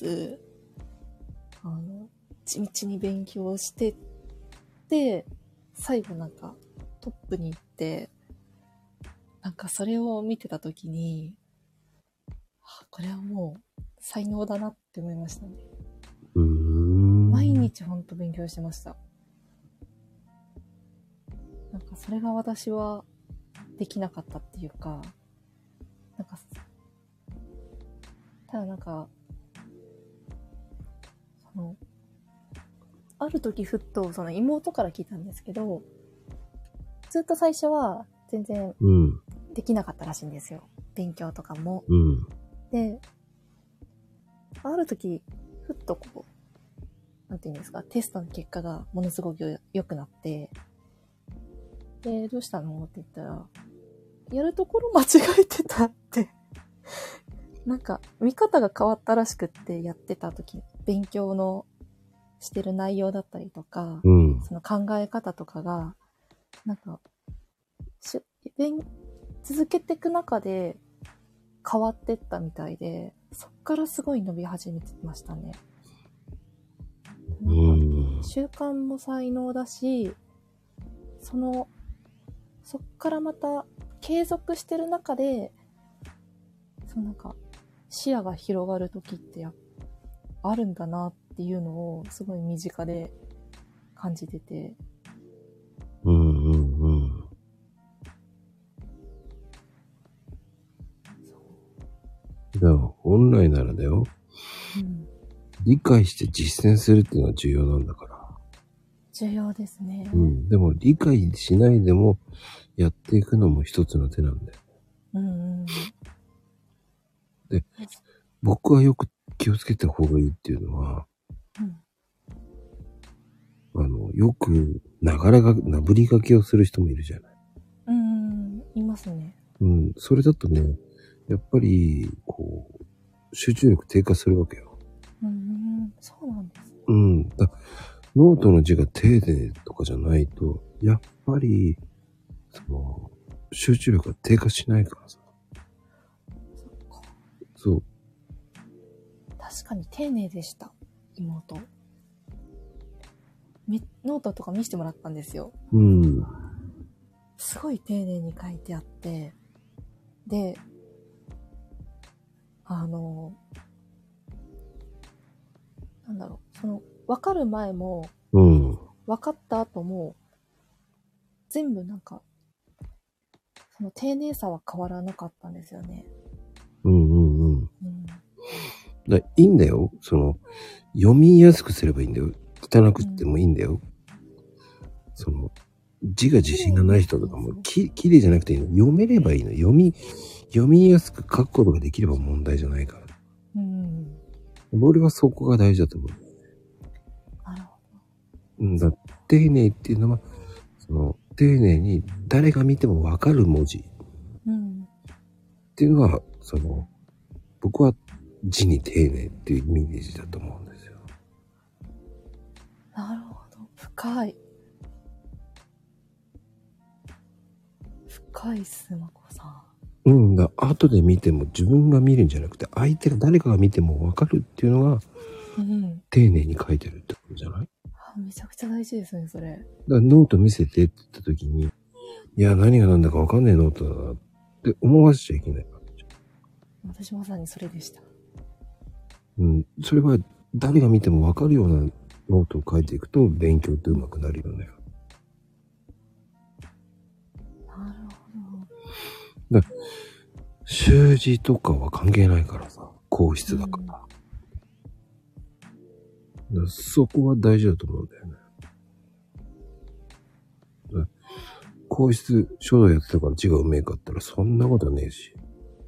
地道に勉強してで最後なんかトップに行って、なんかそれを見てた時に、これはもう才能だなって思いましたね。毎日ほんと勉強してました。なんかそれが私はできなかったっていうか、ただなんかある時ふっと妹から聞いたんですけど、ずっと最初は全然できなかったらしいんですよ。勉強とかも。で、ある時ふっとなんていうんですか、テストの結果がものすごく良くなって、で、どうしたのって言ったら、やるところ間違えてたってなんか見方が変わったらしくって、やってた時、勉強のしてる内容だったりとか、その考え方とかがなんか続けていく中で変わってったみたいで、そっからすごい伸び始めてましたね。習慣も才能だし、そっからまた継続してる中で、なんか視野が広がる時ってあるんだなっていうのをすごい身近で感じてて。 だから本来ならだよ、理解して実践するっていうのが重要なんだから。 重要ですね。 でも理解しないでもやっていくのも一つの手なんだよ。で、僕はよく気をつけた方がいいっていうのは、 よく、なぶりがけをする人もいるじゃない。 いますね。 それだとね、やっぱり、集中力低下するわけよ。 そうなんです。 ノートの字が丁寧とかじゃないと、やっぱり、集中力が低下しないからさ。 そっか。 そう。 確かに丁寧でした、妹。ノートとか見せてもらったんですよ。すごい丁寧に書いてあって、で、なんだろう、分かる前も、分かった後も、全部なんか、その丁寧さは変わらなかったんですよね。 いいんだよ。読みやすくすればいいんだよ。汚くってもいいんだよ。字が自信がない人とかも、綺麗じゃなくていいの。読めればいいの。読みやすく書くことができれば問題じゃないから。俺はそこが大事だと思う。 なるほど。丁寧っていうのは、丁寧に誰が見てもわかる文字。っていうのが、僕は字に丁寧っていうイメージだと思うんですよ。 なるほど。深い。深いっす、まこさん。 後で見ても自分が見るんじゃなくて、相手が誰かが見てもわかるっていうのが、丁寧に書いてるってことじゃない？ めちゃくちゃ大事ですね、それ。だからノート見せてって言った時に、いや、何が何だかわかんないノートだなって思わせちゃいけないわけじゃん。 私まさにそれでした。 それは誰が見てもわかるようなノートを書いていくと勉強って上手くなるよね。 なるほど。習字とかは関係ないからさ、硬質だから。そこは大事だと思うんだよね。硬質書道やってたから字がうめえかったらそんなことはねえし。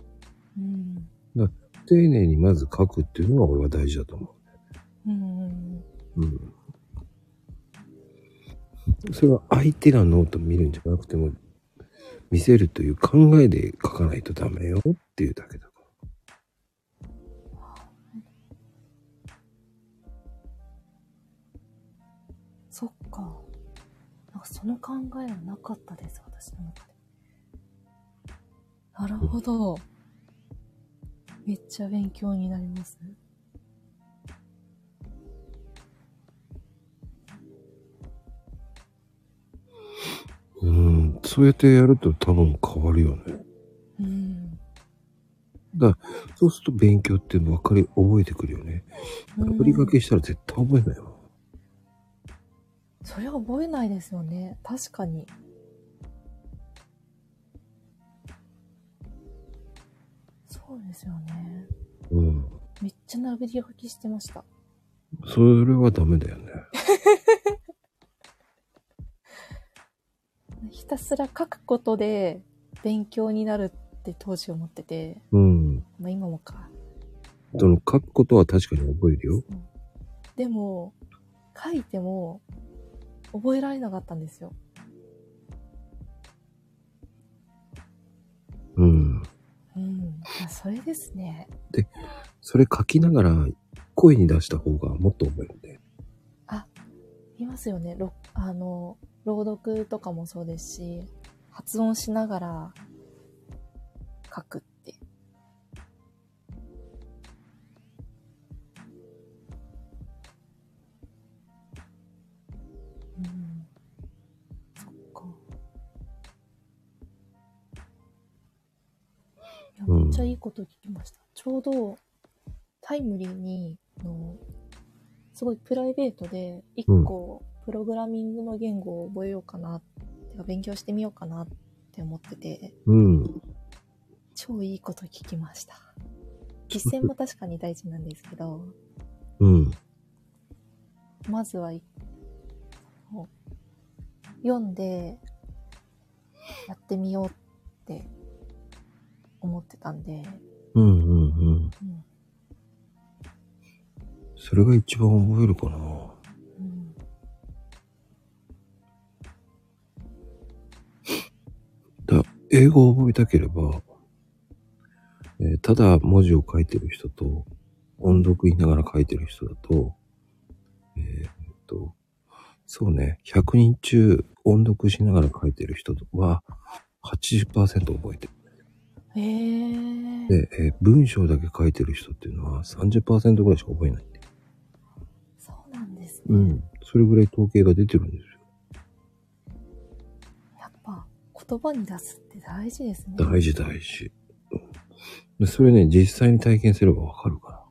丁寧にまず書くっていうのが俺は大事だと思う。それは相手がノート見るんじゃなくても、見せるという考えで書かないとダメよっていうだけだから。 そっか。なんかその考えはなかったです、私の中で。なるほど。めっちゃ勉強になります。 そうやってやると多分変わるよね。そうすると勉強って覚えてくるよね。振りかけしたら絶対覚えないわ。 それは覚えないですよね。確かに。そうですよね。めっちゃなぶり書きしてました。 それはダメだよね。 ひたすら書くことで勉強になるって当時思ってて。まあ今もか。 書くことは確かに覚えるよ。 でも、書いても覚えられなかったんですよ。それですね。 で、それ書きながら声に出した方がもっと覚えるんで。 いますよね。朗読とかもそうですし、発音しながら書くって。そっか。いや、めっちゃいいこと聞きました。ちょうどタイムリーにすごいプライベートで一個プログラミングの言語を覚えようかな、勉強してみようかなって思ってて、超いいこと聞きました。実践も確かに大事なんですけど、まずは読んでやってみようって思ってたんで、 それが一番覚えるかな。 英語を覚えたければ、ただ文字を書いてる人と、音読言いながら書いてる人だと、そうね、100人中音読しながら書いてる人は 80% 覚えてる。で、文章だけ書いてる人っていうのは 30% ぐらいしか覚えないんで。 そうなんですね。 うん。それぐらい統計が出てるんですよ。 やっぱ言葉に出すって大事ですね。 大事大事。でそれね、実際に体験すればわかるから。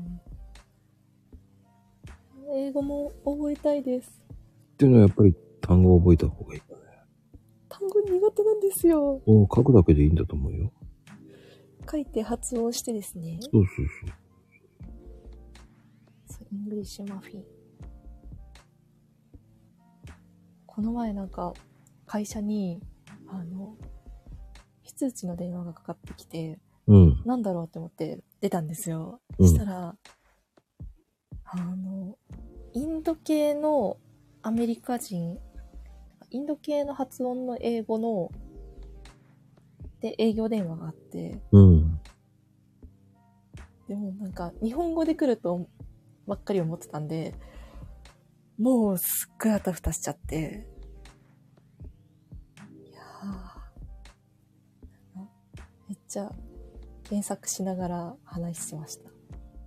英語も覚えたいです。 っていうのはやっぱり単語を覚えた方がいいよね。 単語苦手なんですよ。 書くだけでいいんだと思うよ。 書いて発音してですね。 そう。 イングリッシュマフィン。この前なんか会社に非通知の電話がかかってきて、なんだろうって思って出たんですよ。そしたらインド系のアメリカ人、インド系の発音の英語ので営業電話があって、でもなんか日本語で来るとばっかり思ってたんで、もうすっごいあたふたしちゃって、いやー、めっちゃ検索しながら話してました。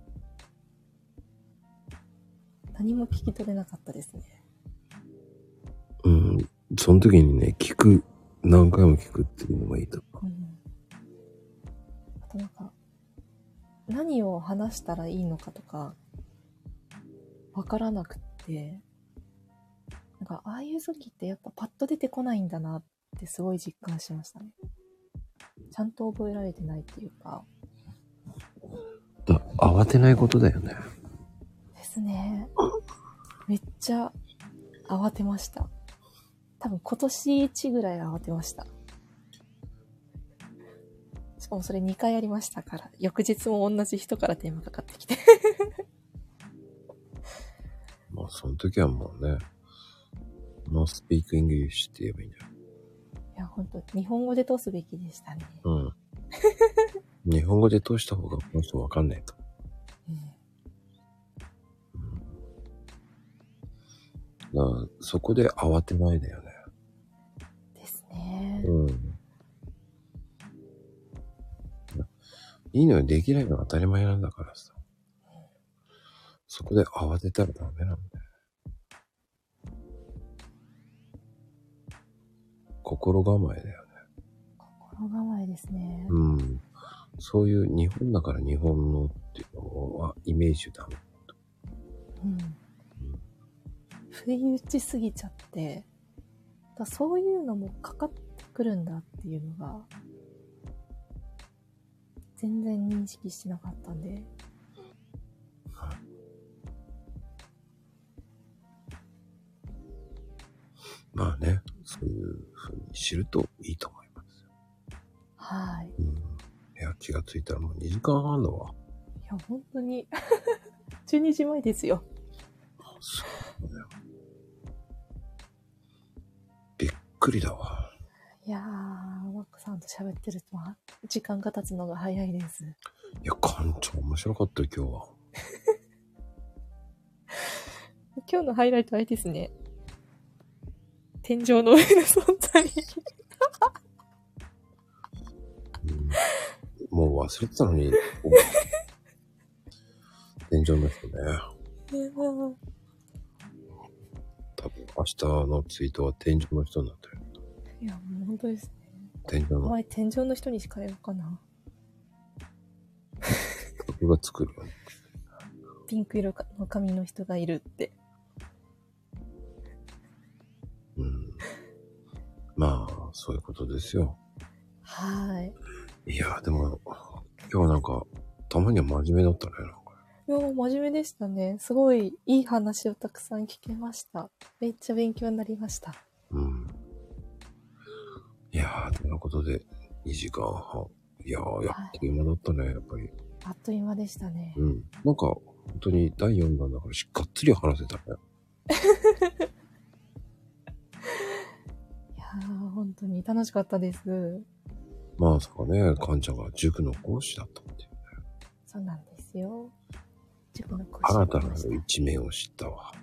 何も聞き取れなかったですね。 その時にね、何回も聞くっていうのがいいと思う。 あとなんか、何を話したらいいのかとか、わからなくって、なんか、ああいう時ってやっぱパッと出てこないんだなってすごい実感しましたね。ちゃんと覚えられてないっていうか。 慌てないことだよね。 ですね。めっちゃ慌てました。多分今年1ぐらい慌てました。しかもそれ2回ありましたから、翌日も同じ人から電話かかってきて。 まあその時はもうね、No speak English って言えばいいんだよ。 いや、ほんと、日本語で通すべきでしたね。 日本語で通した方がこの人わかんないと。だからそこで慌てないだよね。 ですね。 いいのよ、できないのは当たり前なんだからさ。そこで慌てたらダメなんだよ。心構えだよね。 心構えですね。 そういう日本だから日本のっていうのはイメージダメ。 不意打ちすぎちゃって、そういうのもかかってくるんだっていうのが、全然認識してなかったんで。 まあね、そういう風に知るといいと思います。 はい。 いや、気がついたらもう2時間半だわ。 いや、本当に、12時前ですよ。 そうだよ。びっくりだわ。 いやー、マックさんと喋ってると、時間が経つのが早いです。いや、館長面白かったよ、今日は。 今日のハイライトあれですね。天井の上の存在。 もう忘れてたのに。天井の人ね。多分明日のツイートは天井の人になってる。 いや、もう本当ですね。 天井の。 お前天井の人にしかやろうかな。 僕が作るよね。 ピンク色の髪の人がいるって。 まあ、そういうことですよ。 はい。 いや、でも、今日はなんか、たまには真面目だったね、なんか。 いや、真面目でしたね。すごいいい話をたくさん聞けました。めっちゃ勉強になりました。 いやー、ということで、2時間半。いやー、やっという間だったね、やっぱり。 あっという間でしたね。 なんか、本当に第4弾だからがっつり話せたね。 いや本当に楽しかったです。 まさかね、かんちゃんが塾の講師だったっていう。 そうなんですよ。塾の講師。 新たな一面を知ったわ。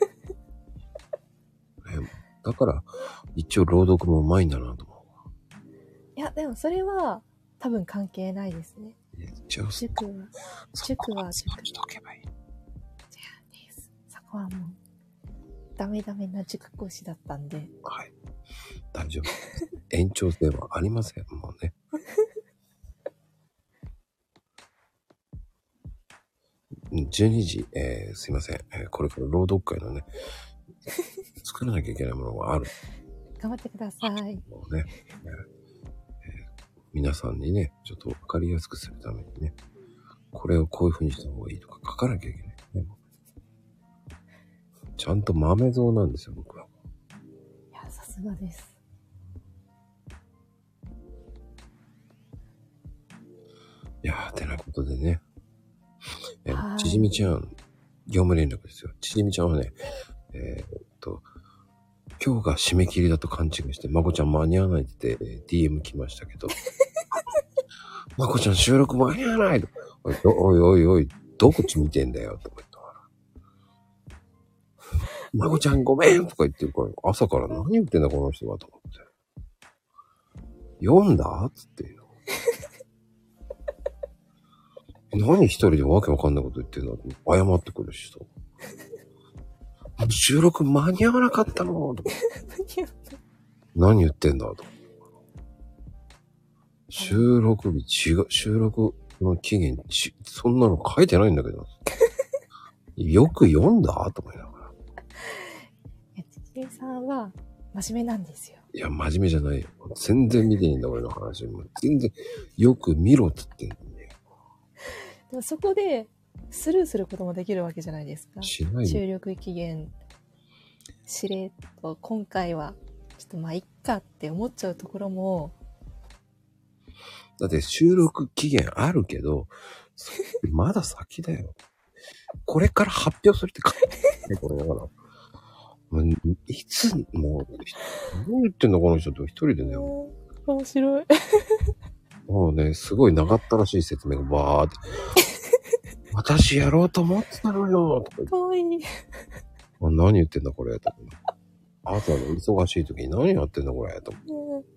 だから、一応朗読もうまいんだなと思う。 いや、でもそれは多分関係ないですね。 塾は塾。 しとけばいい。 じゃあです。そこはもう、ダメな塾講師だったんで。 はい。大丈夫。延長性はありません。もうね。12時、すいません。これから朗読会のね、作らなきゃいけないものがある。 頑張ってください。 もうね、皆さんにね、ちょっとわかりやすくするためにね、これをこういう風にした方がいいとか書かなきゃいけない、ね。ちゃんと豆像なんですよ、僕は。 いや、さすがです。 いやー、てなことでね。ちじみちゃん、業務連絡ですよ。ちじみちゃんはね、今日が締め切りだと勘違いして、まこちゃん間に合わないって、DM 来ましたけど、まこちゃん収録間に合わないと。おい、どこっち見てんだよ、とか言ったから。まこちゃんごめんとか言ってるから、朝から何言ってんだこの人はと思って。読んだつって。何一人でわけわかんないこと言ってんの謝ってくるしさ。収録間に合わなかったのとか。何言ってんだと。収録日違う、収録の期限そんなの書いてないんだけど。よく読んだと思いながら。 ちじみさんは真面目なんですよ。 いや、真面目じゃないよ。全然見ていいんだ、俺の話。もう全然、よく見ろっつってんのに。 でもそこで、スルーすることもできるわけじゃないですか。 しないよ。 収録期限、しれっと、今回は、ちょっとまあ、いっかって思っちゃうところも。 だって収録期限あるけど、まだ先だよ。これから発表するって書いてないこれだから。いつ、もう、何言ってんだこの人って一人でね。 面白い。 もうね、すごい長ったらしい説明がバーって。私やろうと思ってたのよとか。 かわいい。 何言ってんだこれとか。朝の忙しい時に何やってんだこれとか。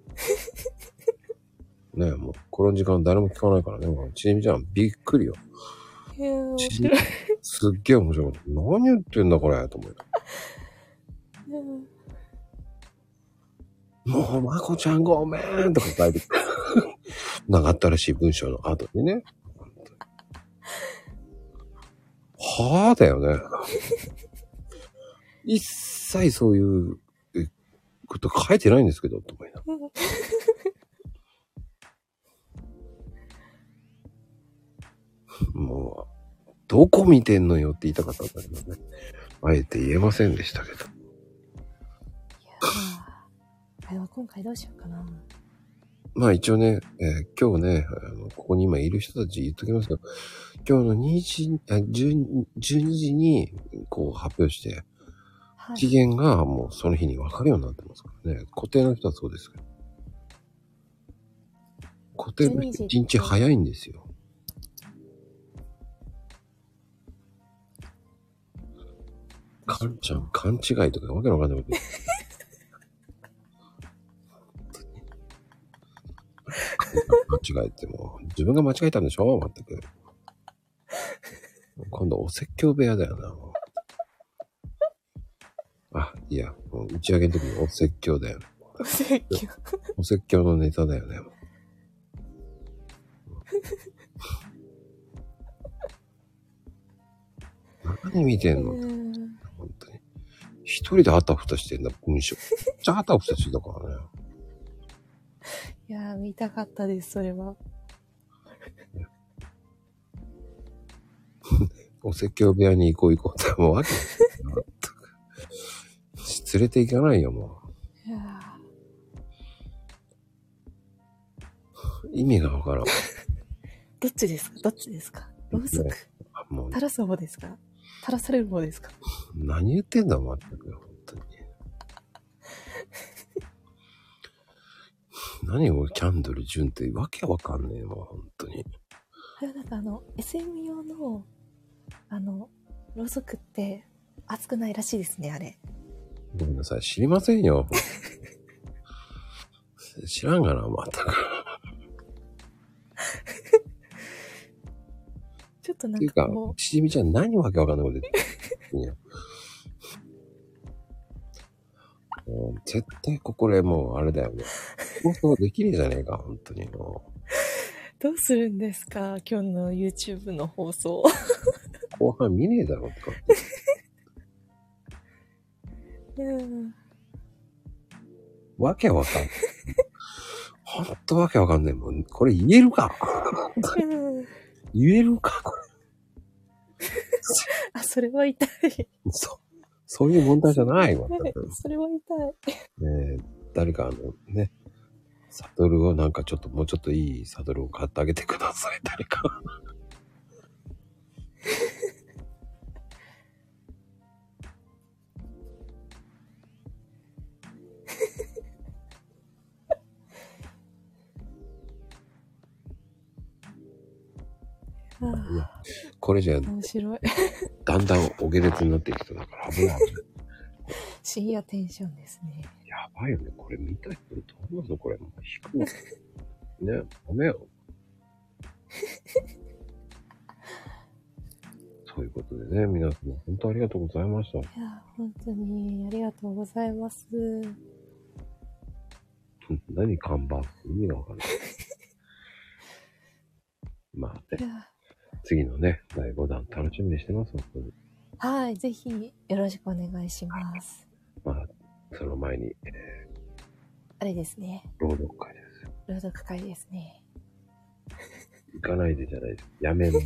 ねえ、もうこの時間誰も聞かないからね。ちじみちゃんびっくりよ。 いや面白い。 すっげえ面白かった。何言ってんだこれと思う。もうまこちゃんごめんとか書いて長ったらしい文章の後にね。はぁだよね。一切そういうこと書いてないんですけど、と思いな。もう、どこ見てんのよって言いたかったんだけどね。あえて言えませんでしたけど。いやでも今回どうしようかな。 まあ一応ね、今日ね、ここに今いる人たち言っときますけど、今日の12時にこう発表して、はい、期限がもうその日に分かるようになってますからね。固定の人はそうですけど。固定の人1日早いんですよ。かんちゃん勘違いとかわけのわかんないこと言って。間違えても自分が間違えたんでしょ全く。今度お説教部屋だよな。あ、いや、もう打ち上げの時にお説教だよね。 お説教。 お説教のネタだよね。何見てんの本当に。一人であたふたしてんだ、文章。じゃああたふたしてたからね。 いやー、見たかったです、それは。 お説教部屋に行こうってもうわけ連れて行かないよ、もう。いや意味がわからん。 どっちですかろうそく、ね、垂らす方ですか垂らされる方ですか何言ってんだ、全く。本当に。 何をキャンドルジュンってわけわかんねえもん、本当に。 あれはなんかSM 用の、ろうそくって熱くないらしいですね、あれ。 ごめんなさい、知りませんよ。知らんがな、また。 ちょっとなっていうかんかこ、 ちじみちゃん何わけわかんないこと言ってんのよ。もう絶対これもうあれだよね。放送できねえじゃねえか、本当にもう。 どうするんですか、今日の YouTube の放送。 後半見ねえだろとかって。 うん。 わけわかんない。ほんとわけわかんないもん。これ言えるか言えるかこれ。 あ、それは痛い。 そういう問題じゃないわ。 それは痛い。 ねえ、誰かね、サドルをなんかちょっともうちょっといいサドルを買ってあげてください、誰か。いや、これじゃ面白い。 だんだんお下劣になってきただから危ない。 深夜テンションですね。 やばいよね。これ見た人どう思うのこれ。もう引くの。ね、ダメよ。そういうことでね、皆さん本当ありがとうございました。 いや、本当にありがとうございます。 何看板意味がわかんない。まあね、次のね、第5弾楽しみにしてます、本当に。 はい、ぜひよろしくお願いします。 まあ、その前に、 あれですね。 朗読会ですよ。 朗読会ですね。 行かないでじゃないです。やめる、ね。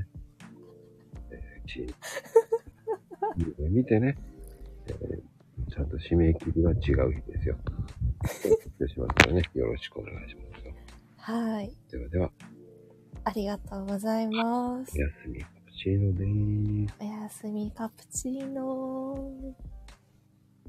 見てね、ちゃんと締め切りは違う日ですよ。失礼しますからね、よろしくお願いしますよ。 はい。 ではでは。 ありがとうございます。 おやすみカプチーノでーす。 おやすみカプチーノー。